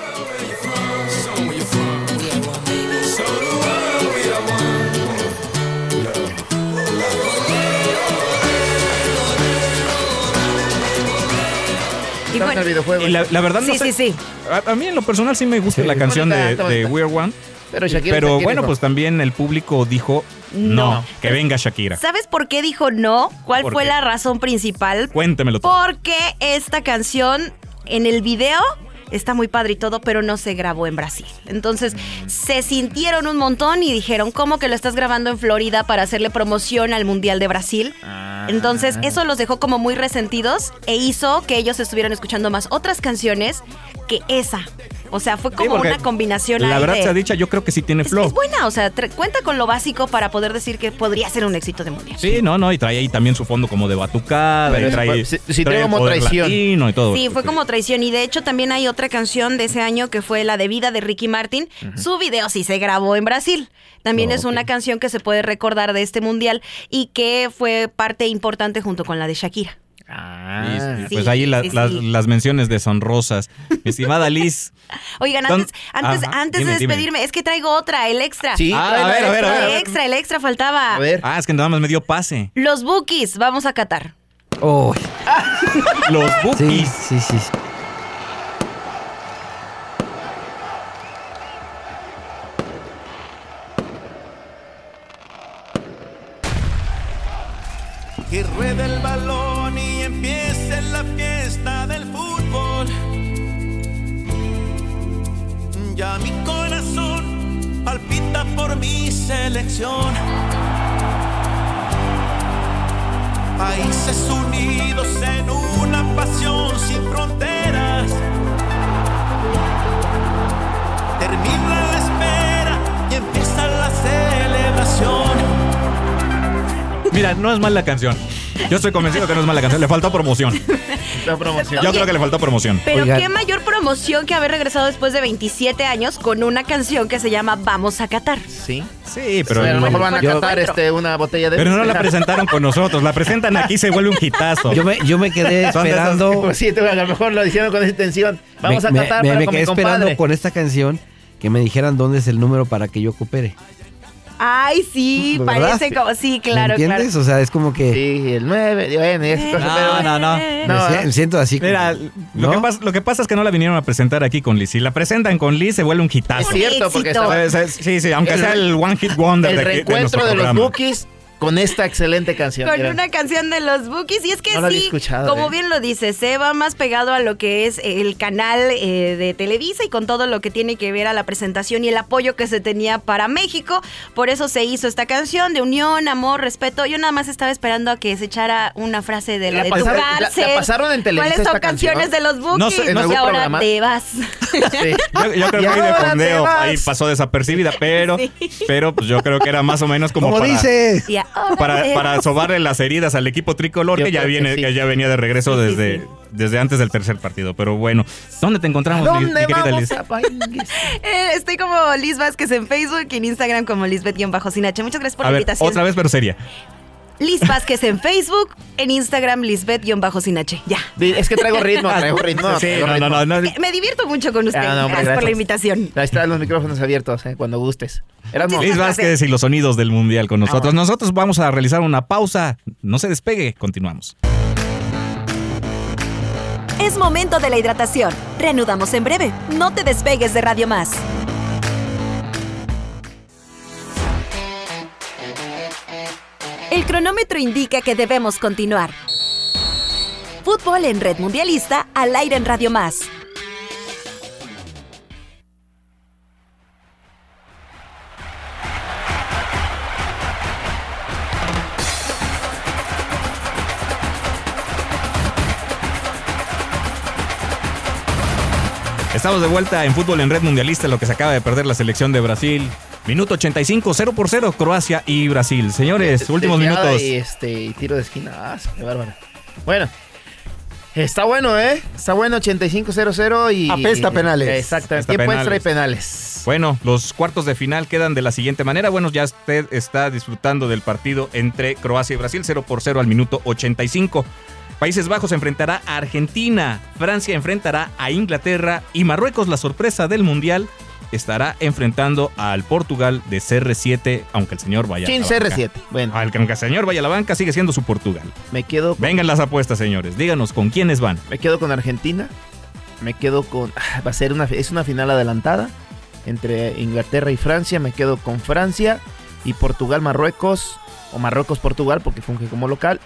Y Está en bueno, el videojuego. Y la, la verdad no sí, sé. sí, sí. A, a mí en lo personal sí me gusta Sí, la canción bonita, de, está de bonita. We Are One. Pero Shakira. Pero Shakira bueno, dijo, pues también el público dijo no, No. que venga Shakira. ¿Sabes por qué dijo no? ¿Cuál ¿Por fue qué? la razón principal? Cuéntemelo todo. Porque esta canción en el video está muy padre y todo, pero no se grabó en Brasil. Entonces se sintieron un montón y dijeron, ¿cómo que lo estás grabando en Florida para hacerle promoción al Mundial de Brasil? Ah. Entonces eso los dejó como muy resentidos e hizo que ellos estuvieran escuchando más otras canciones que esa. O sea, fue Sí, como porque una combinación La ahí verdad de- se ha dicho, yo creo que sí tiene Es, flow. es buena, o sea, tra- cuenta con lo básico para poder decir que podría ser un éxito de mundial. Sí, no, no, y trae ahí también su fondo como de batucada, Pero y es- trae, sí, sí, trae trae el como poder traición. latino y todo. Sí, fue como traición. Y de hecho también hay otra canción de ese año que fue la de Vida de Ricky Martin. Su video sí se grabó en Brasil. También Oh, es una ok. canción que se puede recordar de este mundial y que fue parte importante junto con la de Shakira. Ah. Pues Sí, ahí la- sí, las, sí. las menciones deshonrosas. Mi estimada Liz. Oigan, Don- antes, antes, Ajá, antes dime, de dime. despedirme, es que traigo otra, el extra. Sí, Ah, tráela, a ver, a ver, a tráela. ver. El extra, el extra faltaba. A ver. Ah, es que nada más me dio pase. Los Bookies, vamos a Qatar. Oh, Los sí, Bookies. sí, sí. sí. Que ruede el balón y empiece la fiesta del fútbol. Ya mi corazón palpita por mi selección. Países unidos en una pasión sin fronteras. Termina la espera y empieza la celebración. Mira, no es mala canción. Yo estoy convencido que no es mala canción. Le faltó promoción. La promoción. Yo creo que le faltó promoción. Pero Oigan. qué mayor promoción que haber regresado después de veintisiete años con una canción que se llama Vamos a Qatar. Sí. Sí, pero, Pero a lo mejor van a yo- catar este, una botella de... pero no la presentaron con nosotros. La presentan aquí y se vuelve un hitazo. Yo me, yo me quedé Son de esas- esperando. Pues sí, a lo mejor lo hicieron con esa intención. Vamos me, a catar me, para me con quedé mi esperando compadre. con esta canción que me dijeran dónde es el número para que yo coopere. Ay, sí, ¿verdad? parece como. Sí, claro, ¿Me entiendes? claro. O sea, es como que. Sí, el nueve, bueno, y esas cosas, pero- No, no, no. No, me, si- me siento así. Mira, como- lo, ¿no? que pasa, lo que pasa es que no la vinieron a presentar aquí con Liz. Si la presentan con Liz, se vuelve un hitazo. Es cierto, porque éxito. estaba- Eh, Sí, sí, aunque El- sea el One Hit Wonder el de, aquí- de reencuentro nuestro de los programa. Bookies con esta excelente canción. Con Mira. una canción de los Bookies. Y es que No la había sí, escuchado, como eh. bien lo dices, se va más pegado a lo que es el canal eh, de Televisa y con todo lo que tiene que ver a la presentación y el apoyo que se tenía para México. Por eso se hizo esta canción de unión, amor, respeto. Yo nada más estaba esperando a que se echara una frase de la, La de pasaron- tu la- la cárcel. pasaron en Televisa ¿Cuáles son esta canción? canciones de los Bookies? No sé, ¿en y algún ahora programa? te vas. Sí. Yo, yo creo Y que ahí de ahora te fondeo vas. ahí pasó desapercibida, pero, Sí. pero pues yo creo que era más o menos como, Como para, dice. Y ahora para, te para vas. sobarle las heridas al equipo tricolor Yo que ya creo que viene, sí. que ya venía de regreso Sí, sí, desde, sí. desde antes del tercer partido. Pero bueno, ¿dónde te encontramos, mi, mi ¿Dónde querida vamos Liz? a Painguis? Eh, estoy como Liz Vázquez en Facebook y en Instagram como Lisbeth-Sinache. Muchas gracias por A la ver, invitación. otra vez, pero seria. Liz Vázquez en Facebook, en Instagram Lisbeth-Sinache. Ya. Es que traigo ritmo, traigo ritmo. Sí, traigo no, ritmo. no, no, no. Me divierto mucho con usted. Ah, no, hombre, gracias, por gracias. la invitación. Ahí están los micrófonos abiertos, eh, cuando gustes. Erasmo. Liz Vázquez y los sonidos del Mundial con nosotros. Ah. Nosotros vamos a realizar una pausa. No se despegue, continuamos. Es momento de la hidratación. Reanudamos en breve. No te despegues de Radio Más. El cronómetro indica que debemos continuar. Fútbol en Red Mundialista al aire en Radio Más. Estamos de vuelta en Fútbol en Red Mundialista, lo que se acaba de perder la selección de Brasil. Minuto ochenta y cinco, cero por cero, Croacia y Brasil. Señores, últimos Desviada minutos. Y, este, y tiro de esquina. Ah, qué bárbaro. Bueno. Está bueno, ¿eh? Está bueno, ochenta y cinco cero cero y... Apesta penales. Exactamente. Apesta Tiempo extra y penales. penales. Bueno, los cuartos de final quedan de la siguiente manera. Bueno, ya usted está disfrutando del partido entre Croacia y Brasil, cero por cero al minuto ochenta y cinco. Países Bajos enfrentará a Argentina, Francia enfrentará a Inglaterra y Marruecos, la sorpresa del Mundial, estará enfrentando al Portugal de C R siete, aunque el señor vaya a Sin la C R banca. siete. Bueno, Aunque el señor vaya a la banca, sigue siendo su Portugal. me quedo, con, Vengan las apuestas, señores. Díganos con quiénes van. me quedo con Argentina. Me quedo con... ah, Va a ser una... Es una final adelantada entre Inglaterra y Francia. Me quedo con Francia y Portugal-Marruecos. O Marruecos-Portugal porque funge como local.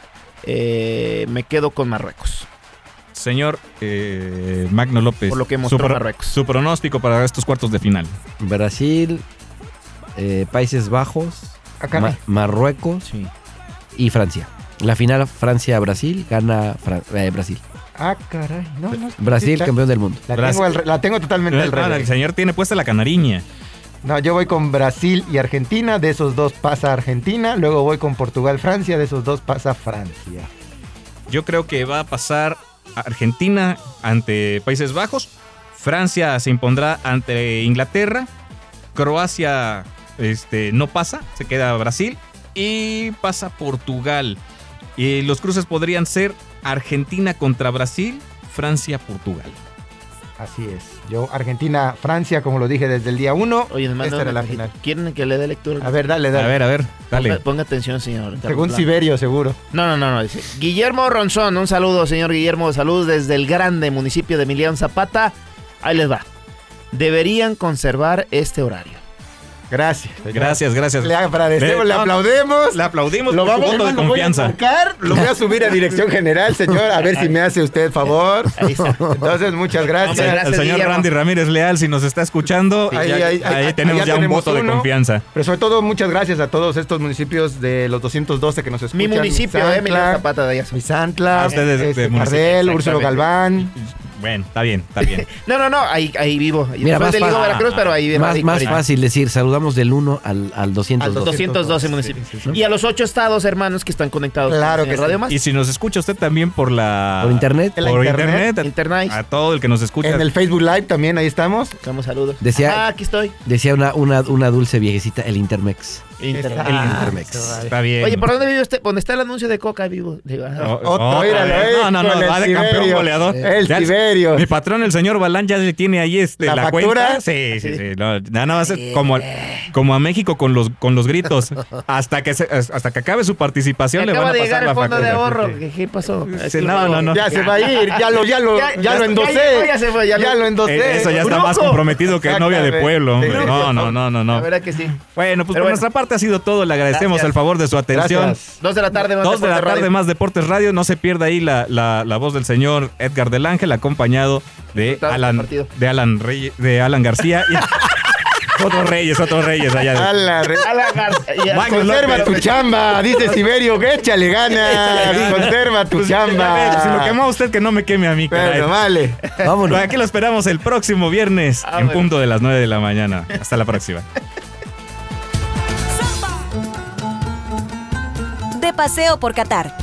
Eh, me quedo con Marruecos. Señor eh, Magno López, Por lo que mostró su, pro- Marruecos. su pronóstico para estos cuartos de final. Brasil, eh, Países Bajos, Acá Ma- Marruecos Sí. y Francia. La final Francia-Brasil gana Fran- eh, Brasil. Ah, caray. No, no. Brasil, Sí, campeón del mundo. La Brasil. tengo, al re- la tengo totalmente al Ah, el revés. señor tiene puesta la canariña. No, yo voy con Brasil y Argentina. De esos dos pasa Argentina. Luego voy con Portugal-Francia. De esos dos pasa Francia. Yo creo que va a pasar Argentina ante Países Bajos. Francia se impondrá ante Inglaterra. Croacia este, no pasa, se queda Brasil. Y pasa Portugal. Y los cruces podrían ser Argentina contra Brasil, Francia-Portugal. Así es. Yo, Argentina, Francia, como lo dije desde el día uno. Oye, me Esta mandan era un la mensajito. final. ¿Quieren que le dé lectura? A ver, dale, A dale. ver, a ver, dale. Ponga, ponga atención, señor. Según Interrumpa. Siberio, seguro. No, no, no, no. Dice Guillermo Ronzón, un saludo, señor Guillermo. Saludos desde el grande municipio de Emiliano Zapata. Ahí les va. Deberían conservar este horario. Gracias. Gracias, gracias. Le agradecemos, Le- le aplaudemos. Le aplaudimos Lo por su vamos voto de lo voy a confianza. marcar, lo voy a subir a dirección general, señor, a ver si me hace usted favor. Ahí está. Entonces, muchas gracias. Muchas gracias, El señor Guillermo. Randy Ramírez Leal, si nos está escuchando, Ahí, ya- ahí, ahí ahí, tenemos ahí ya un tenemos voto de uno. confianza. Pero sobre todo, muchas gracias a todos estos municipios de los doscientos doce que nos escuchan. Mi municipio, eh, Emiliano Misantla, Zapata de allá. Misantla, Ah, ustedes de- este, de municipio, Cardel, Úrsulo exactamente. Galván. Bueno, está bien, está bien. No, no, no, ahí, ahí vivo. Mira, Soy más de Ligo, fácil. Veracruz, pero ahí vivo. Más, ahí más ahorita. fácil decir, saludamos del uno al, al doscientos Al dos. doscientos doce municipios. Sí, sí, sí. Y a los ocho estados hermanos que están conectados Claro con que Radio sí. Más. Y si nos escucha usted también por la... Por internet. En la por internet. internet, Internet. a, a todo el que nos escucha. En el Facebook Live también, ahí estamos. Damos saludos. Decía- Ah, aquí estoy. Decía una, una, una dulce viejecita, el Intermex. Intermex. El Ah, Intermex. eso, vale. Está bien. Oye, ¿por dónde vive usted? ¿Dónde está el anuncio de Coca vivo? Digo, ah, Oh, Otro, oh, míralo, eh, eh, no, no, no, con el va de campeón Tiberio. goleador. El Ya, Tiberio. Mi patrón, el señor Balán, ya le tiene ahí este, ¿La la, factura? cuenta. Sí, sí, sí. No, nada más es como, como a México con los, con los gritos. Hasta que se- hasta que acabe su participación le van acaba a de pasar llegar la el fondo de factura. ahorro. ¿Qué, qué pasó? Sí, no, no, no. Ya se va a ir, ya lo, ya lo, Ya- ya, ya- lo ya endosé. llegó, ya se fue, ya ya lo- lo endosé. Eh, Eso ya está ¡Brujo! más comprometido que novia de pueblo, hombre. Sí. No, no, no, no, La no. verdad que sí. Bueno, pues Pero por bueno. nuestra parte ha sido todo. Le agradecemos Gracias. el favor de su atención. Gracias. Dos de la tarde, más Dos de la Deporte tarde, Radio. más Deportes Radio. No se pierda ahí la, la, la voz del señor Edgar del Ángel, acompañado de Resultados del Alan, partido. de Alan Reyes, de Alan García. Y otros Reyes, otros Reyes allá. A la re- A la gar- y a- Magnus Conserva López. tu chamba, dice Siberio, que échale ganas. Conserva tu Pues, a ver, chamba. si lo quemó a usted, que no me queme a mí, caray. Bueno, vale. Vámonos. Aquí lo esperamos el próximo viernes Ah, en bueno. punto de las nueve de la mañana. Hasta la próxima. De paseo por Qatar.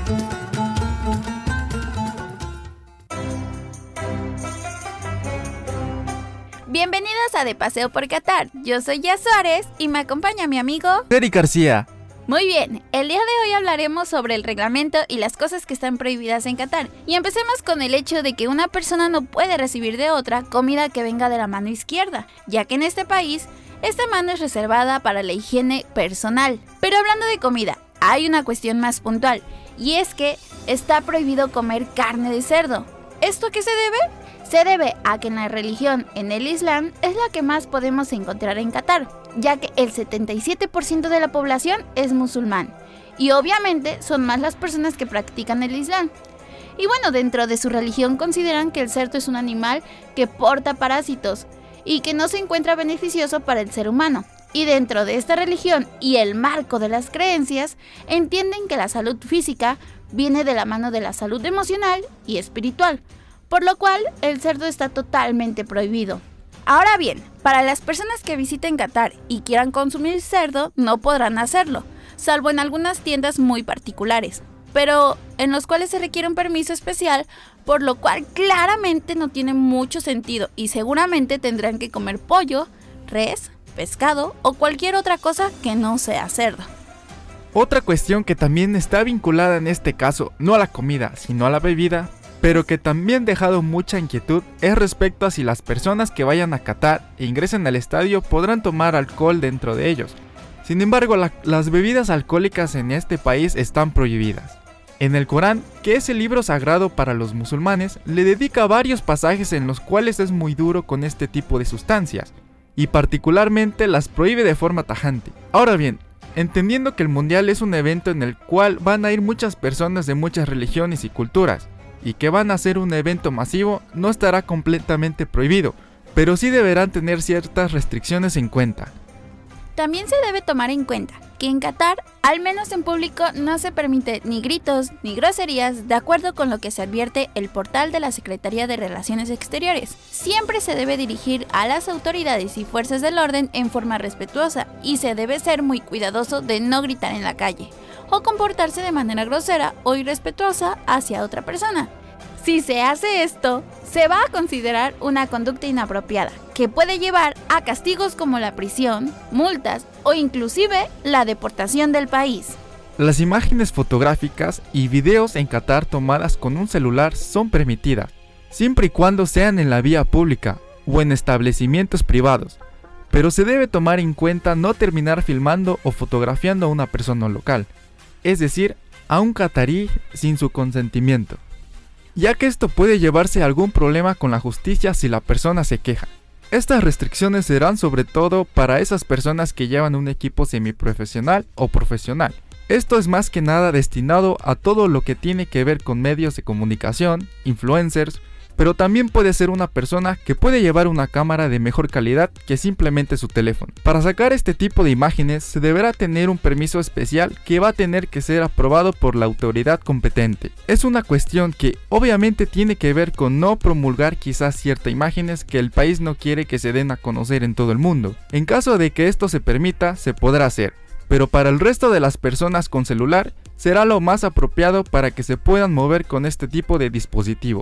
Bienvenidos a De Paseo por Qatar. Yo soy Ya Suárez y me acompaña mi amigo. Eric García. Muy bien, el día de hoy hablaremos sobre el reglamento y las cosas que están prohibidas en Qatar. Y empecemos con el hecho de que una persona no puede recibir de otra comida que venga de la mano izquierda, ya que en este país esta mano es reservada para la higiene personal. Pero hablando de comida, hay una cuestión más puntual, y es que está prohibido comer carne de cerdo. ¿Esto a qué se debe? Se debe a que en la religión, en el Islam, es la que más podemos encontrar en Qatar, ya que el setenta y siete por ciento de la población es musulmán. Y obviamente son más las personas que practican el Islam. Y bueno, dentro de su religión consideran que el cerdo es un animal que porta parásitos y que no se encuentra beneficioso para el ser humano. Y dentro de esta religión y el marco de las creencias, entienden que la salud física viene de la mano de la salud emocional y espiritual, por lo cual el cerdo está totalmente prohibido. Ahora bien, para las personas que visiten Qatar y quieran consumir cerdo, no podrán hacerlo, salvo en algunas tiendas muy particulares, pero en los cuales se requiere un permiso especial, por lo cual claramente no tiene mucho sentido y seguramente tendrán que comer pollo, res, pescado o cualquier otra cosa que no sea cerdo. Otra cuestión que también está vinculada en este caso, no a la comida, sino a la bebida, pero que también ha dejado mucha inquietud, es respecto a si las personas que vayan a Qatar e ingresen al estadio podrán tomar alcohol dentro de ellos. Sin embargo, la- las bebidas alcohólicas en este país están prohibidas. En el Corán, que es el libro sagrado para los musulmanes, le dedica varios pasajes en los cuales es muy duro con este tipo de sustancias, y particularmente las prohíbe de forma tajante. Ahora bien, entendiendo que el mundial es un evento en el cual van a ir muchas personas de muchas religiones y culturas, y que van a ser un evento masivo, no estará completamente prohibido, pero sí deberán tener ciertas restricciones en cuenta. También se debe tomar en cuenta que en Qatar, al menos en público, no se permite ni gritos ni groserías, de acuerdo con lo que se advierte el portal de la Secretaría de Relaciones Exteriores. Siempre se debe dirigir a las autoridades y fuerzas del orden en forma respetuosa y se debe ser muy cuidadoso de no gritar en la calle o comportarse de manera grosera o irrespetuosa hacia otra persona. Si se hace esto, se va a considerar una conducta inapropiada, que puede llevar a castigos como la prisión, multas o inclusive la deportación del país. Las imágenes fotográficas y videos en Qatar tomadas con un celular son permitidas, siempre y cuando sean en la vía pública o en establecimientos privados, pero se debe tomar en cuenta no terminar filmando o fotografiando a una persona local, es decir, a un qatarí sin su consentimiento, ya que esto puede llevarse a algún problema con la justicia si la persona se queja. Estas restricciones serán sobre todo para esas personas que llevan un equipo semiprofesional o profesional. Esto es más que nada destinado a todo lo que tiene que ver con medios de comunicación, influencers, pero también puede ser una persona que puede llevar una cámara de mejor calidad que simplemente su teléfono. Para sacar este tipo de imágenes se deberá tener un permiso especial que va a tener que ser aprobado por la autoridad competente. Es una cuestión que obviamente tiene que ver con no promulgar quizás ciertas imágenes que el país no quiere que se den a conocer en todo el mundo. En caso de que esto se permita, se podrá hacer, pero para el resto de las personas con celular será lo más apropiado para que se puedan mover con este tipo de dispositivos.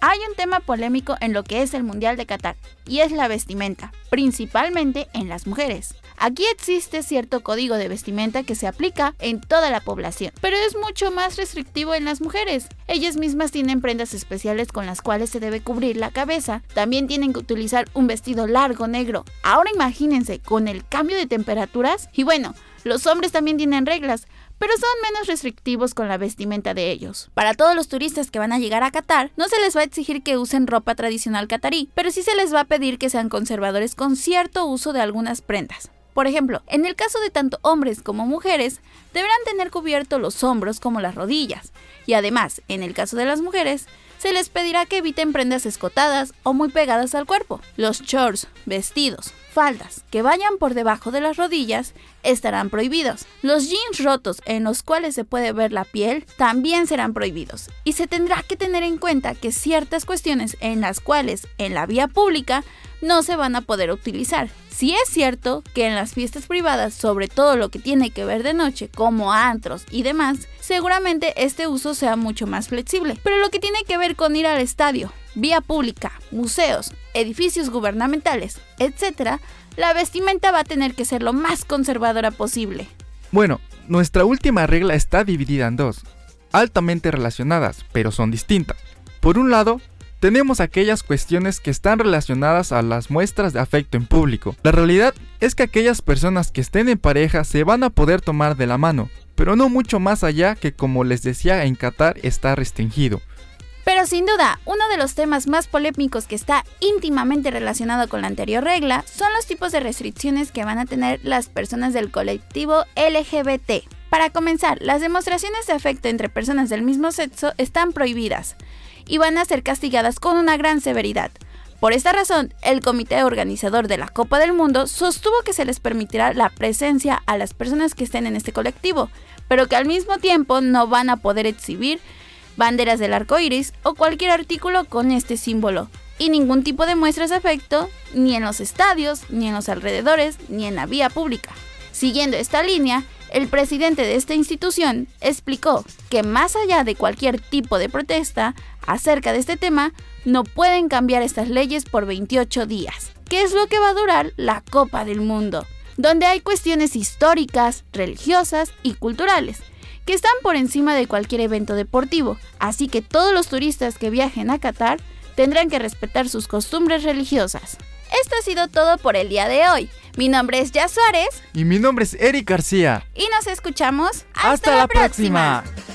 Hay un tema polémico en lo que es el Mundial de Qatar, y es la vestimenta, principalmente en las mujeres. Aquí existe cierto código de vestimenta que se aplica en toda la población, pero es mucho más restrictivo en las mujeres. Ellas mismas tienen prendas especiales con las cuales se debe cubrir la cabeza, también tienen que utilizar un vestido largo negro. Ahora imagínense, con el cambio de temperaturas, y bueno, los hombres también tienen reglas, pero son menos restrictivos con la vestimenta de ellos. Para todos los turistas que van a llegar a Qatar, no se les va a exigir que usen ropa tradicional qatarí, pero sí se les va a pedir que sean conservadores con cierto uso de algunas prendas. Por ejemplo, en el caso de tanto hombres como mujeres, deberán tener cubiertos los hombros como las rodillas, y además, en el caso de las mujeres, se les pedirá que eviten prendas escotadas o muy pegadas al cuerpo. Los shorts, vestidos, faldas que vayan por debajo de las rodillas estarán prohibidos. Los jeans rotos en los cuales se puede ver la piel también serán prohibidos. Y se tendrá que tener en cuenta que ciertas cuestiones en las cuales en la vía pública no se van a poder utilizar. Sí es cierto que en las fiestas privadas, sobre todo lo que tiene que ver de noche, como antros y demás, seguramente este uso sea mucho más flexible. Pero lo que tiene que ver con ir al estadio, vía pública, museos, edificios gubernamentales, etcétera, la vestimenta va a tener que ser lo más conservadora posible. Bueno, nuestra última regla está dividida en dos, altamente relacionadas, pero son distintas. Por un lado, tenemos aquellas cuestiones que están relacionadas a las muestras de afecto en público. La realidad es que aquellas personas que estén en pareja se van a poder tomar de la mano, pero no mucho más allá que, como les decía, en Qatar está restringido. Pero sin duda, uno de los temas más polémicos que está íntimamente relacionado con la anterior regla son los tipos de restricciones que van a tener las personas del colectivo L G B T. Para comenzar, las demostraciones de afecto entre personas del mismo sexo están prohibidas y van a ser castigadas con una gran severidad. Por esta razón, el comité organizador de la Copa del Mundo sostuvo que se les permitirá la presencia a las personas que estén en este colectivo, pero que al mismo tiempo no van a poder exhibir banderas del arco iris o cualquier artículo con este símbolo, y ningún tipo de muestras de afecto, ni en los estadios, ni en los alrededores, ni en la vía pública. Siguiendo esta línea, el presidente de esta institución explicó que más allá de cualquier tipo de protesta acerca de este tema, no pueden cambiar estas leyes por veintiocho días, que es lo que va a durar la Copa del Mundo, donde hay cuestiones históricas, religiosas y culturales, que están por encima de cualquier evento deportivo, así que todos los turistas que viajen a Qatar tendrán que respetar sus costumbres religiosas. Esto ha sido todo por el día de hoy. Mi nombre es Jazz Suárez. Y mi nombre es Eric García. Y nos escuchamos hasta, hasta la, la próxima. próxima.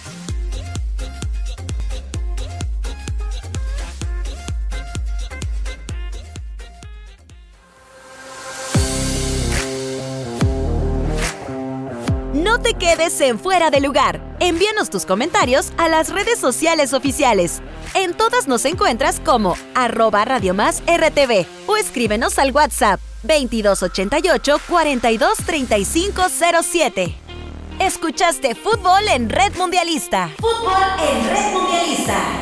No te quedes en fuera de lugar. Envíanos tus comentarios a las redes sociales oficiales. En todas nos encuentras como arroba Radio Más R T V o escríbenos al WhatsApp veintidós ochenta y ocho, cuarenta y dos, treinta y cinco cero siete. Escuchaste Fútbol en Red Mundialista. Fútbol en Red Mundialista.